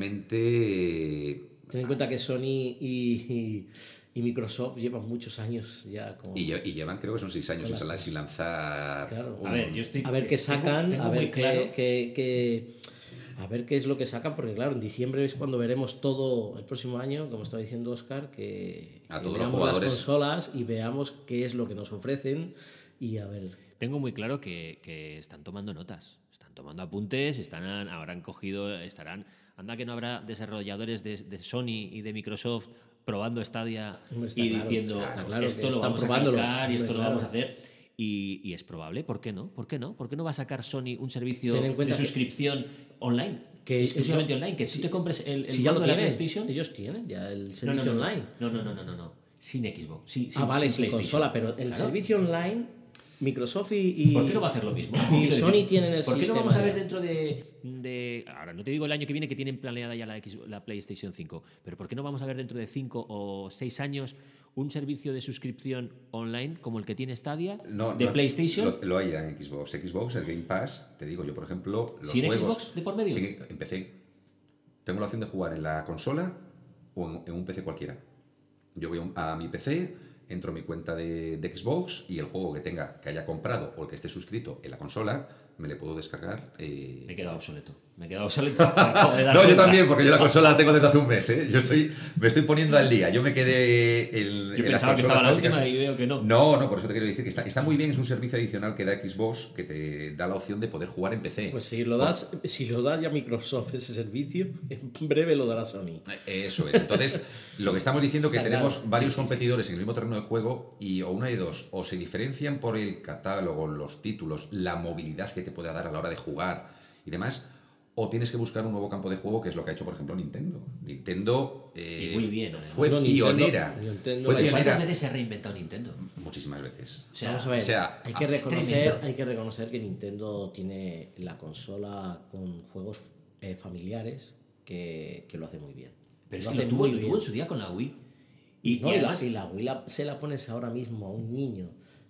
realmente... Ten en cuenta que Sony y, y- y Microsoft llevan muchos años ya con... Y, lle- y llevan, creo que son seis años Con sin, las- sin lanzar... Claro. un- A ver, yo estoy... A ver qué tengo- sacan, tengo a muy ver qué, claro- qué- qué- a ver qué es lo que sacan, porque claro, en diciembre es cuando veremos todo el próximo año, como estaba diciendo Oscar, que, A que todos los veamos jugadores. las consolas y veamos qué es lo que nos ofrecen y a ver. Tengo muy claro que, que están tomando notas, están tomando apuntes, están, habrán cogido, estarán... Anda que no habrá desarrolladores de, de Sony y de Microsoft probando Stadia Hombre, está y claro, diciendo está claro que esto lo están vamos probándolo. a calcar y esto Hombre, lo claro. vamos a hacer. Y, y es probable, ¿por qué no? ¿Por qué no? ¿Por qué no va a sacar Sony un servicio Ten en de cuenta que- suscripción online? que exclusivamente yo- online, que tú te compres el, el Si ya lo mando de la tienen, PlayStation. ellos tienen ya el No, no, servicio no, no. online. No, no, no, no, no, no. Sin Xbox. Sin, Ah, vale, sin PlayStation. consola, pero el Claro. servicio online, Microsoft y, y- ¿Por qué no va a hacer lo mismo? y Quiero Sony decir, tienen el ¿por qué no sistema vamos a ver ya? dentro de, de- ahora no te digo el año que viene que tienen planeada ya la, X- la PlayStation cinco, pero ¿por qué no vamos a ver dentro de cinco o seis años un servicio de suscripción online como el que tiene Stadia No, de no, PlayStation? Lo, lo hay ya en Xbox. Xbox, el Game Pass, te digo, yo por ejemplo, los ¿Sin juegos... Xbox de por medio? Sí, empecé. Tengo la opción de jugar en la consola o en, en un P C cualquiera. Yo voy a un- a mi P C, entro en mi cuenta de, de Xbox y el juego que tenga, que haya comprado o el que esté suscrito en la consola, me le puedo descargar. eh, Me he quedado obsoleto. Me he quedado obsoleto. Me acabo de dar No, yo cuenta. también, porque yo la consola la tengo desde hace un mes, ¿eh? Yo estoy, me estoy poniendo al día. Yo me quedé en, Yo en las pensaba que consolas estaba la clásicas. última y veo que no. No, no, por eso te quiero decir que está, está muy bien, es un servicio adicional que da Xbox que te da la opción de poder jugar en P C. Pues si lo das, si lo da ya Microsoft ese servicio, en breve lo dará Sony. Eh, Eso es. Entonces, lo que estamos diciendo es que Está tenemos claro. varios Sí, sí, sí. competidores en el mismo terreno de juego y o una de dos, o se diferencian por el catálogo, los títulos, la movilidad que te puede dar a la hora de jugar y demás, o tienes que buscar un nuevo campo de juego, que es lo que ha hecho, por ejemplo, Nintendo. Nintendo eh, Y muy bien, además. fue No, Nintendo- pionera. Nintendo fue la- pionera ¿Cuántas veces se ha reinventado Nintendo? muchísimas veces. O sea, Vamos a ver, o sea, hay, que es reconocer, tremendo. hay que reconocer que Nintendo tiene la consola con juegos eh, familiares que, que lo hace muy bien. Pero es lo que lo hace tuvo, muy lo bien. tuvo en su día con la Wii. Y, No, y y la- además, y la Wii la- se la pones ahora mismo a un niño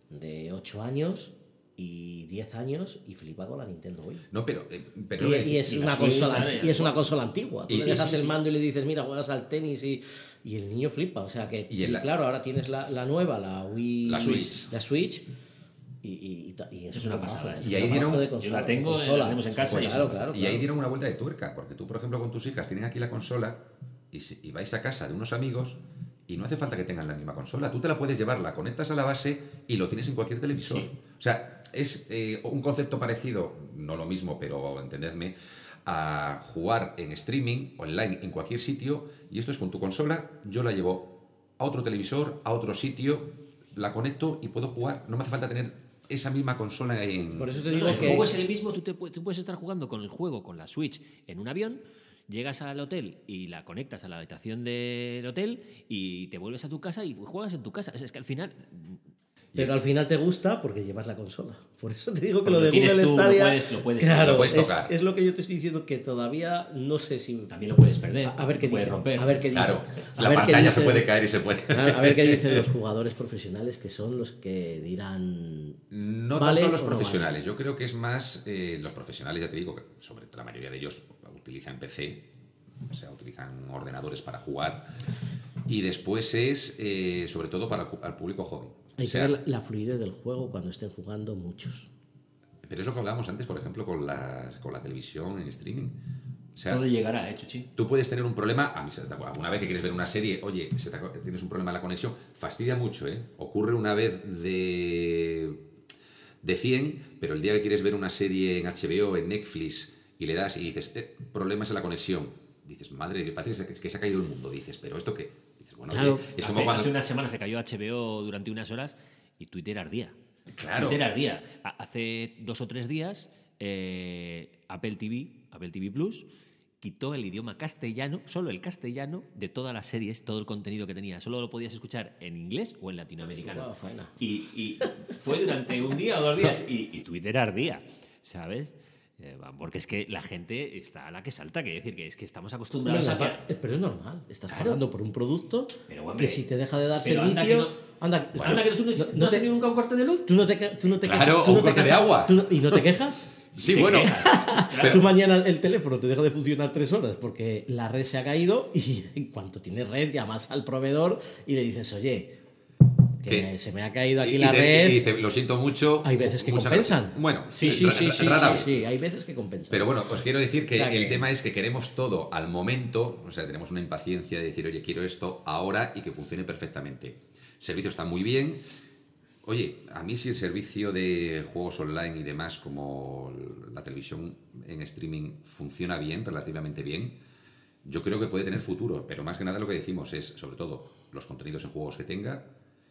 de ocho años y diez años y flipa con la Nintendo Wii. No, pero... eh, pero Y, lo y que- es y la una Switch, consola, ¿sabes? y es una consola antigua. Tú Y- le sí, dejas sí, el sí. mando y le dices, mira, juegas al tenis y, y el niño flipa. O sea que, Y y en la- claro, ahora tienes la, la nueva, la Wii. La Switch. La Switch. Y, y, y ta- y es, Es una pedazo, pasada, ¿eh? es Y ahí un pedazo dieron- de yo consola, la tengo, de consola. la tenemos en casa Pues y- claro, claro, Y ahí claro. dieron una vuelta de tuerca, porque tú, por ejemplo, con tus hijas tienen aquí la consola y, si- y vais a casa de unos amigos y no hace falta que tengan la misma consola. Tú te la puedes llevar, la conectas a la base y lo tienes en cualquier televisor. Sí. O sea, es eh, un concepto parecido, no lo mismo, pero entendedme, a jugar en streaming, online, en cualquier sitio, y esto es con tu consola, yo la llevo a otro televisor, a otro sitio, la conecto y puedo jugar. No me hace falta tener esa misma consola en... Por eso te no, digo el que. juego es el mismo, tú, te pu- tú puedes estar jugando con el juego, con la Switch, en un avión, llegas al hotel y la conectas a la habitación del hotel y te vuelves a tu casa y juegas en tu casa. Es que al final... Pero al final te gusta porque llevas la consola. Por eso te digo que Porque lo de lo tienes Google tú, lo Stadia. puedes- lo puedes- claro, lo puedes es, tocar. es lo que yo te estoy diciendo, que todavía no sé si. También lo puedes perder, A, a ver qué puedes dicen. romper. A ver qué dicen. Claro, a la ver qué pantalla se dicen- puede caer y se puede... A ver qué dicen los jugadores profesionales, que son los que dirán. No ¿Vale tanto los o no profesionales, yo creo que es más eh, los profesionales, ya te digo, que sobre la mayoría de ellos utilizan P C, o sea, utilizan ordenadores para jugar, y después es eh, sobre todo para el cu- al público joven. Hay O sea, que ver la, la fluidez del juego cuando estén jugando muchos. pero es lo que hablábamos antes, por ejemplo, con la, con la televisión en streaming. O sea, Todo llegará, ¿eh, Chuchi? tú puedes tener un problema, a mí se te- alguna vez que quieres ver una serie, oye, se te ac- tienes un problema en la conexión, fastidia mucho, ¿eh? Ocurre una vez de, de cien, pero el día que quieres ver una serie en H B O, en Netflix, y le das y dices, eh, problemas en la conexión, dices, madre, que parece que se, que se ha caído el mundo, dices, pero ¿esto qué? Dices, bueno, Claro. oye, es hace, como cuando... hace una semana se cayó H B O durante unas horas y Twitter ardía. Claro. Twitter ardía. Ha- Hace dos o tres días eh, Apple T V, Apple T V Plus, quitó el idioma castellano, solo el castellano, de todas las series, todo el contenido que tenía. Solo lo podías escuchar en inglés o en latinoamericano. Wow, faena. Y, y fue durante un día o dos días y, y Twitter ardía, ¿sabes? Eh, porque es que la gente está a la que salta, que decir que es que estamos acostumbrados Pero, a que... pero es normal, estás Claro. pagando por un producto Pero, hombre, que si te deja de dar pero servicio... anda que no- anda, Bueno, anda, que tú no, no- no no has te- tenido nunca un corte de luz. tú no te, tú no te Claro, quejas. tú o no un te corte de quejas, agua. tú no- ¿Y no te quejas? Sí, Te bueno. quejas. Pero- Tú mañana el teléfono te deja de funcionar tres horas porque la red se ha caído y en cuanto tienes red llamas al proveedor y le dices, oye, que ¿Qué? se me ha caído aquí Y- la y te- red. y dice, lo siento mucho. Hay veces que muchas compensan. gracias. Bueno, sí, sí, ra- sí, sí, rara sí, vez. sí, hay veces que compensan. Pero bueno, os quiero decir que O sea el que- tema es que queremos todo al momento, o sea, tenemos una impaciencia de decir, oye, quiero esto ahora y que funcione perfectamente. El servicio está muy bien. Oye, a mí si el servicio de juegos online y demás, como la televisión en streaming, funciona bien, relativamente bien, yo creo que puede tener futuro. Pero más que nada lo que decimos es, sobre todo, los contenidos en juegos que tenga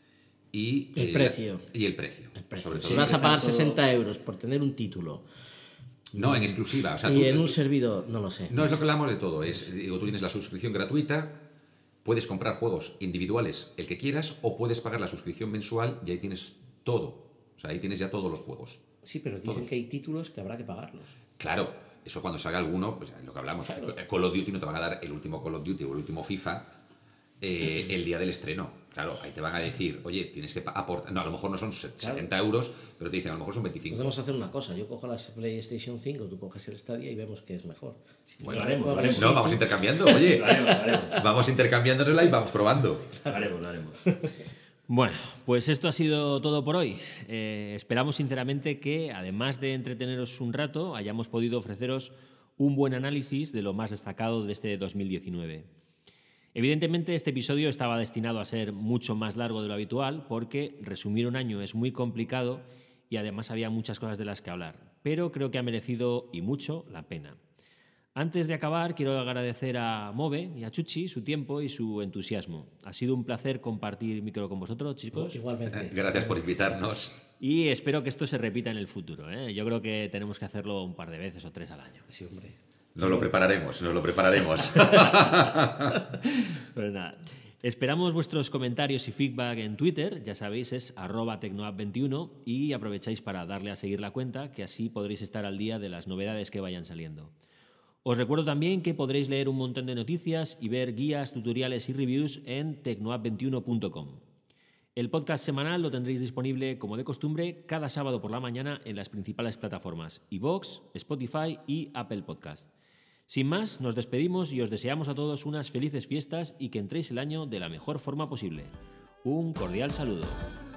y El eh, precio. Y el precio. El precio. Sobre Si todo vas a el pagar precio. sesenta euros por tener un título No, en exclusiva. O sea, y tú- en un servidor, no lo sé. No, es lo que hablamos de todo. Es, digo, tú tienes la suscripción gratuita, puedes comprar juegos individuales, el que quieras, o puedes pagar la suscripción mensual y ahí tienes todo. O sea, ahí tienes ya todos los juegos. Sí, pero dicen Todos. que hay títulos que habrá que pagarlos. Claro, eso cuando salga alguno, pues es lo que hablamos. Claro. Call of Duty no te van a dar el último Call of Duty o el último FIFA eh, el día del estreno. Claro, ahí te van a decir, oye, tienes que pa- aportar. No, a lo mejor no son setenta euros, pero te dicen, a lo mejor son veinticinco. Podemos hacer una cosa, yo cojo la PlayStation cinco, tú coges el Stadia y vemos qué es mejor. Si te Bueno, lo haremos, coges lo haremos. No, tú- vamos intercambiando, oye. Lo haremos, lo haremos. Vamos intercambiándonosla y vamos probando. Lo haremos, lo haremos. Bueno, pues esto ha sido todo por hoy. Eh, esperamos sinceramente que, además de entreteneros un rato, hayamos podido ofreceros un buen análisis de lo más destacado de este dos mil diecinueve. Evidentemente, este episodio estaba destinado a ser mucho más largo de lo habitual porque resumir un año es muy complicado y además había muchas cosas de las que hablar, pero creo que ha merecido y mucho la pena. Antes de acabar, quiero agradecer a Move y a Chuchi su tiempo y su entusiasmo. Ha sido un placer compartir micro con vosotros, chicos, Igualmente. Gracias por invitarnos. y espero que esto se repita en el futuro, ¿eh? Yo creo que tenemos que hacerlo un par de veces o tres al año. Sí, hombre. Nos lo prepararemos, nos lo prepararemos. Pues nada, esperamos vuestros comentarios y feedback en Twitter, ya sabéis, es arroba tecnoapp veintiuno, y aprovecháis para darle a seguir la cuenta, que así podréis estar al día de las novedades que vayan saliendo. Os recuerdo también que podréis leer un montón de noticias y ver guías, tutoriales y reviews en tecnoapp veintiuno punto com. El podcast semanal lo tendréis disponible, como de costumbre, cada sábado por la mañana en las principales plataformas iVoox, Spotify y Apple Podcast. Sin más, nos despedimos y os deseamos a todos unas felices fiestas y que entréis el año de la mejor forma posible. Un cordial saludo.